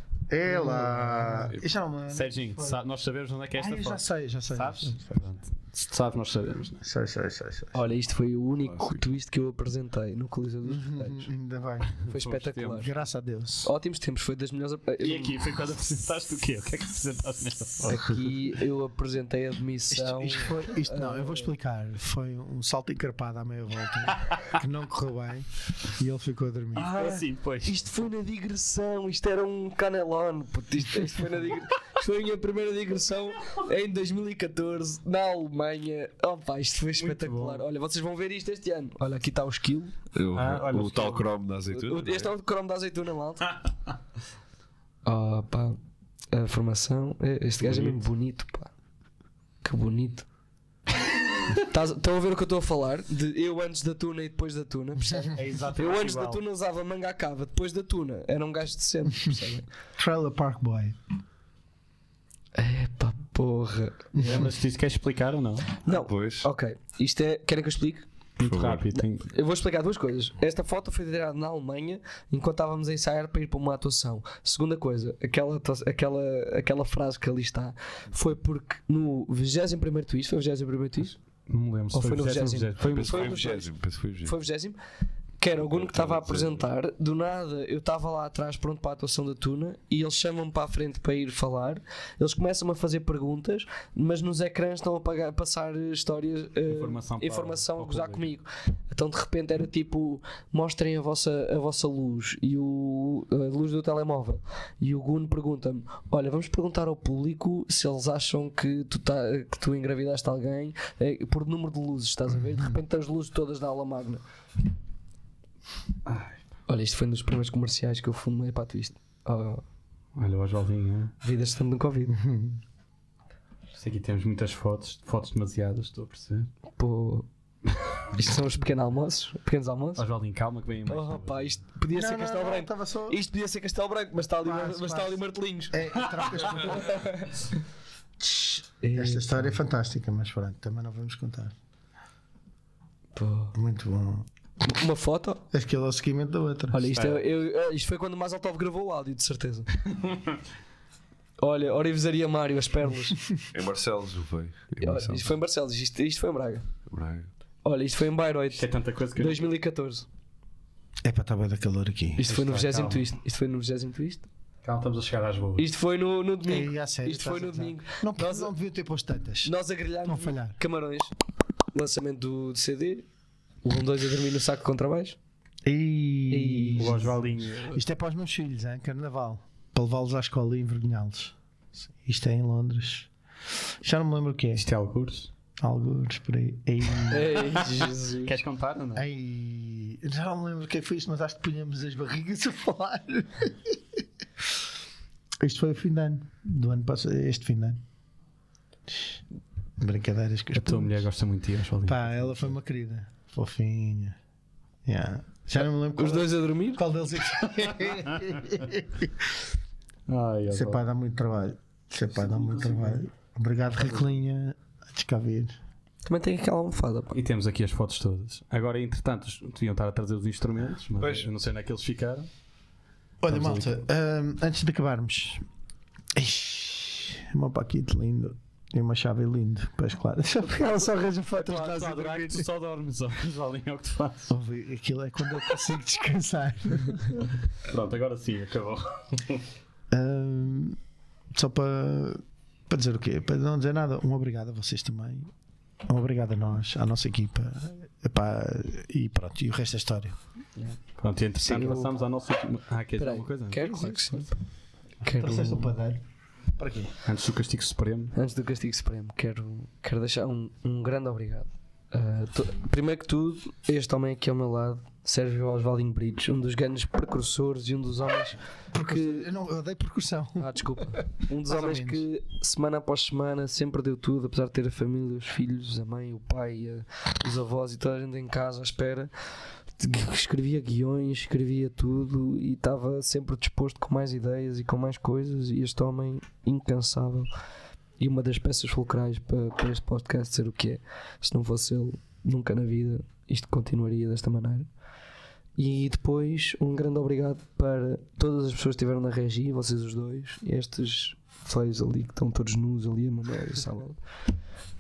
Ela. Isto é uma. Serginho, sa- nós sabemos onde é que é Ah, esta eu já foto. sei, já sei. Sabes? Já sei. Pronto. Se tu sabes, nós sabemos. Né? Sei, sei, sei, sei. Olha, isto foi o único Clássico. twist que eu apresentei no Coliseu dos Recreios. Ainda bem. Foi espetacular. Graças a Deus. Ótimos tempos, foi das melhores. E aqui foi quando apresentaste o quê? O que é que apresentaste nesta foto? Aqui eu apresentei a Isto, demissão. isto foi, isto, não, eu vou explicar. Foi um salto encarpado à meia volta que não correu bem e ele ficou a dormir. Ah, Assim, pois. isto foi na digressão, isto era um canelone. Puto, isto, isto foi na digressão. Isto foi a minha primeira digressão em dois mil e catorze na Alemanha. Opa, isto foi espetacular. Olha, vocês vão ver isto este ano. Olha, aqui está o esquilo. Eu- Ah, olha, o o tal esquilo. cromo da azeitona. O- Este é o cromo da azeitona, malta. Opa, a formação. Este gajo é mesmo bonito, pá. Que bonito. Tás- Estão a ver o que eu estou a falar? De eu antes da tuna e depois da tuna, percebem? É Eu antes da tuna usava manga à cava, depois da tuna era um gajo decente, percebem? Trailer Park Boy. Epá, porra. Lembras-te disso? Queres explicar ou não? Não, Pois. ok. Isto é. Querem que eu explique? Muito favor. rápido. Tem... Eu vou explicar duas coisas. Esta foto foi tirada na Alemanha enquanto estávamos a ensaiar para ir para uma atuação. Segunda coisa, aquela, aquela, aquela frase que ali está foi porque no vigésimo primeiro twist, foi o vigésimo primeiro twist? Não me lembro se Ou foi no vigésimo, vigésimo? vigésimo. Foi um Penso que Foi foi um o dos vigésimo. Penso que foi o vigésimo. Foi o vigésimo? Que era o Guno que estava a apresentar, do nada eu estava lá atrás pronto para a atuação da Tuna e eles chamam-me para a frente para ir falar, eles começam a fazer perguntas, mas nos ecrãs estão a pagar- passar histórias, eh, Informação para- informação para a o gozar público. comigo. Então de repente era tipo, mostrem a vossa, a vossa luz e o, a luz do telemóvel. E o Guno pergunta-me: olha, vamos perguntar ao público se eles acham que tu, tá, que tu engravidaste alguém eh, por número de luzes, estás a ver? De repente tens luzes todas da aula magna. Olha, isto foi um dos primeiros comerciais que eu fumei para a Twist. Oh, Olha o Oswaldinho. hein? vidas estando no Covid. Isto aqui temos muitas fotos, fotos demasiadas, estou a perceber. Pô, isto são os pequenos almoços, pequenos almoços. Oswaldinho, calma que vem em Oh, pá, isto podia ser Castelo Branco. estava só. Isto podia ser Castelo Branco, mas está ali, Quase, mas está quase. ali martelinhos. É, trocas por- Esta história é fantástica, mas pronto, também não vamos contar. Pô. Muito bom. Uma foto. Aquele é o seguimento da outra. Olha, isto, é, eu- isto foi quando o Mazaltov gravou o áudio, de certeza. Olha, Orivesaria Mário, as pérolas. Em Barcelos, o foi. Em Olha, Barcelos. isto foi em Barcelos, isto, isto foi em Braga. Braga. Olha, isto foi em Bayreuth, Isto é tanta coisa que eu... dois mil e catorze. É para estar bem da calor aqui. Isto foi no Está, vigésimo calma. twist. Isto foi no vigésimo twist. Calma, estamos a chegar às boas. Isto foi no, no domingo. Ei, a sério, Isto foi estás a no gozar. domingo. Não, Nós- não deviam ter posto tantas. Nós a grelharmos Não falhar. Camarões. Lançamento do, do C D. O um dois a dormir no saco contra baixo. E... O Oswaldinho. Isto é para os meus filhos, hein? Carnaval. Para levá-los à escola e envergonhá-los. Isto é em Londres. Já não me lembro o que é. Isto é algures. Algures por aí. Ei. Ei, Jesus. Queres contar ou não? Ei. Já não me lembro o que é que foi isto, mas acho que punhamos as barrigas a falar. Isto foi o fim de ano. Do ano passado. Este fim de ano. Brincadeiras que os A tua putos. mulher gosta muito de ti, Oswaldinho. Pá, ela foi uma querida. Fofinha. Yeah. Já não me lembro Os qual, dois a dormir. qual deles é que. Ai, Isso é pá, dá muito trabalho. Isso é pá, dá muito trabalho. Obrigado, Ricolinha. Descabir. Também tem aquela almofada. Pá. E temos aqui as fotos todas. Agora, entretanto, deviam estar a trazer os instrumentos, mas Pois. eu não sei onde é que eles ficaram. Olha, Vamos malta, hum, antes de acabarmos, Ixi, uma paquete lindo e uma chave lindo. Pois claro, ela só arranja fotos de nós a dormir. Tu só dormes, Oswaldinho, é o que tu fazes. Ouve, aquilo é quando eu consigo descansar. Pronto, agora sim, acabou. Hum, só para, para dizer o quê? Para não dizer nada, um obrigado a vocês também. Um obrigado a nós, à nossa equipa. Epá, e pronto, e o resto é história. Pronto, e entretanto Sim, eu- passamos à nossa última. Ah, quer dizer Espera aí, alguma coisa? quero, claro que sim. Quero, Trouxeste o padeiro? Para quê? Antes do castigo supremo. antes do castigo supremo, quero, quero deixar um, um grande obrigado. Uh, to- primeiro que tudo, este homem aqui ao meu lado, Sérgio Oswaldinho Brites, um dos grandes precursores e um dos homens Porque que. eu, não, eu dei percussão. Ah, desculpa. Um dos Mais ou homens menos. que semana após semana sempre deu tudo, apesar de ter a família, os filhos, a mãe, o pai, a- os avós e toda a gente em casa à espera. Escrevia guiões, escrevia tudo e estava sempre disposto com mais ideias e com mais coisas. E este homem incansável e uma das peças fulcrais para, para este podcast ser o que é. Se não fosse ele, nunca na vida isto continuaria desta maneira. E depois um grande obrigado para todas as pessoas que estiveram na regi, vocês os dois, e estes feios ali que estão todos nus ali, a Manuel e o Salvador.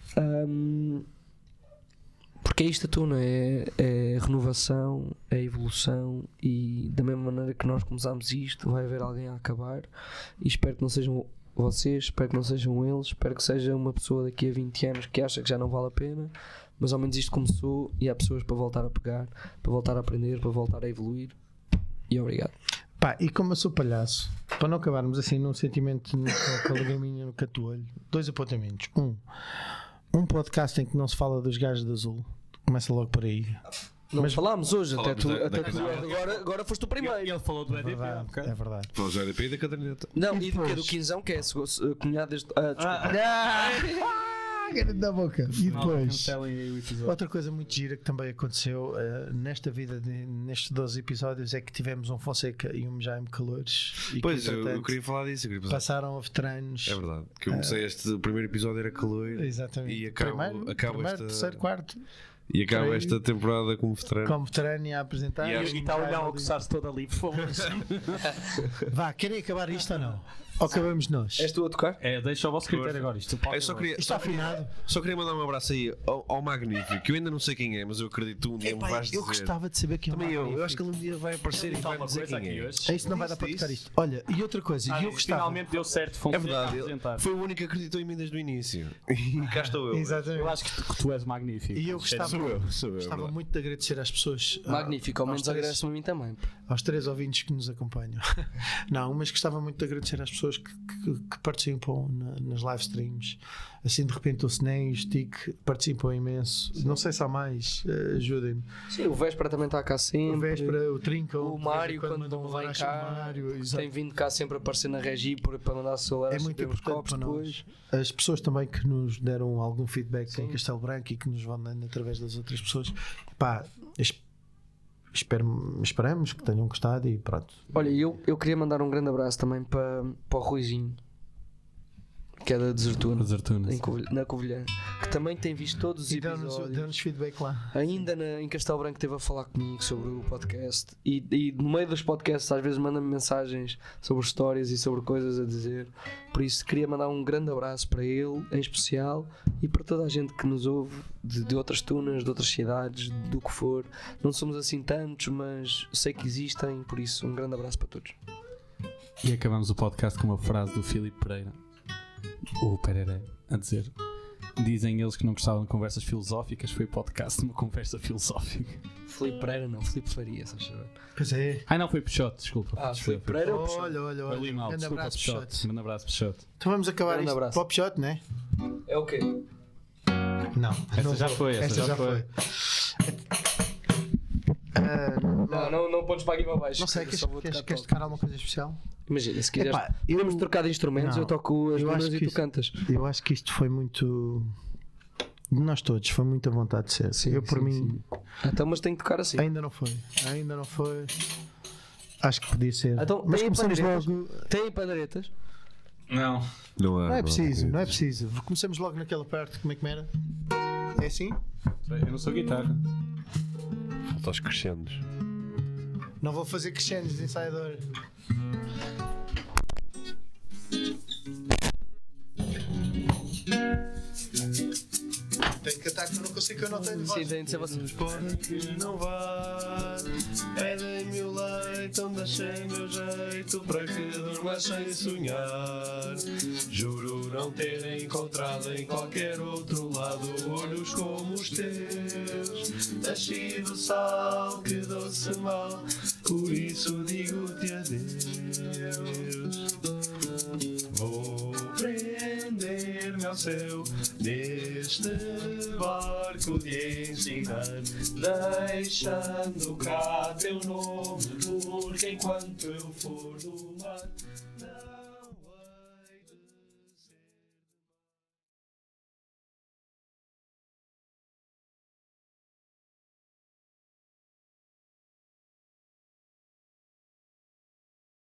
Um, porque é isto a tuna, é, é renovação, é evolução, e da mesma maneira que nós começámos isto, vai haver alguém a acabar, e espero que não sejam vocês, espero que não sejam eles, espero que seja uma pessoa daqui a vinte anos que acha que já não vale a pena, mas ao menos isto começou e há pessoas para voltar a pegar, para voltar a aprender, para voltar a evoluir. E obrigado. Pá, e como eu sou palhaço, para não acabarmos assim num sentimento com a lagaminha no catuolho, dois apontamentos. Um, um podcast em que não se fala dos gajos de azul. Começa logo por aí. Não Mas falámos hoje, até Falámos tu, da- até da tu agora, agora foste o primeiro. Ele falou do É E D P. verdade, ok? é verdade. Pô, já era P I da caderneta. Não, E e do que? depois? Do Quinzão, que é a cunhada deste. Ah, desculpa. Ah, grande da boca. E Não, depois, cancelem aí o episódio. outra coisa muito gira que também aconteceu eh, nesta vida, de- nestes doze episódios, é que tivemos um Fonseca e um Jaime Calores. E que, Pois, eu, eu entretanto, queria falar disso. Eu queria passar. passaram a veteranos. É verdade. Que eu comecei este. O primeiro episódio era calor. Exatamente. E acabo, primeiro, acabo primeiro esta. terceiro, quarto. E acaba Três. esta temporada como veterano. Como veterano e a apresentar. E acho E está a olhar a coçar-se todo ali, por favor. Vá, querem acabar isto ou não? Ou acabamos nós? És tu a tocar? É, deixa o vosso critério agora. Isto Eu só queria, Isto só, está afinado. só queria mandar um abraço aí ao, ao Magnífico, que eu ainda não sei quem é, mas eu acredito que tu um dia me Epá, vais dizer. eu gostava de saber quem é o Também eu, Magnífico. eu acho que ele um dia vai aparecer e vai dizer quem é. É isso, não vai dar para Disse, tocar disse. isto. Olha, e outra coisa, Ah, e eu gostava. finalmente deu certo, É Fonseca a verdade, ele apresentar. foi o único que acreditou em mim desde o início. E cá estou eu. Exatamente. Eu acho que tu, que tu és magnífico. E eu gostava, Sou eu, sou eu. é gostava verdade. muito de agradecer às pessoas. ah, Magnífico, ao aos menos três- agradece-me a mim também. Aos três ouvintes que nos acompanham. Não, mas gostava muito de agradecer às pessoas que, que, que participam na- nas live streams. Assim, de repente, o Snem e o Stick participam imenso. Não sei se há mais, eh, ajudem-me. Sim, o Véspera também está cá sempre. O Véspera, o Trinca, O Mário, quando manda não uma vem baracha cá, do Mário, tem exato. vindo cá sempre a aparecer na regi por- para mandar acelerar É muito os importante copos para depois. nós. As pessoas também que nos deram algum feedback Sim. em Castelo Branco e que nos vão dando através das outras pessoas. Pá, es- espero, esperamos que tenham gostado e pronto. Olha, eu, eu queria mandar um grande abraço também para, para o Ruizinho, que é da Desertuna, Desertuna. em Covilhã- na Covilhã, que também tem visto todos os E deu-nos episódios. deu-nos feedback lá. Ainda na- em Castelo Branco esteve a falar comigo sobre o podcast e, e no meio dos podcasts às vezes manda-me mensagens sobre histórias e sobre coisas a dizer. Por isso queria mandar um grande abraço para ele em especial e para toda a gente que nos ouve de, de outras tunas, de outras cidades, do que for. Não somos assim tantos, mas sei que existem, por isso um grande abraço para todos. E acabamos o podcast com uma frase do Filipe Pereira, o Pereira, a dizer: dizem eles que não gostavam de conversas filosóficas, foi o podcast de uma conversa filosófica. Filipe Pereira não, Filipe Faria, sabes saber? Pois é. Ai não, foi Peixote, desculpa. Ah, Desculpa. Filipe Pereira é o Peixoto. Olha, olha, olha. Foi ali mal, Grande desculpa, abraço, Peixote. Peixote. Grande abraço, Peixote. Então vamos acabar Grande isto. abraço. Pop shot, né? É o quê? Não. Essa não já vou. foi, essa já foi. Ah, Não, não, não pontes para aqui para baixo. não sei, eu queres, só vou queres, tocar queres top. tocar alguma coisa especial? Imagina, se quiseres, Epá, eu- podemos trocar de instrumentos, Não, eu toco as eu acho bandas e que tu isso- cantas. Eu acho que isto foi muito. De nós todos, foi muita vontade de ser. Sim, eu, por sim, mim, Então, mas tem que tocar assim. ainda não foi. Ainda não foi. Acho que podia ser. Então, Mas tem começamos pandeiretas? logo. Tem pandaretas? Não. Não, há, Não é há preciso, não é pedidos. preciso. Começamos logo naquela parte. Como é que era? É assim? Eu não sou guitarra. Falta aos crescendos. Não vou fazer crescendos de ensaiador. Tenho que cantar que eu não consigo, que eu não tenho voz. Sim, tem de ser vocês. Podem que não vá, pedem-me o leite, onde achei meu jeito para que durma sem sonhar. Juro não ter encontrado em qualquer outro lado olhos como os teus. Nasci do sal, que doce mal, por isso digo-te adeus. Vou prender-me ao céu neste barco de ensinar, deixando cá teu nome, porque enquanto eu for do mar